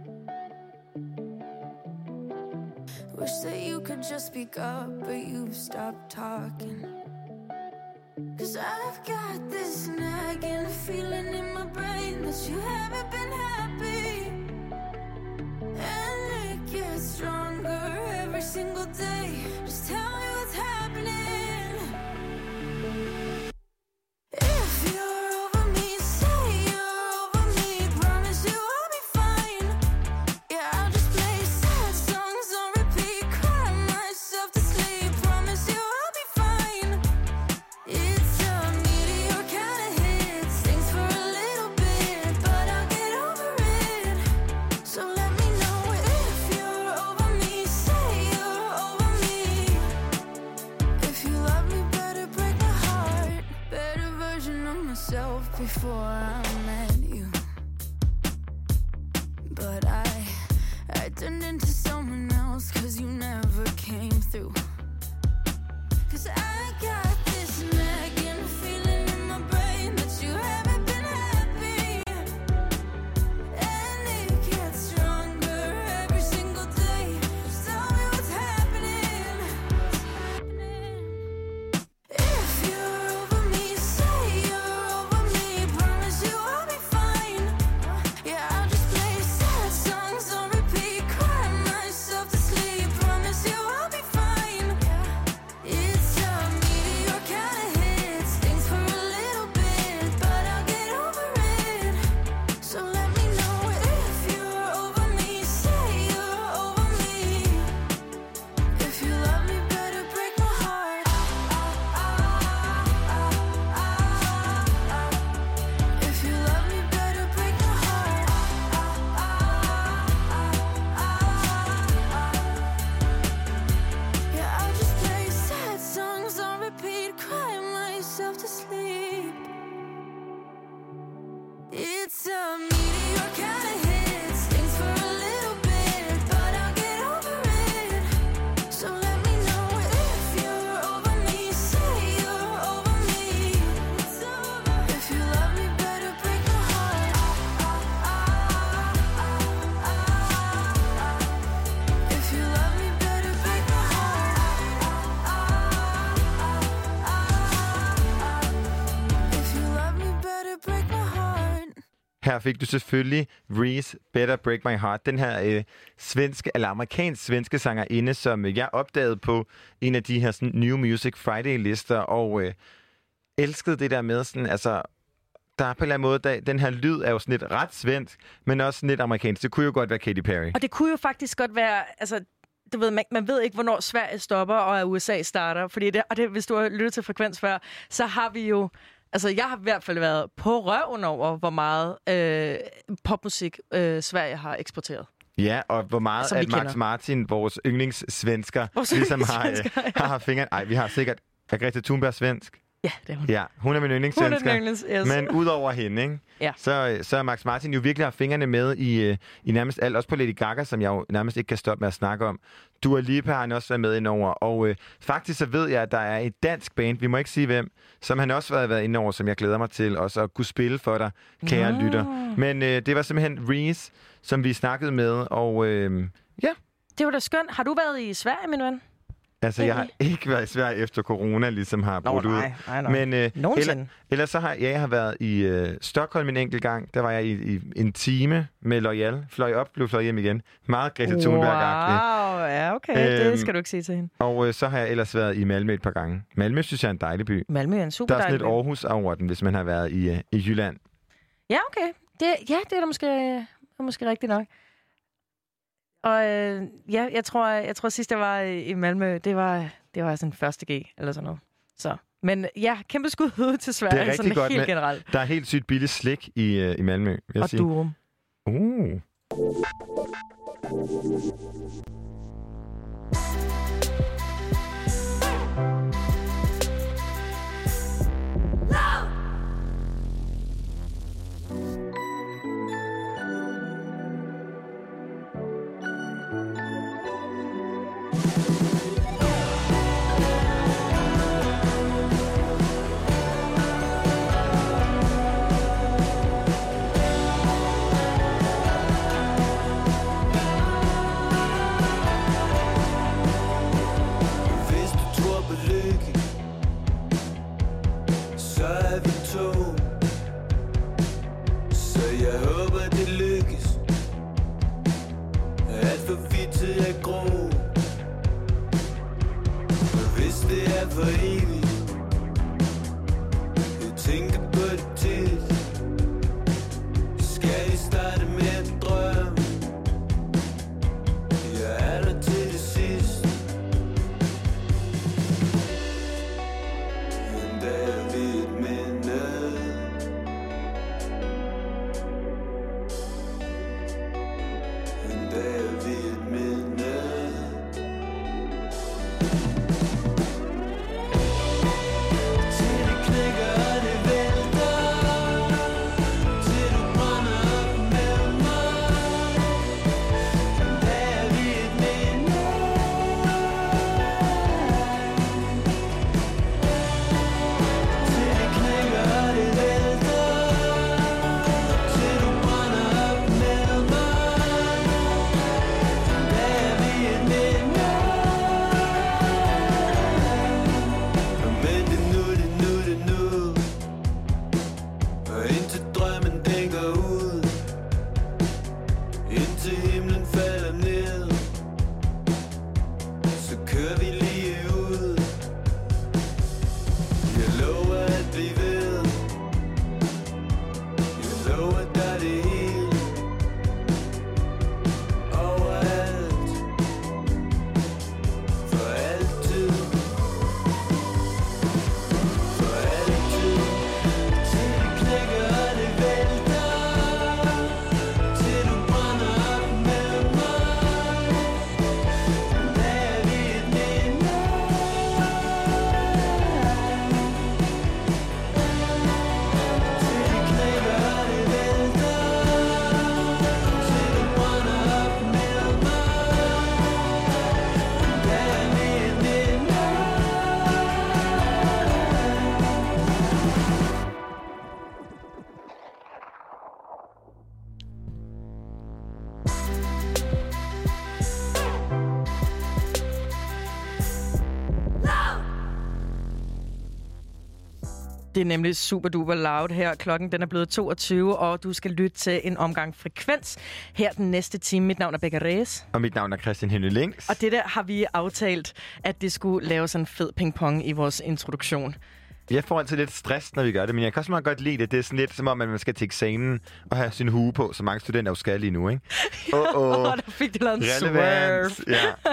Wish that you could just speak up, but you've stopped talking. Cause I've got this nagging feeling in my brain that you haven't been happy. And it gets stronger every single day. Just tell me what's happening. If you're over me, say you're over me. Promise you I'll be fine. Yeah, I'll just play sad songs on repeat, cry myself to sleep. Promise you I'll be fine. It's a meteor kind of hit, stings for a little bit, but I'll get over it. So let me know if you're over me, say you're over me. If you love me, better break my heart. Better version of myself before I met you. But I, I turned into someone else cause you never came through. Cause I got this nagging feeling in my brain that you haven't been happy. And it gets stronger every single day. Just tell me what's happening. If you're over me, say you're over me. Promise you I'll be fine. Yeah, I'll just play sad songs on repeat, cry myself to sleep. Promise you I'll be fine. It's a meteor kind of hit, stings for a little bit, but I'll get over it. So let me know if you're over me, say you're over me. If you love me, better break my heart. If you love me, better break my heart. Yeah, I'll just play sad songs on repeat, cry myself to sleep. It's a meteor kind of hit, stings for a little bit, but I'll get over it. So let me know if you're over me, say you're over me. If you love me, better break my heart. If you love me, better break my heart. If you love me, better break my heart. Her fik du selvfølgelig Reese, Better Break My Heart. Den her øh, svenske, eller amerikansk-svenske sangerinde, som øh, jeg opdagede på en af de her sådan, New Music Friday-lister, og øh, elskede det der med sådan, altså, der er på en eller anden måde, der, den her lyd er jo sådan lidt ret svensk, men også sådan lidt amerikansk. Det kunne jo godt være Katy Perry. Og det kunne jo faktisk godt være, altså, du ved, man, man ved ikke, hvornår Sverige stopper, og U S A starter. Fordi det, og det, hvis du har lyttet til Frekvens før, så har vi jo, altså jeg har i hvert fald været på røven over, hvor meget øh, popmusik øh, Sverige har eksporteret. Ja, og hvor meget Som vi at Max kender. Martin, vores yndlingssvensker, Vores ligesom har, yndlingssvensker, øh, har haft fingeren. Ej, vi har sikkert... Er Greta Thunberg svensk? Ja, det er hun. Ja, hun er min yndlingssvensker. Hun er den yndlings, yes. Men udover hende, ikke? Ja. Så, så er Max Martin jo virkelig har fingrene med i, øh, i nærmest alt. Også på Lady Gaga, som jeg jo nærmest ikke kan stoppe med at snakke om. Dua Lipa har han også været med indover. Og øh, faktisk så ved jeg, at der er et dansk band, vi må ikke sige hvem, som han også har været indover, som jeg glæder mig til også at kunne spille for dig, kære Nå. lytter. Men øh, det var simpelthen Reese, som vi snakkede med, og øh, ja. Det var da skønt. Har du været i Sverige, min ven? Altså, jeg har ikke været i Sverige efter corona, ligesom har brudt ud. nej, nej, nej. Men øh, Nogensinde. eller, ellers så har ja, jeg har været i øh, Stockholm en enkelt gang. Der var jeg i, i en time med Loyal. Fløj op, blev fløjet hjem igen. Meget Greta Thunberg-agtigt. Wow, ja, okay. Øhm, Det skal du ikke sige til hende. Og øh, så har jeg ellers været i Malmø et par gange. Malmø synes jeg er en dejlig by. Malmø er en super Der er sådan dejlig lidt by. Aarhus over den, hvis man har været i, øh, i Jylland. Ja, okay. Det, ja, det er da måske, det er måske rigtigt nok. Og øh, ja, jeg tror, jeg tror sidst jeg var i Malmø, det var, det var sådan første G eller sådan noget. Så. Men ja, kæmpe skud ud til Sverige, Det er rigtig sådan godt, helt men generelt. der er helt sygt billigt slik i, øh, i Malmø, vil jeg Og sige. Durum. Uh. er vi to. Så jeg håber det lykkes. Alt for fittet er grå. Og hvis det er for evigt, jeg tænker på det tit. Skal vi starte med at drømme? Jeg er der til det sidst. En dag er vi et minde. En dag er vi et minde. Til det knækker og det vælter. Til du brænder op med mig. En dag er vi et minde. Til det knækker og det vælter. Til du brænder op med mig. En dag er vi et minde. Men det nu, det nu, det nu. Og indtil drømmen den går ud. Indtil himlen falder ned. Så kører vi lige ud. Jeg lover at blive ved. Jeg lover dig det hele. Overalt. For altid. For altid. Til det knækker og det vælter. Til du brænder op med mig. En dag er vi et minde. Til det knækker og det vælter. Til du brænder op med mig. En dag er vi et minde. Det er nemlig super duper loud her. Klokken den er blevet toogtyve, og du skal lytte til en omgang frekvens her den næste time. Mit navn er Becca Reyes. Og mit navn er Christian Henry Links. Og det der har vi aftalt, at det skulle lave sådan en fed pingpong i vores introduktion. Jeg får altid lidt stress, når vi gør det, men jeg kan også meget godt lide det. Det er sådan lidt som om, at man skal til eksamen og have sin hue på, så mange studenter jo skal lige nu, ikke? Åh, oh, oh. oh, der fik du lavet en Relevant. swerve. Ja.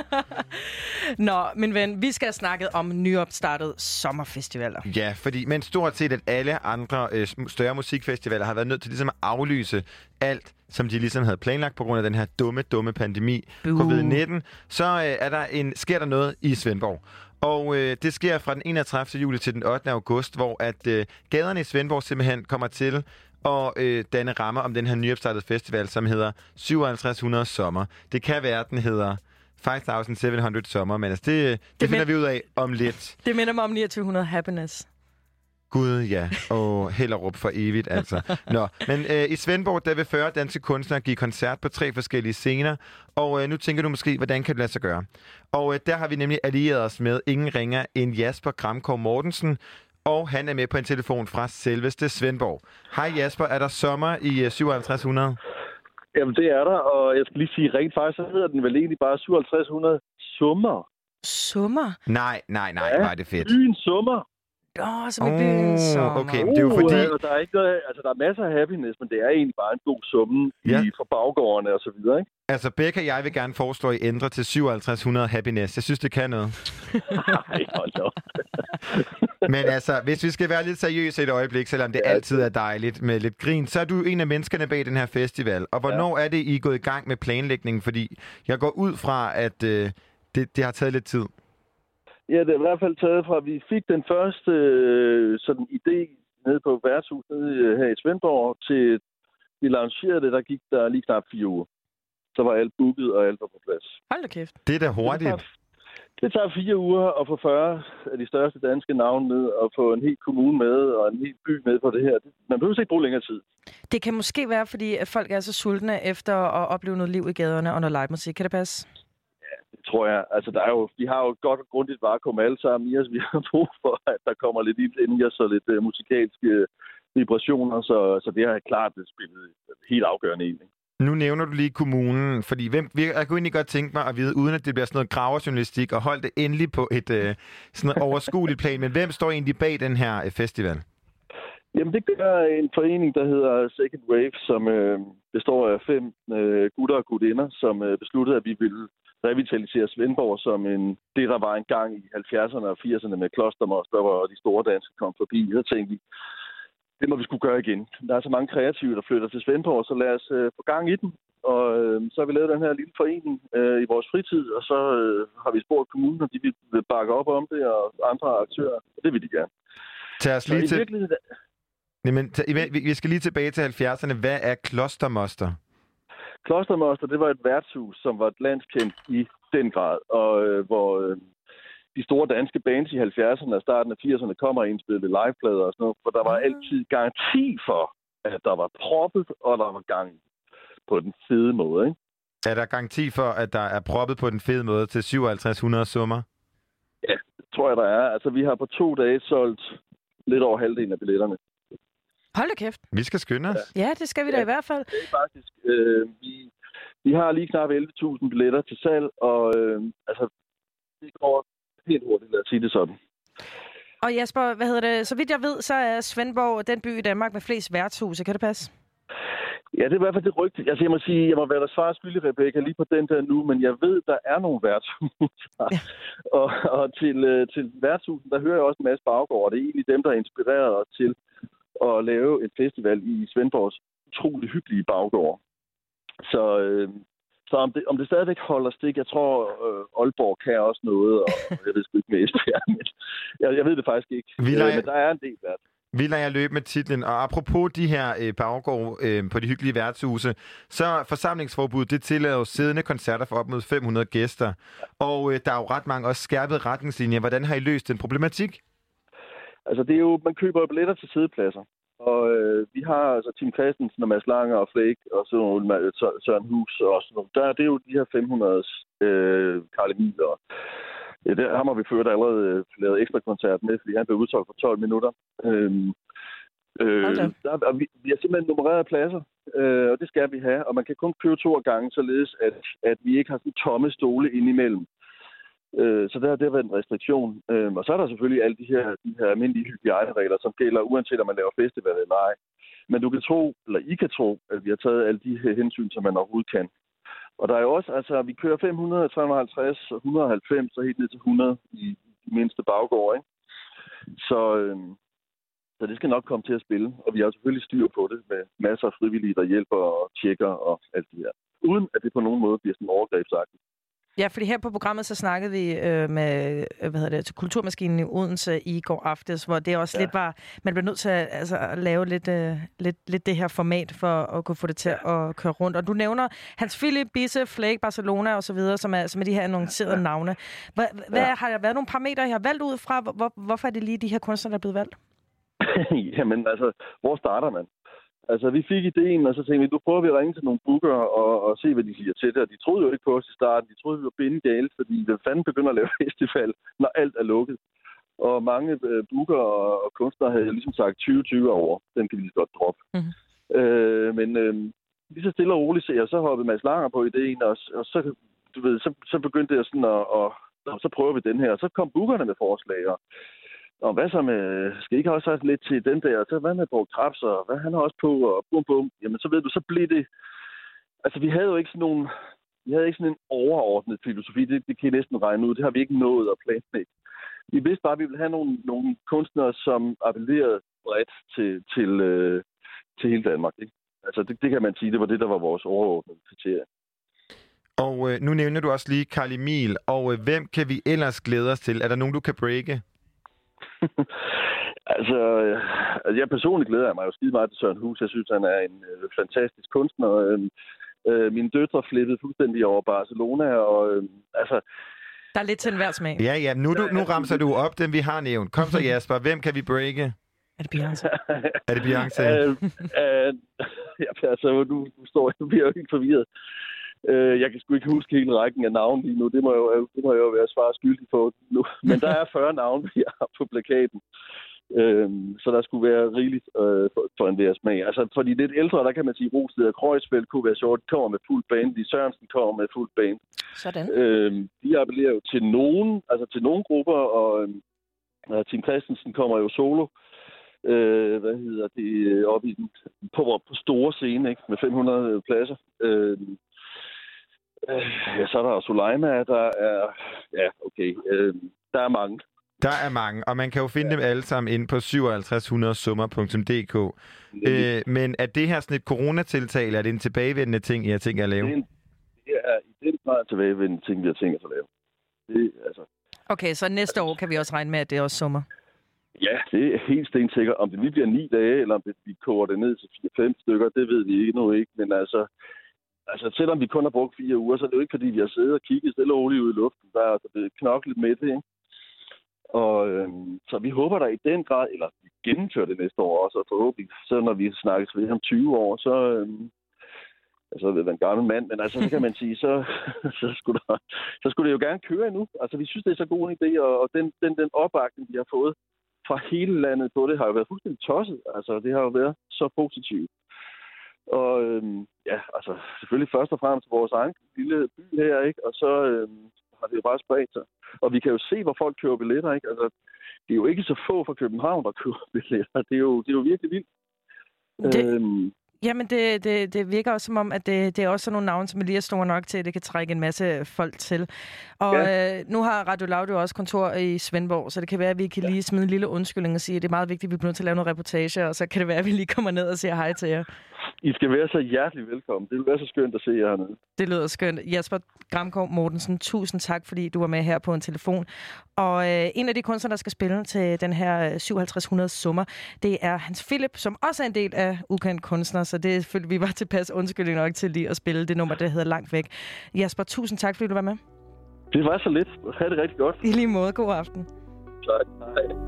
Nå, min ven, vi skal have snakket om nyopstartede sommerfestivaler. Ja, fordi men stort set, at alle andre øh, større musikfestivaler har været nødt til ligesom at aflyse alt, som de ligesom havde planlagt på grund af den her dumme, dumme pandemi, covid nitten, så øh, er der en, sker der noget i Svendborg. Og øh, det sker fra den enogtredivte juli til den ottende august, hvor at øh, gaderne i Svendborg simpelthen kommer til at øh, danne rammer om den her nyopstartede festival, som hedder syvoghalvtreds hundrede Sommer. Det kan være, at den hedder fem tusind syv hundrede Sommer, men altså det, det, det finder men... vi ud af om lidt. Det minder mig om niogtyve hundrede Happiness. Gud, ja. Og Hellerup for evigt, altså. Nå, men øh, i Svendborg, der vil fyrre danske kunstnere give koncert på tre forskellige scener. Og øh, nu tænker du måske, hvordan kan det lade sig gøre? Og øh, der har vi nemlig allieret os med ingen ringer end Jasper Kramkov Mortensen. Og han er med på en telefon fra selveste Svendborg. Hej Jasper, er der sommer i øh, syvoghalvtreds hundrede? Jamen det er der, og jeg skal lige sige, rent faktisk, så hedder den vel egentlig bare syvoghalvtreds hundrede Summer. Summer? Nej, nej, nej, ja, var det fedt. Byen Summer. Åh, oh, som i byen sommer. Okay, men det er jo fordi... Uh, der, er ikke noget, altså, der er masser af happiness, men det er egentlig bare en god summe ja. i, fra baggårdene og så videre, ikke? Altså, Becca og jeg vil gerne foreslå, at I ændrer til syvoghalvtreds hundrede happiness. Jeg synes, det kan noget. Nej, hold op. Men altså, hvis vi skal være lidt seriøse et øjeblik, selvom det ja, altid er dejligt med lidt grin, så er du en af menneskerne bag den her festival. Og hvornår ja. er det, I er gået i gang med planlægningen? Fordi jeg går ud fra, at øh, det, det har taget lidt tid. Ja, det er i hvert fald taget fra, at vi fik den første øh, sådan idé nede på værtshuset nede her i Svendborg, til vi lancerede det, der gik der lige knap fire uger. Så var alt booket, og alt var på plads. Hold da kæft. Det er da hurtigt. Det tager, det tager fire uger at få fyrre af de største danske navne med, og få en hel kommune med, og en hel by med på det her. Man behøver ikke bruge længere tid. Det kan måske være, fordi folk er så sultne efter at opleve noget liv i gaderne og noget livemusik. Kan det passe? Ja, det tror jeg. Altså, der er jo, vi har jo et godt og grundigt vakuum alle sammen i os. Vi har brug for, at der kommer lidt ind i os og lidt uh, musikalske uh, vibrationer, så, så det har klart spillet helt afgørende ind. Nu nævner du lige kommunen, fordi hvem, jeg kunne egentlig godt tænke mig at vide, uden at det bliver sådan noget graverjournalistik, og hold det endelig på et uh, sådan overskueligt plan, men hvem står egentlig bag den her uh, festival? Jamen, det gør en forening, der hedder Second Wave, som øh, består af fem øh, gutter og gutinder, som øh, besluttede, at vi ville revitalisere Svendborg som en, det, der var en gang i halvfjerdserne og firserne med Klostermoster, hvor de store danske kom forbi. Så tænkte vi, det må vi skulle gøre igen. Der er så mange kreative, der flytter til Svendborg, så lad os øh, få gang i den. Og øh, så har vi lavet den her lille forening øh, i vores fritid, og så øh, har vi spurgt kommunen, og de vil bakke op om det, og andre aktører. Og det vil de gerne. Tag os lige til... Jamen, vi skal lige tilbage til halvfjerdserne. Hvad er Klostermoster? Klostermoster, det var et værtshus, som var landskendt i den grad, og øh, hvor øh, de store danske bands i halvfjerdserne og starten af firserne kommer og indspillede liveplader og sådan noget, for der var altid garanti for, at der var proppet, og der var gang på den fede måde, ikke? Er der garanti for, at der er proppet på den fede måde til syvoghalvtreds hundrede summer? Ja, det tror jeg, der er. Altså, vi har på to dage solgt lidt over halvdelen af billetterne. Hold da kæft. Vi skal skynde os. Ja, det skal vi da ja, i hvert fald. Det er faktisk. Øh, vi, vi har lige knap elleve tusind billetter til salg, og øh, altså, det går helt hurtigt, lad os sige det sådan. Og Jasper, hvad hedder det? Så vidt jeg ved, så er Svendborg den by i Danmark med flest værtshuse. Kan det passe? Ja, det er i hvert fald det rygte. Altså, jeg må sige, jeg må være der svar skyldig, Rebecca, lige på den der nu, men jeg ved, der er nogle værtshus. Ja. og, og til, til værtshusen, der hører jeg også en masse baggård, og det er egentlig dem, der er inspireret os til at lave et festival i Svendborgs utrolig hyggelige baggård. Så, øh, så om, det, om det stadigvæk holder stik, jeg tror, øh, Aalborg kan også noget, og jeg ved sgu ikke med Esbjerg, men jeg, jeg ved det faktisk ikke. Vi lader, øh, men der er en del vært. Vi lader jer løbe med titlen, og apropos de her øh, baggård øh, på de hyggelige værtshuse, så forsamlingsforbud, det tillader jo siddende koncerter for op mod fem hundrede gæster, og øh, der er jo ret mange også skærpede retningslinjer. Hvordan har I løst den problematik? Altså, det er jo, man køber billetter til siddepladser. Og øh, vi har altså Tim Christensen og Mads Lange og Flake og sådan nogle Søren Hus og sådan nogle. Der, det er jo de her fem hundrede øh, Karl Emil. Og ja, der har vi ført allerede øh, lavet ekstra koncert med, fordi han blev udsolgt for tolv minutter. Øh, øh, der, vi, vi har simpelthen nummereret pladser, øh, og det skal vi have. Og man kan kun købe to gange, således at, at vi ikke har sådan tomme stole indimellem. Så der har det været en restriktion. Og så er der selvfølgelig alle de her, de her almindelige hygiejneregler, som gælder uanset om man laver festival eller ej. Men du kan tro, eller I kan tro, at vi har taget alle de her hensyn, som man overhovedet kan. Og der er jo også, altså vi kører fem hundrede, tre hundrede og halvtreds, et hundrede og halvfems og helt ned til hundrede i de mindste baggård, ikke? Så, øh, så det skal nok komme til at spille. Og vi har selvfølgelig styr på det med masser af frivillige, der hjælper og tjekker og alt det her. Uden at det på nogen måde bliver sådan overgrebsagtigt. Ja, fordi her på programmet, så snakkede vi øh, med hvad hedder det, til Kulturmaskinen i Odense i går aftes, hvor det også ja. lidt var, man blev nødt til at, altså, at lave lidt, øh, lidt, lidt det her format for at kunne få det til ja. at køre rundt. Og du nævner Hans Philip, Bisse, Flake, Barcelona og så videre, som er, som er de her annoncerede ja. navne. Hvad, hvad, ja. Har der været nogle parametre, I har valgt ud fra? Hvor, hvorfor er det lige de her kunstnere, der er blevet valgt? Jamen altså, hvor starter man? Altså, vi fik idéen, og så tænkte vi, nu prøver vi at ringe til nogle bookere og, og se, hvad de siger til det. Og de troede jo ikke på os i starten. De troede, vi var bindegale, fordi hvad fanden begynder at lave festival, når alt er lukket. Og mange øh, bookere og, og kunstnere havde ligesom sagt tyve tyve over. Den kan vi lige godt droppe. Mm-hmm. Øh, men øh, lige så stille og roligt ser jeg, så hoppede Mads Langer på idéen, og, og så, du ved, så, så begyndte jeg sådan at, og, og så prøver vi den her. Og så kom bookerne med forslag, og Og hvad så med, skal I ikke også have lidt til den der, så hvad med Borg Traps, og hvad han har også på, og bum bum, jamen så ved du, så blev det, altså vi havde jo ikke sådan nogen, vi havde ikke sådan en overordnet filosofi, det, det kan I næsten regne ud, det har vi ikke nået at planlægge. Vi vidste bare, at vi ville have nogle, nogle kunstnere, som appellerede bredt til, til, øh, til hele Danmark, ikke? Altså det, det kan man sige, det var det, der var vores overordnede kriterie. Og øh, nu nævner du også lige Karl Emil, og øh, hvem kan vi ellers glæde os til? Er der nogen, du kan breake? altså, jeg personligt glæder mig jo skide meget til Søren Hus. Jeg synes, han er en øh, fantastisk kunstner. Øh, mine døtre flippede fuldstændig over Barcelona, og øh, altså... Der er lidt til enhver smag. Ja, ja. Nu, du, nu ramser du op dem, vi har nævnt. Kom så, Jasper. Hvem kan vi breake? Er det Beyoncé? er det Beyoncé? øh, øh, ja, altså, du, du står, du bliver jo ikke forvirret. Øh, jeg kan sgu ikke huske hele rækken af navne lige nu. Det må jo, det må jeg jo være svar skyldig på nu. Men der er fyrre navne, vi har på plakaten. Øhm, så der skulle være rigeligt øh, for, for en deres smag. Altså, for de lidt ældre, der kan man sige, Rosted og Kreuzfeldt kunne være sjovt. De kommer med fuld band. De Sørensen kommer med fuld band. Sådan. Øhm, de appellerer jo til nogen, altså til nogle grupper, og øh, Tim Christensen kommer jo solo. Øh, hvad hedder det? Oppe i den, på, på store scene, ikke? Med fem hundrede pladser. Øh, øh, ja, så er der Soleima, der er... Ja, okay. Øh, der er mange. Der er mange, og man kan jo finde ja. dem alle sammen inde på syv fem hundrede summer punktum d k. Øh, men er det her sådan et coronatiltag, eller er det en tilbagevendende ting, I har tænkt at lave? Det er i den grad tilbagevendende ting, vi har tænkt at lave. Det, altså... Okay, så næste år kan vi også regne med, at det er også sommer? Ja, det er helt stensikkert. Om det lige bliver ni dage, eller om det, vi koger det ned til fire fem stykker, det ved vi ikke nu ikke. Men altså, altså, selvom vi kun har brugt fire uger, så er det jo ikke, fordi vi har siddet og kigget stille og roligt ud i luften. Der er altså blevet knoklet med det, ikke? Og øhm, så vi håber der i den grad, eller vi gennemfører det næste år også, og forhåbentlig, så når vi snakkes ved om tyve år, så, øhm, altså det er en gammel mand, men altså, så kan man sige, så, så, skulle der, så skulle det jo gerne køre endnu. Altså, vi synes, det er så god en idé, og, og den, den, den opbakning, vi har fået fra hele landet på det, har jo været fuldstændig tosset. Altså, det har jo været så positivt. Og øhm, ja, altså, selvfølgelig først og fremmest vores egen lille by her, ikke? Og så øhm, har det jo bare spredt sig. Og vi kan jo se, hvor folk køber billetter, ikke? Altså, det er jo ikke så få fra København, der køber billetter. Det er jo, det er jo virkelig vildt. Det, øhm, jamen, det, det, det virker også som om, at det, det er også nogle navne, som er lige er store nok til, at det kan trække en masse folk til. Og ja. øh, nu har Radio Loud jo også kontor i Svendborg, så det kan være, at vi kan lige smide en lille undskyldning og sige, at det er meget vigtigt, at vi bliver nødt til at lave noget reportage, og så kan det være, at vi lige kommer ned og siger hej til jer. I skal være så hjertelig velkommen. Det vil være så skønt at se jer hernede. Det lyder skønt. Jasper Gramgaard Mortensen, tusind tak, fordi du var med her på en telefon. Og øh, en af de kunstnere, der skal spille til den her syv fem hundrede summer, det er Hans Philip, som også er en del af Ukendt Kunstner, så det følte vi var tilpas undskyldning nok til lige at spille det nummer, der hedder Langt Væk. Jasper, tusind tak, fordi du var med. Det var så lidt. Ha' det rigtig godt. I lige måde. God aften. Tak. Hej.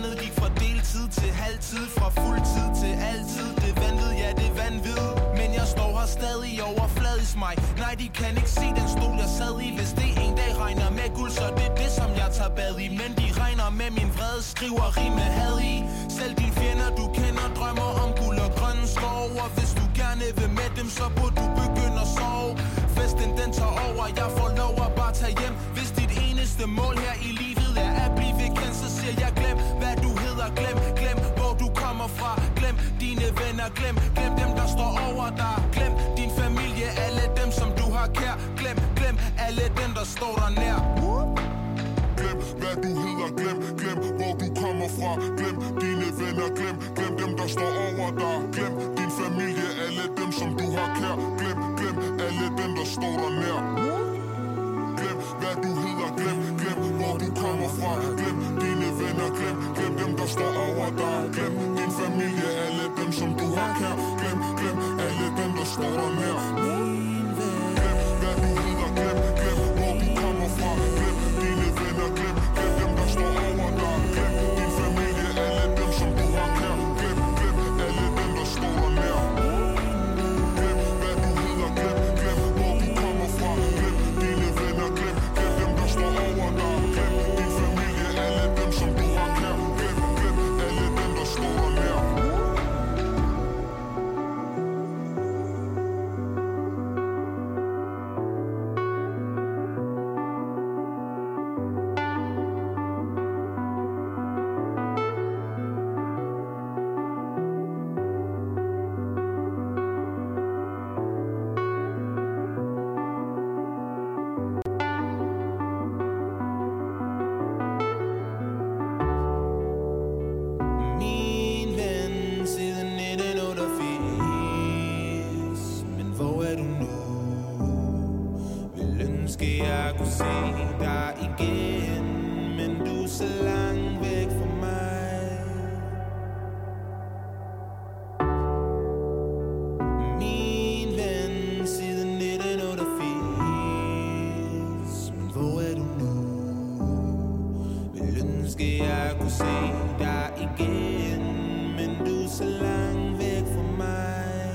Vandet gik fra deltid til halvtid, fra fuldtid til altid. Det vanvid, ja det vanvid. Men jeg står her stadig overfladisk mig. Nej, de kan ikke se den stol jeg sad i. Hvis det en dag regner med guld, så det er det som jeg tager bad i. Men de regner med min vrede, skriver rime had i. Selv dine fjender du kender drømmer om guld og grønne skov. Og hvis du gerne vil med dem, så burde du begynde at sove. Festen den tager over, jeg får lov at bare tage hjem. Hvis dit eneste mål her i livet er at blive kendt, så siger jeg glem hvad du hedder. Glem, glem hvor du kommer fra. Glem dine venner, glem, glem dem der står over dig. Glem din familie, alle dem som du har kær. Glem, glem alle dem der står der nær. Glem hvad du hedder, glem, glem hvor du kommer fra. Glem dine venner, glem, glem dem der står over dig. Glem din familie, alle dem som du har kær. Glem, glem alle dem der står der nær. Glem hvad du hedder, glem, glem hvor du kommer fra. Glem dine venner, glem, glem dem der står over dig. Glem din familie, alle dem som du har kær. Glem, glem alle dem der står der nær. Glem hvad du hedder, glem, glem hvor du kommer fra. Glem dine venner, glem, glem dem der står over dig. Glem din familie, alle dem som du har kær. Glem, glem alle dem der står der nær. Glem hvad du hedder, glem, glem hvor du kommer fra. Glem dine venner, glem, glem dem der står over dig. Glem din familie, alle dem som du har kær. Glem, glem alle dem der står der nær. Min ven, siden nitten otteogfirs. Men hvor er du nu? Vil ønske jeg kunne se dig igen. Men du er så langt væk fra mig. Min ven, siden nitten otteogfirs. Men hvor er du nu? Vil ønske jeg kunne se dig igen. Men du er så langt væk fra mig.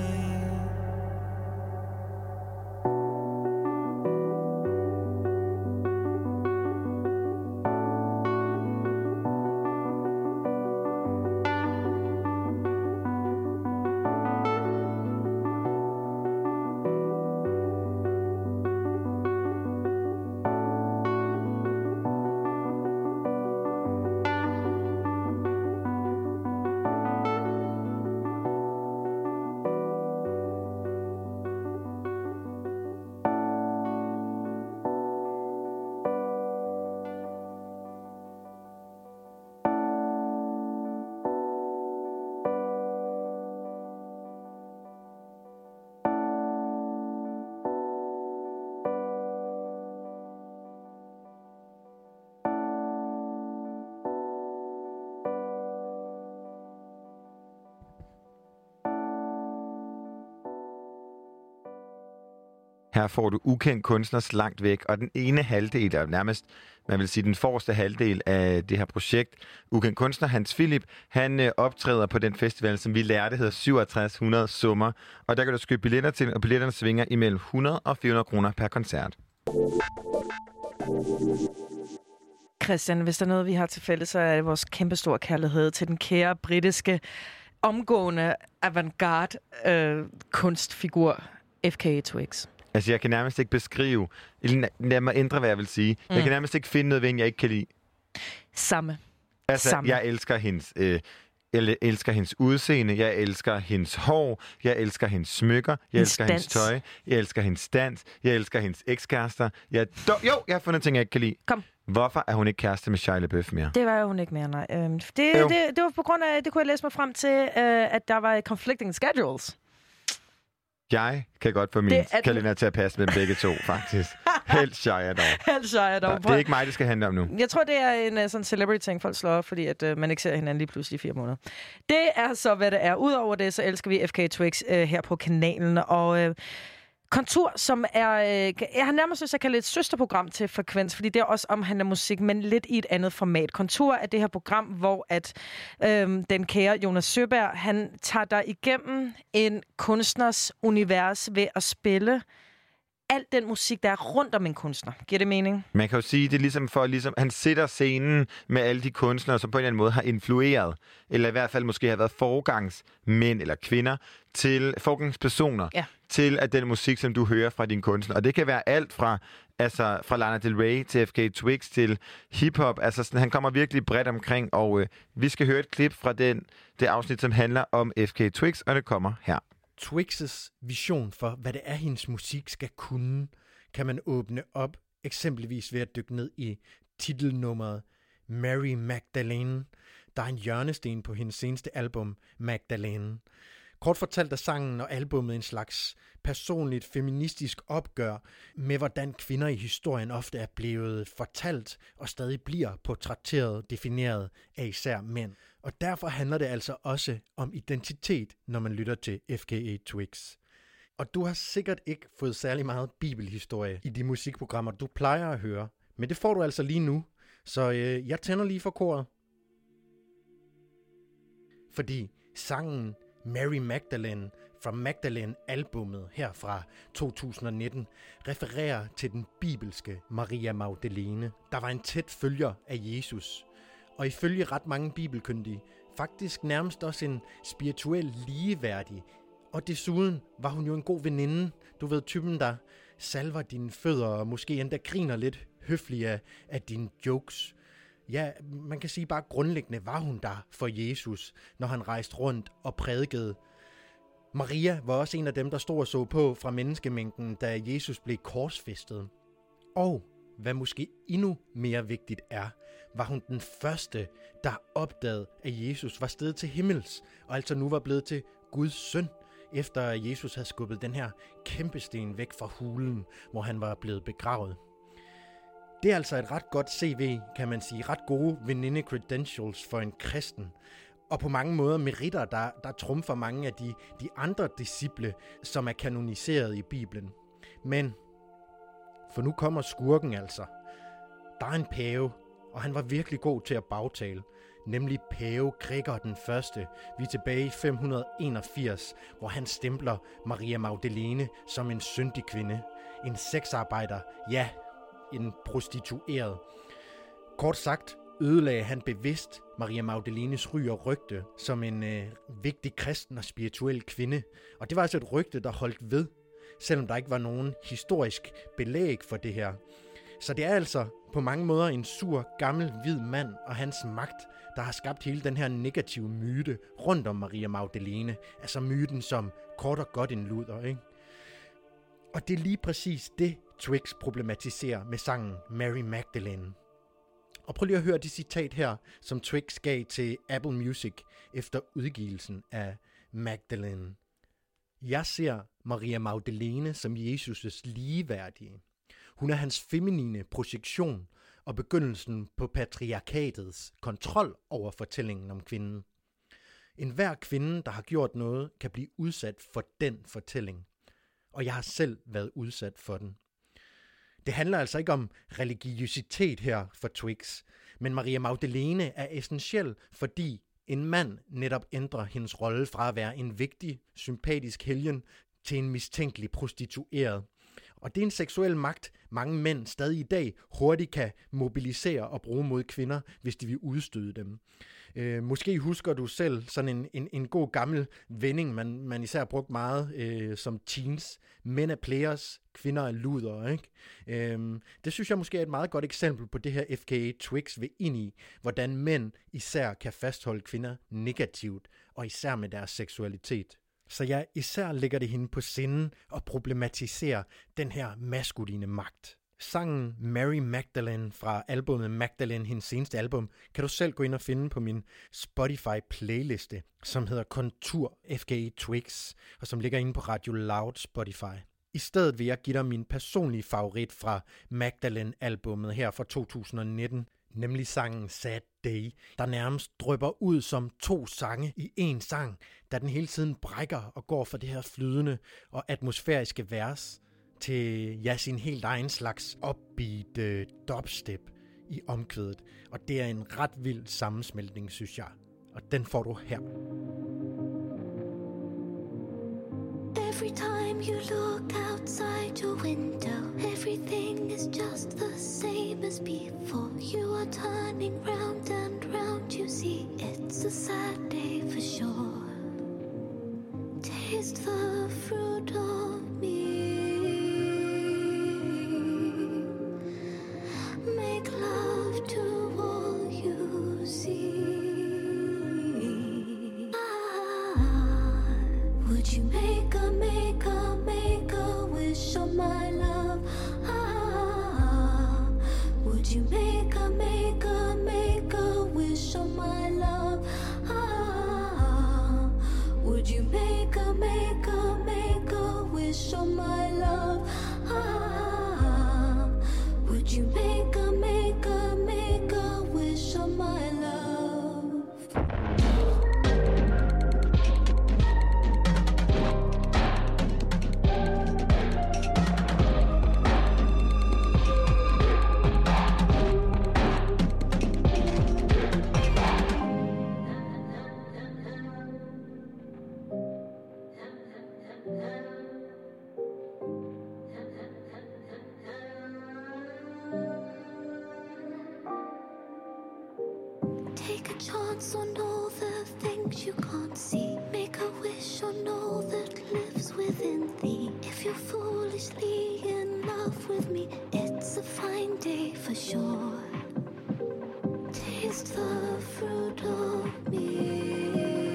Her får du ukendt kunstners langt væk, og den ene halvdel, er nærmest, man vil sige den forreste halvdel af det her projekt, ukendt kunstner Hans Philip, han øh, optræder på den festival, som vi lærte hedder syvogtres hundrede Summer, og der kan du købe billetter til, og billetterne svinger imellem hundrede og fire hundrede kroner per koncert. Christian, hvis der er noget, vi har til fælles, så er det vores kæmpestore kærlighed til den kære britiske omgående avantgarde øh, kunstfigur F K A Twigs. Altså, jeg kan nærmest ikke beskrive, lad mig ændre, hvad jeg vil sige. Mm. Jeg kan nærmest ikke finde noget ved, jeg ikke kan lide. Samme. Altså, Samme. jeg elsker hendes... Øh, Jeg elsker hendes udseende, jeg elsker hendes hår, jeg elsker hendes smykker, jeg hendes elsker dans. Hendes tøj, jeg elsker hendes dans, jeg elsker hendes ekskærester. Jeg do- jo, jeg har fundet ting, jeg ikke kan lide. Kom. Hvorfor er hun ikke kæreste med Shia LaBeouf mere? Det var jo hun ikke mere, nej. Øhm, det, det, det var på grund af, det kunne jeg læse mig frem til, øh, at der var conflicting schedules. Jeg kan godt få min kalender den... til at passe med dem begge to, faktisk. Helt Shia dog. Helt Shia dog. Ja, det er ikke mig, det skal handle om nu. Jeg tror, det er en uh, sådan celebrity-ting, folk slår op, fordi at, uh, man ikke ser hinanden lige pludselig i fire måneder. Det er så, hvad det er. Udover det, så elsker vi F K A Twigs uh, her på kanalen. Og uh, Kontur, som er... Øh, jeg har nærmest synes, jeg kalder det et søsterprogram til Frekvens, fordi det er også omhandler musik, men lidt i et andet format. Kontur er det her program, hvor at øh, den kære Jonas Søberg, han tager dig igennem en kunstners univers ved at spille alt den musik, der er rundt om en kunstner. Giver det mening? Man kan jo sige, det er ligesom for, ligesom, han sætter scenen med alle de kunstnere, som på en eller anden måde har influeret, eller i hvert fald måske har været forgangsmænd eller kvinder, til forgangspersoner, ja. til at den musik, som du hører fra din kunstner. Og det kan være alt fra, altså, fra Lana Del Rey til F K Twigs til hiphop. Altså, sådan, han kommer virkelig bredt omkring, og øh, vi skal høre et klip fra den, det afsnit, som handler om F K Twigs, og det kommer her. Twigs' vision for, hvad det er, hendes musik skal kunne, kan man åbne op, eksempelvis ved at dykke ned i titelnummeret Mary Magdalene, der er en hjørnesten på hendes seneste album, Magdalene. Kort fortalt er sangen og albummet en slags personligt feministisk opgør med, hvordan kvinder i historien ofte er blevet fortalt og stadig bliver portrætteret, defineret af især mænd. Og derfor handler det altså også om identitet, når man lytter til F K Twigs. Og du har sikkert ikke fået særlig meget bibelhistorie i de musikprogrammer, du plejer at høre. Men det får du altså lige nu, så øh, jeg tænder lige for koret. Fordi sangen Mary Magdalene fra Magdalene-albummet her fra to tusind nitten refererer til den bibelske Maria Magdalene, der var en tæt følger af Jesus. Og ifølge ret mange bibelkyndige, faktisk nærmest også en spirituel ligeværdig. Og desuden var hun jo en god veninde. Du ved, typen, der salver dine fødder og måske endda griner lidt høflig af, af dine jokes. Ja, man kan sige bare grundlæggende var hun der for Jesus, når han rejste rundt og prædikede. Maria var også en af dem, der stod og så på fra menneskemængden, da Jesus blev korsfæstet. Og hvad måske endnu mere vigtigt er, var hun den første, der opdagede, at Jesus var steget til himmels, og altså nu var blevet til Guds søn, efter at Jesus havde skubbet den her kæmpe sten væk fra hulen, hvor han var blevet begravet. Det er altså et ret godt C V, kan man sige, ret gode veninde-credentials for en kristen, og på mange måder meritter, der, der trumfer mange af de, de andre disciple, som er kanoniseret i Bibelen. Men, for nu kommer skurken altså. Der er en pave, og han var virkelig god til at bagtale, nemlig pave Gregor den første. Vi er tilbage i fem hundrede enogfirs, hvor han stempler Maria Magdalene som en syndig kvinde, en sexarbejder, ja, en prostitueret. Kort sagt ødelagde han bevidst Maria Magdalenes ry og rygte som en øh, vigtig kristen og spirituel kvinde. Og det var altså et rygte, der holdt ved, selvom der ikke var nogen historisk belæg for det her. Så det er altså på mange måder en sur, gammel, hvid mand og hans magt, der har skabt hele den her negative myte rundt om Maria Magdalene. Altså myten som kort og godt en luder, ikke? Og det er lige præcis det, Twigs problematiserer med sangen Mary Magdalene. Og prøv lige at høre det citat her, som Twigs gav til Apple Music efter udgivelsen af Magdalene. Jeg ser Maria Magdalene som Jesus' ligeværdige. Hun er hans feminine projektion og begyndelsen på patriarkatets kontrol over fortællingen om kvinden. En hver kvinde, der har gjort noget, kan blive udsat for den fortælling. Og jeg har selv været udsat for den. Det handler altså ikke om religiøsitet her for Twigs, men Maria Magdalene er essentiel, fordi en mand netop ændrer hendes rolle fra at være en vigtig, sympatisk helgen til en mistænkelig prostitueret. Og det er en seksuel magt, mange mænd stadig i dag hurtigt kan mobilisere og bruge mod kvinder, hvis de vil udstøde dem. Øh, måske husker du selv sådan en, en, en god gammel vending, man, man især brugt meget øh, som teens. Mænd er players, kvinder er luder, ikke? Øh, det synes jeg måske er et meget godt eksempel på det her F K Twigs vil ind i, hvordan mænd især kan fastholde kvinder negativt, og især med deres seksualitet. Så jeg især lægger det hende på sinden og problematiserer den her maskuline magt. Sangen Mary Magdalene fra albumet Magdalene, hendes seneste album, kan du selv gå ind og finde på min Spotify-playliste, som hedder Kontur F K Twigs, og som ligger inde på Radio Loud Spotify. I stedet vil jeg give dig min personlige favorit fra Magdalene-albummet her fra to tusind nitten, nemlig sangen Sad Day, der nærmest drypper ud som to sange i én sang, da den hele tiden brækker og går for det her flydende og atmosfæriske vers. til ja, sin helt egen slags upbeat øh, dubstep i omkvædet. Og det er en ret vild sammensmeltning, synes jeg. Og den får du her. Every time you look outside your window, everything is just the same as before. You are turning round and round, you see it's a sad day for sure. Taste the fruit of me. Make love to all you see. Ah, would you make a, make a, make a wish on my love? Ah, would you make a, make a, make a wish on my love? Ah, would you make a, make a, make a wish on my love? Ah, would you make a, make a, make a wish on my love? Take a chance on all the things you can't see. Make a wish on all that lives within thee. If you're foolishly in love with me, it's a fine day for sure. Taste the fruit of me.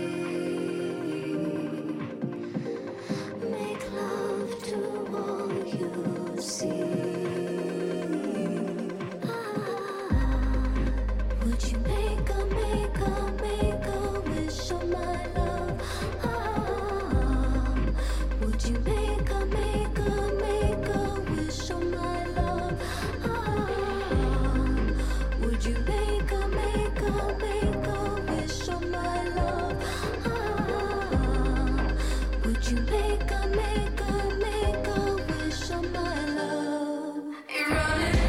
Make love to all you see. Would you make a, make a, make a wish on my love? Ah, would you make a, make a, make a wish on my love? Ah, would you make a, make a, make a wish on my love? Ah, would you make a, make a, make a wish on my love? You're running.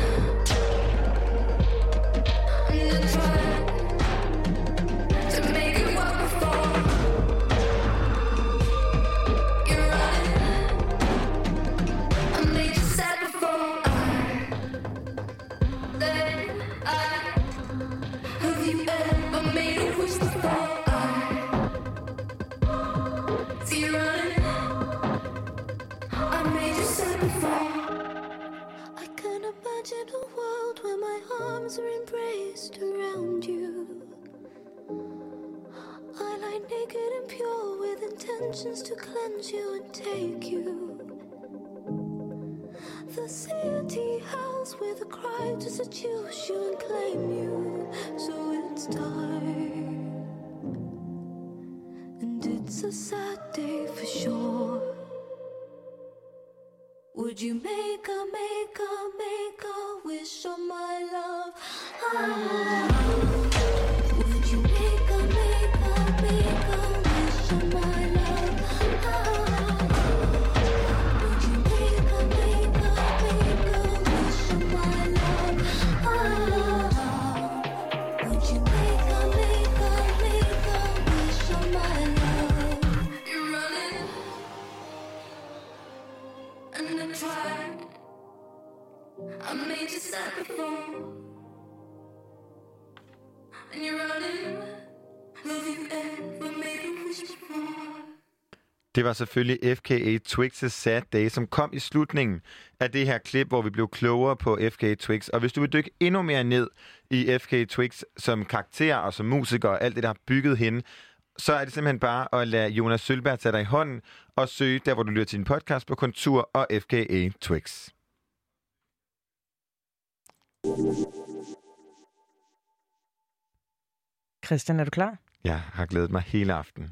I can imagine a world where my arms are embraced around you. I lie naked and pure with intentions to cleanse you and take you. The city howls with a cry to seduce you and claim you. So it's time, and it's a sad day for sure. Would you make a, make a, make a wish on my love? Ah, would you make a, make a, make a wish on my love? Ah, would you make a, make a, make a wish on my love? Ah, would you make a, make a, make a wish on my love? You're running. And I tried. I made you sad before. And you're running. Love you ever made a wish before. Det var selvfølgelig F K A Twigs' Sad Day, som kom i slutningen af det her klip, hvor vi blev klogere på F K A Twigs. Og hvis du vil dykke endnu mere ned i F K A Twigs som karakter og som musiker og alt det, der har bygget hende, så er det simpelthen bare at lade Jonas Sølberg tage dig i hånden og søge der, hvor du lytter til din podcast på Kontur og F K A Twigs. Christian, er du klar? Jeg har glædet mig hele aften.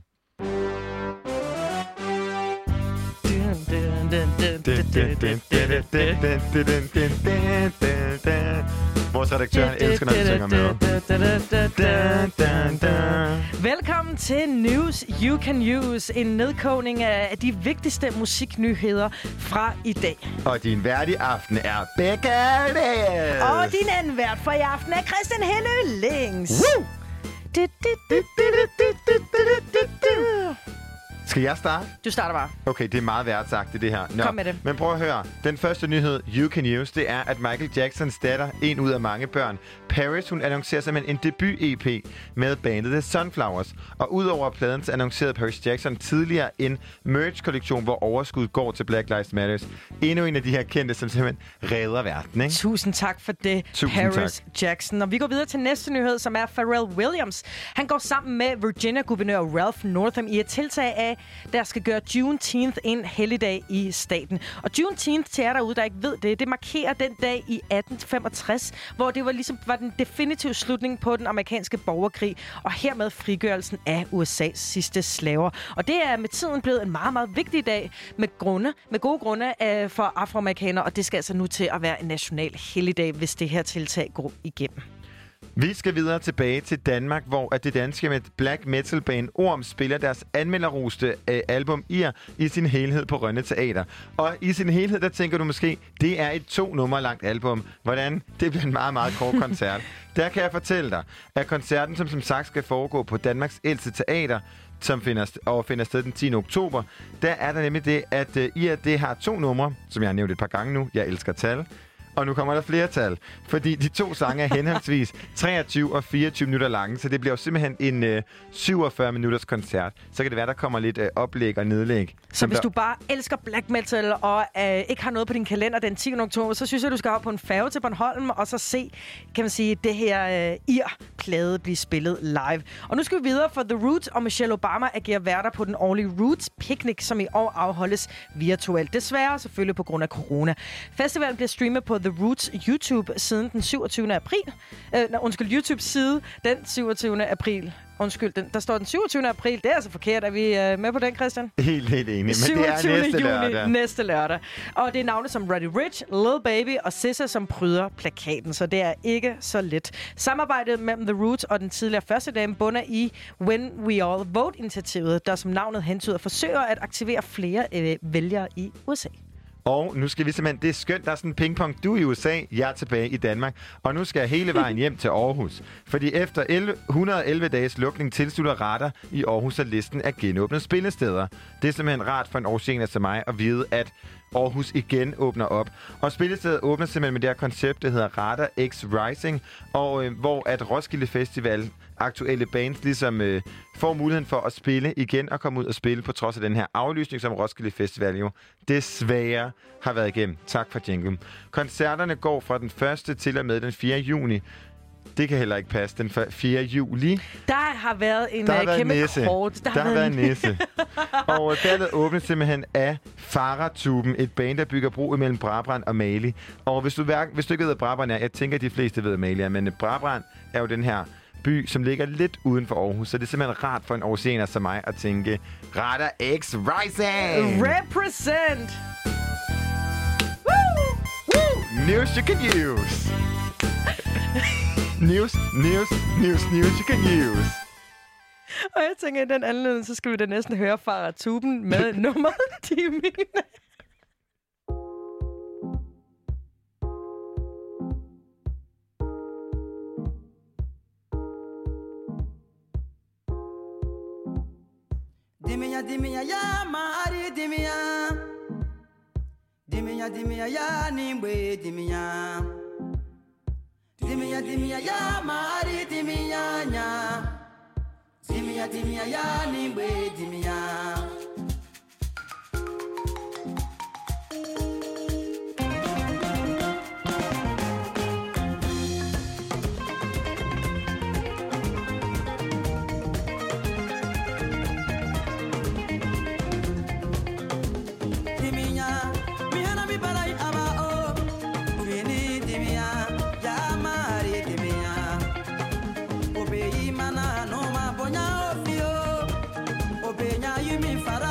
Vores redaktør, han elsker, når vi synger med. Velkommen til News You Can Use. En nedkogning af de vigtigste musiknyheder fra i dag. Og din vært i aften er Becca Leyes. Og din anden vært for i aften er Christian Helle Lings. Woo! Skal jeg starte? Du starter bare. Okay, det er meget værdsagtigt, det her. Nå, Kom med det. Men prøv at høre. Den første nyhed, You Can Use, det er, at Michael Jacksons datter, en ud af mange børn, Paris, hun annoncerer simpelthen en debut-E P med bandet The Sunflowers. Og udover pladen, så annoncerede Paris Jackson tidligere en merch-kollektion, hvor overskud går til Black Lives Matter. Endnu en af de her kendte, som simpelthen redder verden, ikke? Tusind tak for det, Tusind Paris tak. Jackson. Og vi går videre til næste nyhed, som er Pharrell Williams. Han går sammen med Virginia-guvernør Ralph Northam i et tiltag af, der skal gøre Juneteenth en helligdag i staten. Og Juneteenth, til jer derude, der ikke ved det, det markerer den dag i atten femogtres, hvor det var ligesom var den definitive slutning på den amerikanske borgerkrig, og hermed frigørelsen af U S A's sidste slaver. Og det er med tiden blevet en meget, meget vigtig dag med grunde, med gode grunde øh, for afroamerikanere, og det skal altså nu til at være en national helligdag, hvis det her tiltag går igennem. Vi skal videre tilbage til Danmark, hvor at det danske med black metal band Orm spiller deres anmelderroste øh, album Ir i sin helhed på Rønne Teater. Og i sin helhed, der tænker du måske, det er et to nummer langt album. Hvordan? Det bliver en meget, meget kort koncert. Der kan jeg fortælle dig, at koncerten, som som sagt skal foregå på Danmarks ældste teater, som finder, og finder sted den tiende oktober, der er der nemlig det, at øh, Ir det har to numre, som jeg har nævnt et par gange nu. Jeg elsker tal. Og nu kommer der flere tal, fordi de to sange er henholdsvis treogtyve og fireogtyve minutter lange, så det bliver jo simpelthen en øh, syvogfyrre minutters koncert. Så kan det være, der kommer lidt øh, oplæg og nedlæg. Så hvis der... du bare elsker black metal og øh, ikke har noget på din kalender den tiende oktober, så synes jeg, du skal op på en færge til Bornholm og så se, kan man sige, det her øh, Ir-plade blive spillet live. Og nu skal vi videre, for The Roots og Michelle Obama agerer værter på den årlige Roots Picnic, som i år afholdes virtuelt. Desværre selvfølgelig på grund af corona. Festivalen bliver streamet på The Roots YouTube siden den syvogtyvende april. Øh, nej, undskyld, YouTube-side den syvogtyvende april. Undskyld, den, der står den syvogtyvende april. Det er altså forkert. Er vi øh, med på den, Christian? Helt, helt enig. Men det er næste juni, lørdag. næste lørdag. Og det er navne som Roddy Ricch, Lil Baby og S Z A, som pryder plakaten. Så det er ikke så let. Samarbejdet mellem The Roots og den tidligere første dame bunder i When We All Vote-initiativet, der som navnet hentyder forsøger at aktivere flere øh, vælgere i U S A. Og nu skal vi simpelthen... Det er skønt, der er sådan en pingpong. Du er i U S A, jeg er tilbage i Danmark. Og nu skal jeg hele vejen hjem til Aarhus. Fordi efter elleve, et hundrede og elleve dages lukning tilslutter Radar i Aarhus af listen af genåbnede spillesteder. Det er simpelthen rart for en aarhusianer som mig at vide, at Aarhus igen åbner op. Og spillestedet åbner simpelthen med det her koncept, der hedder Radar X Rising, og øh, hvor at Roskilde Festival aktuelle bands ligesom øh, får muligheden for at spille igen og komme ud og spille på trods af den her aflysning, som Roskilde Festival jo desværre har været igennem. Tak for jingle. Koncerterne går fra den første til og med den fjerde juni. Det kan heller ikke passe. Den fjerde juli. Der har været en der har været kæmpe næse. kort. Der, der har været en næse. Og ballet åbnes simpelthen af Faratuben, et band, der bygger bro imellem Brabrand og Mali. Og hvis du, hvis du ikke ved, hvad Brabrand er, jeg tænker, at de fleste ved, hvad Mali er, men Brabrand er jo den her by, som ligger lidt uden for Aarhus. Så det er simpelthen rart for en aarhusianer som mig at tænke, Radar X Rising! Represent! Woo! Woo! News you can use! News, news, news, news you can use. Og jeg tænker, i den anledning, så skal vi da næsten høre Faratuben med nummeret Dimine. Dimia, dimia, ya, mari, dimia. Dimia, dimia, ya, nimbe, dimia. Dimia, dimia, ya, mari, dimia, nya. Dimia, dimia, ya, nimbe, dimia. Fara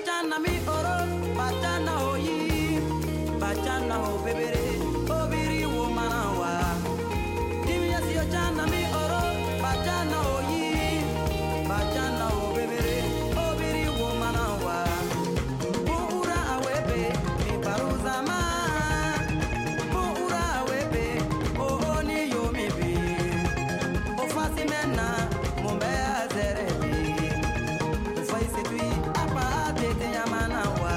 chana mi oro, bachana oyi, bachana o bebere, obiri wo manawa. Dimi ya siyo chana mi oro, bachana oyi, bachana o bebere, obiri wo manawa. Buura awebe, mi baruzama. Buura awebe, o oni yo mi bi. O fasi mena, mumbe azerebi. O faise tui, apa atete yamanawa.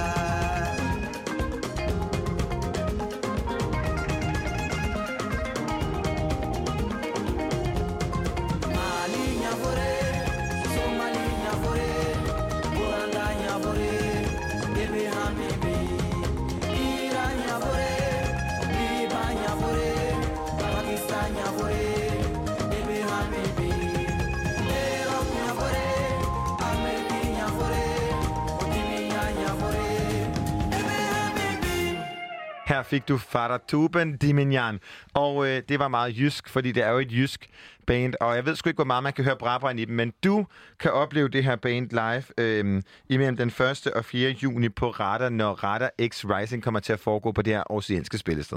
Malinha fore, Somalinha fore, Burandanha fore, Bebe Hamibi, Iranha fore, Libanha fore, Pakistanha fore, Bebe Hamibi, Europeanha fore, Americanha fore, Otimianha fore, Bebe Hamibi. Her fik du Faratuben Diminyan. Og øh, det var meget jysk, fordi det er jo et jysk band. Og jeg ved sgu ikke, hvor meget man kan høre Brabrand i dem, men du kan opleve det her band live øh, imellem den første og fjerde juni på Radar, når Radar X Rising kommer til at foregå på det her aarhusianske spillested.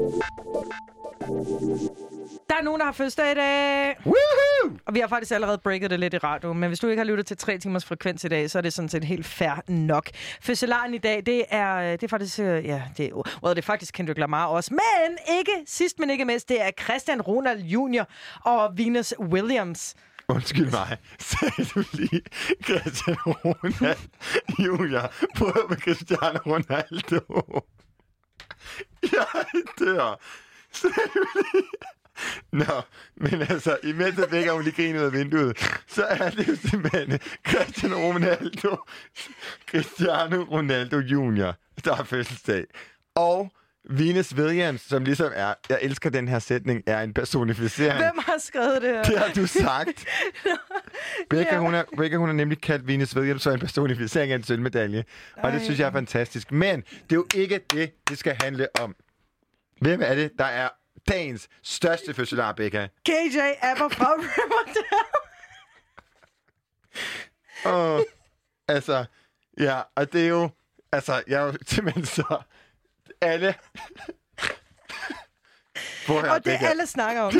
Der er nogen, der har fødselsdag i dag. Woohoo! Og vi har faktisk allerede breaket det lidt i radioen, men hvis du ikke har lyttet til tre timers frekvens i dag, så er det sådan set helt fair nok. Fødselaren i dag, det er, det er faktisk, øh, ja, det er, well, det er faktisk Kendrick Lamar også, men ikke sidst, men ikke mindst, det er Christian Ronald junior og Venus Williams. Undskyld mig. Sagde du lige Christian Ronald junior på med Cristiano Ronaldo? Jeg dør. Sagde du lige... Nå, men altså, imens jeg vækker hun lige griner ud af vinduet, så er det jo simpelthen Cristiano Ronaldo, Cristiano Ronaldo junior, der har fødselsdag. Og Venus Williams, som ligesom er, jeg elsker den her sætning, er en personificering. Hvem har skrevet det her? Det har du sagt. Becca, hun er, Becca, hun har nemlig kaldt Venus Williams for en personificering af en sølvmedalje. Og det synes jeg er fantastisk. Men det er jo ikke det, det skal handle om. Hvem er det, der er dagens største fødselar, Becca? K J Apper fra Riverdale. Og altså, ja, og det er jo, altså, jeg er jo simpelthen så, alle, Prøv at høre, og det Becca. alle snakker om.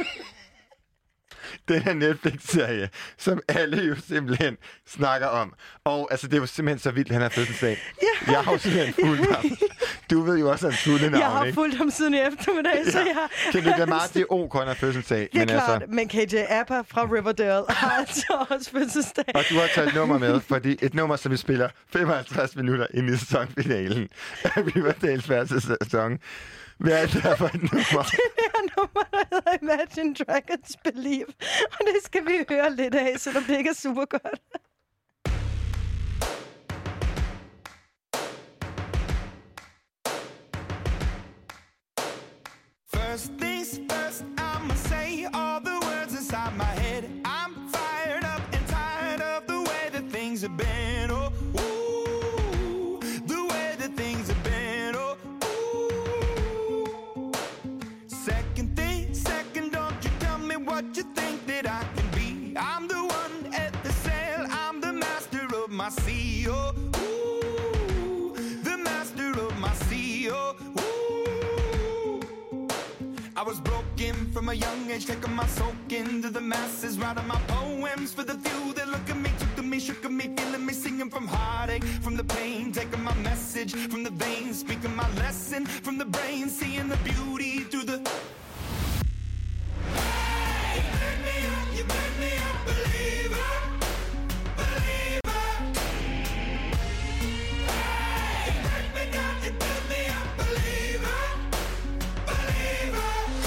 Den her Netflix-serie, som alle jo simpelthen snakker om. Og altså, det er jo simpelthen så vildt, han har fødselsdag. Ja. Jeg har jo simpelthen fulgt ham. Du ved jo også, at han fulgte navn, Jeg har ikke? fulgt ham siden i eftermiddag, ja. Så jeg har... Kan du glemme meget, det er OK, han har fødselsdag. Det er men klart, altså... men K J Apper fra Riverdale har altså også fødselsdag. Og du har taget et nummer med, fordi et nummer, som vi spiller femoghalvtreds minutter ind i sæsonfinalen af Riverdales første sæson. Hvad er det her for et nummer? Det her nummer, der hedder Imagine Dragons Believe. Og det skal vi høre lidt af, selvom det ikke er super godt. First things first, I'ma say all the words inside my head. I'm fired up and tired of the way that things have been. Oh, ooh, the way that things have been. Oh, ooh. Second thing, second, don't you tell me what you think that I can be. I'm the one at the sail, I'm the master of my sea. Oh, ooh, the master of my sea. Oh, ooh. I was broken from a young age, taking my soak into the masses, writing my poems for the few that look at me, took to me, shook at me, feeling me, singing from heartache, from the pain, taking my message from the veins, speaking my lesson from the brain, seeing the beauty through the... Hey, you make me up, you make me a believer, believer. Hey, you break me down, you build me up, believer, believer.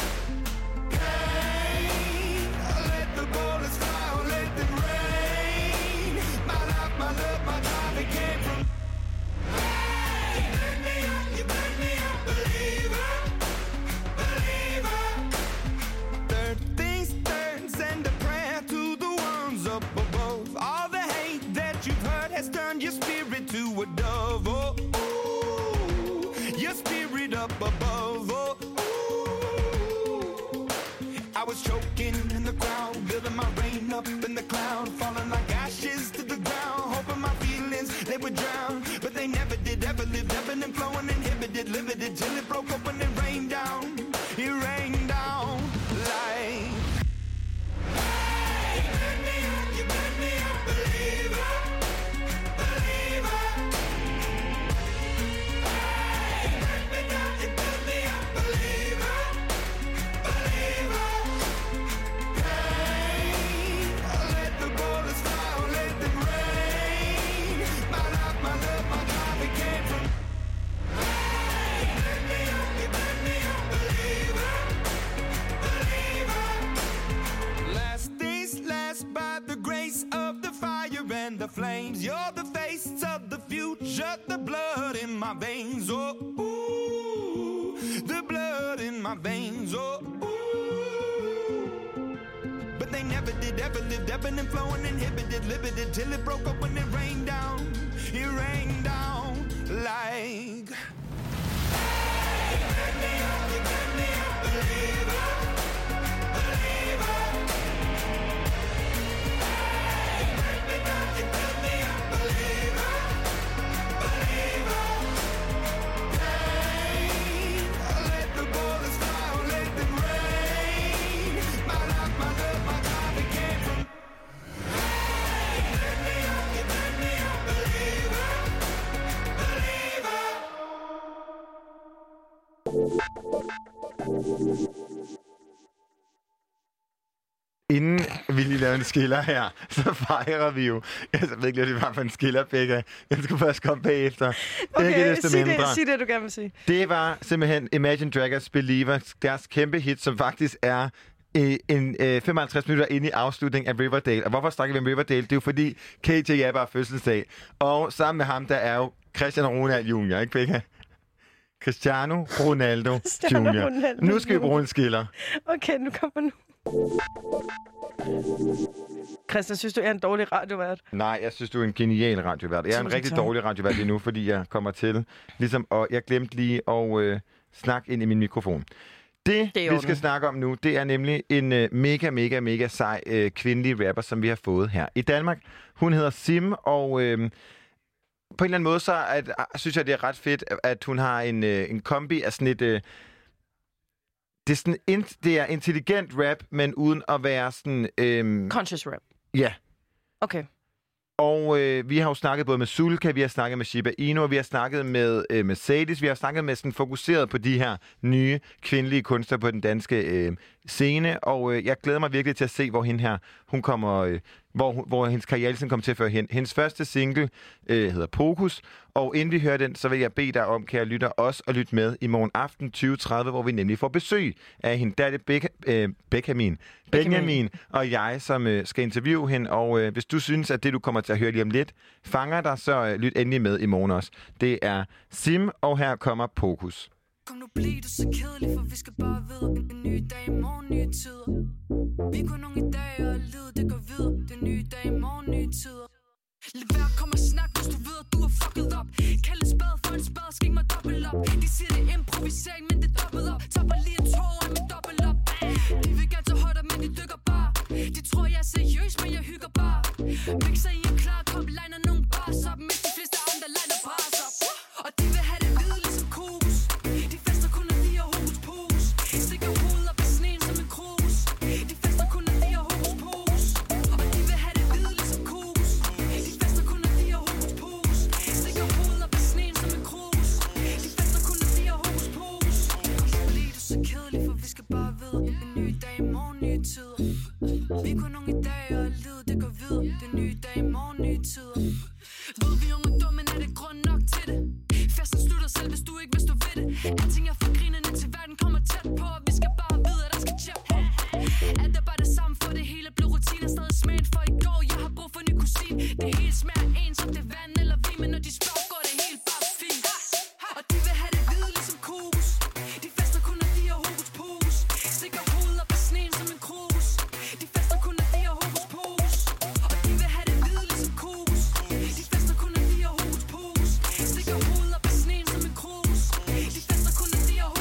Let the bullets fly, or let them rain. My life, my love, my drive, it came from. Hey, you make me up, you make me a believer, believer. Third things third, send a prayer to the ones up above. All the hate that you've heard has turned your spirit to a dove. Oh, ooh, your spirit up above. Oh, ooh. I was choking in the crowd, building my rain up in the cloud, falling like ashes to the ground, hoping my feelings they would drown. flames. You're the face of the future, the blood in my veins. Oh, ooh, the blood in my veins. Oh, ooh. But they never did, ever lived, ebbing and flowing, inhibited, limited, till it broke up when it rained down. It rained down like. Hey, let me up, you let me up, believer, believer. Hey, let me up, you let me up, believer, believer. Hey, let the bullets fly, let them rain. My life, my love, my God, it came from. Hey, let me up, you let me up, believer, believer. Inden vi lige laver en skiller her, så fejrer vi jo. Jeg ved ikke, hvad det var for en skiller, Becca. Jeg skulle først komme bagefter. Okay, sig det, sig det, du gerne vil sige. Det var simpelthen Imagine Dragons Believer, deres kæmpe hit, som faktisk er øh, en øh, femoghalvtreds minutter inde i afslutningen af Riverdale. Og hvorfor snakker vi om Riverdale? Det er jo fordi K J Jabba har fødselsdag. Og sammen med ham, der er jo Cristiano Ronaldo junior, ikke Becca? Cristiano Ronaldo junior Nu skal vi bruge en skiller. Okay, nu kommer nu. Christian, synes du, jeg er en dårlig radiovært? Nej, jeg synes, du er en genial radiovært. Jeg er en rigtig dårlig radiovært lige nu, fordi jeg kommer til, ligesom, og jeg glemte lige at øh, snakke ind i min mikrofon. Det, det vi skal snakke om nu, det er nemlig en øh, mega, mega, mega sej øh, kvindelig rapper, som vi har fået her i Danmark. Hun hedder Sim, og øh, på en eller anden måde, så at, synes jeg, det er ret fedt, at hun har en, øh, en kombi af sådan et... Øh, Det er, sådan, in, det er intelligent rap, men uden at være sådan... Øhm, Conscious rap? Ja. Okay. Og øh, vi har jo snakket både med Sulka, vi har snakket med Shiba Inu, og vi har snakket med øh, Mercedes. Vi har snakket med sådan fokuseret på de her nye kvindelige kunstnere på den danske øh, scene. Og øh, jeg glæder mig virkelig til at se, hvor hende her, hun kommer, øh, hvor, hvor hendes karriere kommer til at føre hen. Hendes første single øh, hedder Pokus. Og inden vi hører den, så vil jeg bede dig om, kære lytter, også at lytte med i morgen aften tyve tredive, hvor vi nemlig får besøg af hende. Der er det Beca- øh, Benjamin. Benjamin og jeg, som øh, skal interviewe hende. Og øh, hvis du synes, at det, du kommer til at høre lige om lidt, fanger dig, så øh, lyt endelig med i morgen også. Det er Sim, og her kommer Pokus. Kom nu, bliv du så kedelig, for vi skal bare vide en, en ny dag i morgen, nye tider. Vi er kun nogle i dag, og livet det går videre. Det er nye dag i morgen, nye tider. Lad være, kom og snak, hvis du ved, at du er fucket op. Kald en spade for en spade, skik mig dobbelt op. De siger det er improvisering, men det er dobbelt op. Topper lige en tårer med dobbelt op. De vil gerne tage højder, men de dykker bare. De tror, jeg er seriøs, men jeg hygger bare. Mixer i en klar kop, liner nogle bars op, mens de fleste andre liner bars op. Og de vil have det hvide, ligesom kobus. De fester kun af lige og hokus pokus. Stikker hovedet op i sneen som en krus. De fester kun af lige og hokus pokus. Og de vil have det hvide, ligesom kobus. De fester kun af lige og hokus pokus. Stikker hovedet op i sneen som en krus. De fester kun af lige og hokus pokus. Bliv du så kedelig, for vi skal bare vide en ny dag i morgen, nye tider. Vi er kun nogle i dag, og livet det går videre. Det er nye dag i morgen, nye tider. Ved vi unge dumme, men er det grund nok til det? Festen slutter selv, hvis du ikke vidste, du ved det. Alting er for grinerne til verden kommer tæt på, og vi skal bare vide, at der skal tjep på. Alt er bare det samme, for det hele blev rutiner. Stadig smagen for i går, jeg har brug for ny kusin. Det hele smager ens, om det er vand eller vin, men når de spørger, går det helt bare fint. Og de vil have det hvide, ligesom kobus. De fester kun af de og hokus pokus. Stikker hovedet op i sneen som en krus. De fester kun af de og hokus pokus. Og de vil have det hvide, ligesom kobus. De fester kun af de og hokus pokus. Stikker hovedet op i sneen som en krus. De fester kun af de og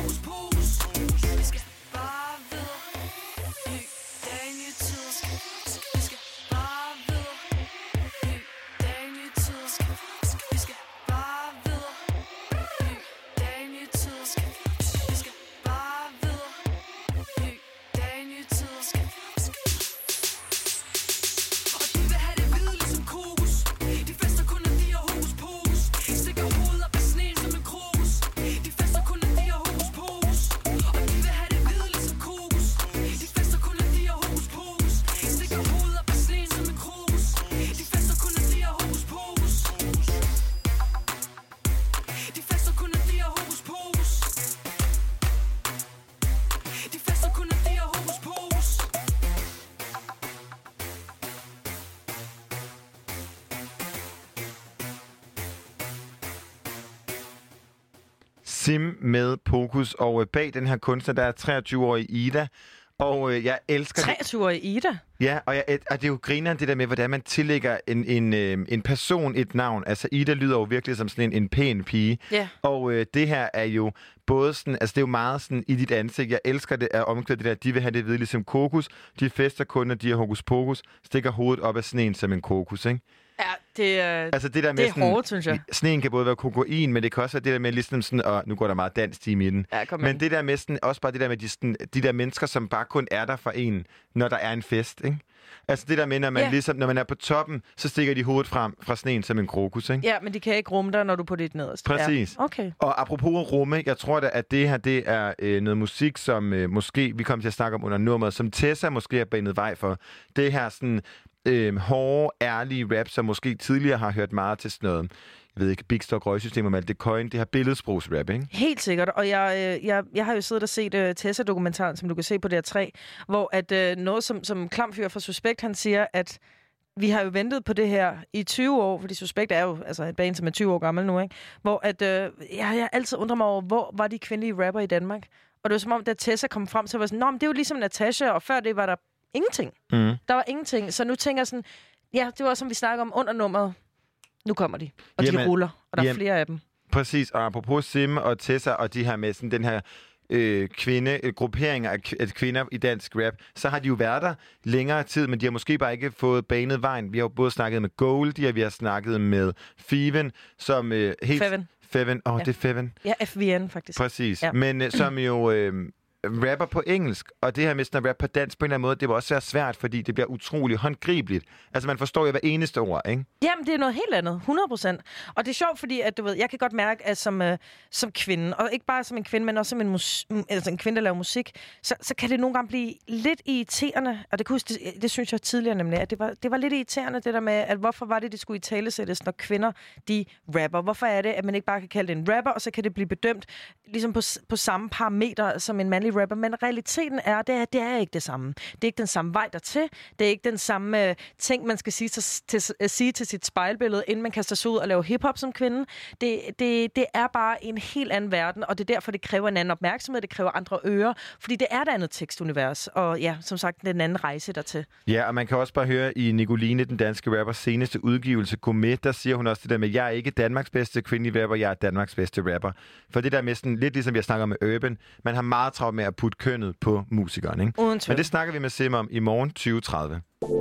Sim med Pokus, og øh, bag den her kunstner, der er treogtyve-årige Ida. Og øh, jeg elsker... treogtyve-årige Ida? Ja, og, jeg, og det er jo grineren det der med, hvordan man tillægger en, en, øh, en person et navn. Altså, Ida lyder jo virkelig som sådan en, en pæn pige. Ja. Og øh, det her er jo både sådan... Altså, det er jo meget sådan i dit ansigt. Jeg elsker det at omkvæde det der. De vil have det hvide ligesom kokos. De fester kun, når de er hokus pokus. Stikker hovedet op af sneen som en kokos, ikke? Ja, det, øh, altså, det, der med det er sådan, hårdt, synes jeg. Sneen kan både være kokain, men det kan også være det der med ligesom sådan... Og nu går der meget dansk i midten. Ja, kom men ind. det der med sådan... Også bare det der med de, sådan, de der mennesker, som bare kun er der for en, når der er en fest, ikke? Altså det der med, når man, Ja. ligesom, når man er på toppen, så stikker de hovedet frem fra sneen som en krokus, ikke? Ja, men de kan ikke rumme dig, når du er på dit nederste. Præcis. Ja. Okay. Og apropos rumme, jeg tror da, at det her, det er øh, noget musik, som øh, måske, vi kommer til at snakke om under nummeret, som Tessa måske har banet vej for. Det her sådan øh, hårde, ærlige rap, som måske tidligere har hørt meget til sådan noget, jeg ved ikke, Big Stock Røgsystemer, men det coin, det her billedsprogsrap, ikke? Helt sikkert, og jeg, øh, jeg, jeg har jo siddet og set uh, Tessa-dokumentaren, som du kan se på D R tre, hvor at uh, noget, som, som Klamfyr fra Suspekt, han siger, at vi har jo ventet på det her i tyve år, fordi Suspekt er jo altså et band, som er tyve år gammel nu, ikke? Hvor at, uh, jeg, jeg altid undrer mig over, hvor var de kvindelige rapper i Danmark? Og det var som om, da Tessa kom frem, så var sådan, nå, men det er jo ligesom Natasha, og før det var der ingenting. Mm. Der var ingenting, så nu tænker jeg sådan, ja, det var som vi snakker om under nummeret. Nu kommer de, og Jamen, de ruller, og der er jamen, flere af dem. Præcis, og apropos Sim og Tessa og de her med sådan den her øh, kvinde, øh, grupperinger af, k- af kvinder i dansk rap, så har de jo været der længere tid, men de har måske bare ikke fået banet vejen. Vi har jo både snakket med Goldie, og vi har snakket med Feven, som øh, helt... Feven. Feven, åh, oh, Ja. det er Feven. Ja, F V N faktisk. Præcis, Ja. men øh, som jo... Øh, rapper på engelsk, og det her med sådan at rap på dansk på en eller anden måde, det vil også være svært, fordi det bliver utrolig håndgribeligt. Altså, man forstår jo hver eneste ord, ikke? Jamen, det er noget helt andet. hundrede procent. Og det er sjovt, fordi at, du ved, jeg kan godt mærke, at som, øh, som kvinde, og ikke bare som en kvinde, men også som en, mus- altså en kvinde, der laver musik, så, så kan det nogle gange blive lidt irriterende. Og det, kunne, det, det synes jeg tidligere nemlig, at det var, det var lidt irriterende, det der med, at hvorfor var det, det skulle i talesættes, når kvinder, de rapper? Hvorfor er det, at man ikke bare kan kalde det en rapper, og så kan det blive bedømt ligesom på, på samme parameter som en mandlig rapper? Men realiteten er, det er, det er ikke det samme. Det er ikke den samme vej dertil. Det er ikke den samme øh, ting, man skal sige til, til, øh, sige til sit spejlbillede, inden man kaster sig ud og laver hiphop som kvinde. Det, det, det er bare en helt anden verden, og det er derfor, det kræver en anden opmærksomhed, det kræver andre ører, fordi det er et andet tekstunivers, og ja, som sagt, den anden rejse dertil. Ja, og man kan også bare høre i Nicoline, den danske rappers seneste udgivelse, Gourmet, der siger hun også det der med, jeg er ikke Danmarks bedste kvindelige rapper, jeg er Danmarks bedste rapper. For det der med sådan, lidt ligesom jeg snakker med Urban, man har meget travlt med at putte kønnet på musikeren, ikke? Uden tvivl. Men det snakker vi med Sim om i morgen tyve tredive.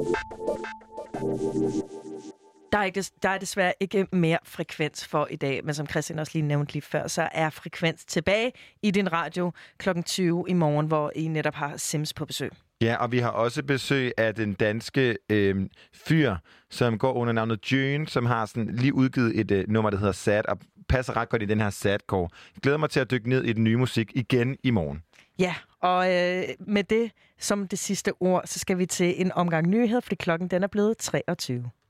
Der er, ikke, der er desværre ikke mere frekvens for i dag, men som Christian også lige nævnte lige før, så er frekvens tilbage i din radio klokken tyve i morgen, hvor I netop har Sims på besøg. Ja, og vi har også besøg af den danske øh, fyr, som går under navnet Jøen, som har sådan lige udgivet et øh, nummer, der hedder Sad, og passer ret godt i den her sadcore. Jeg glæder mig til at dykke ned i den nye musik igen i morgen. Ja, og øh, med det som det sidste ord, så skal vi til en omgang nyheder, fordi klokken den er blevet treogtyve.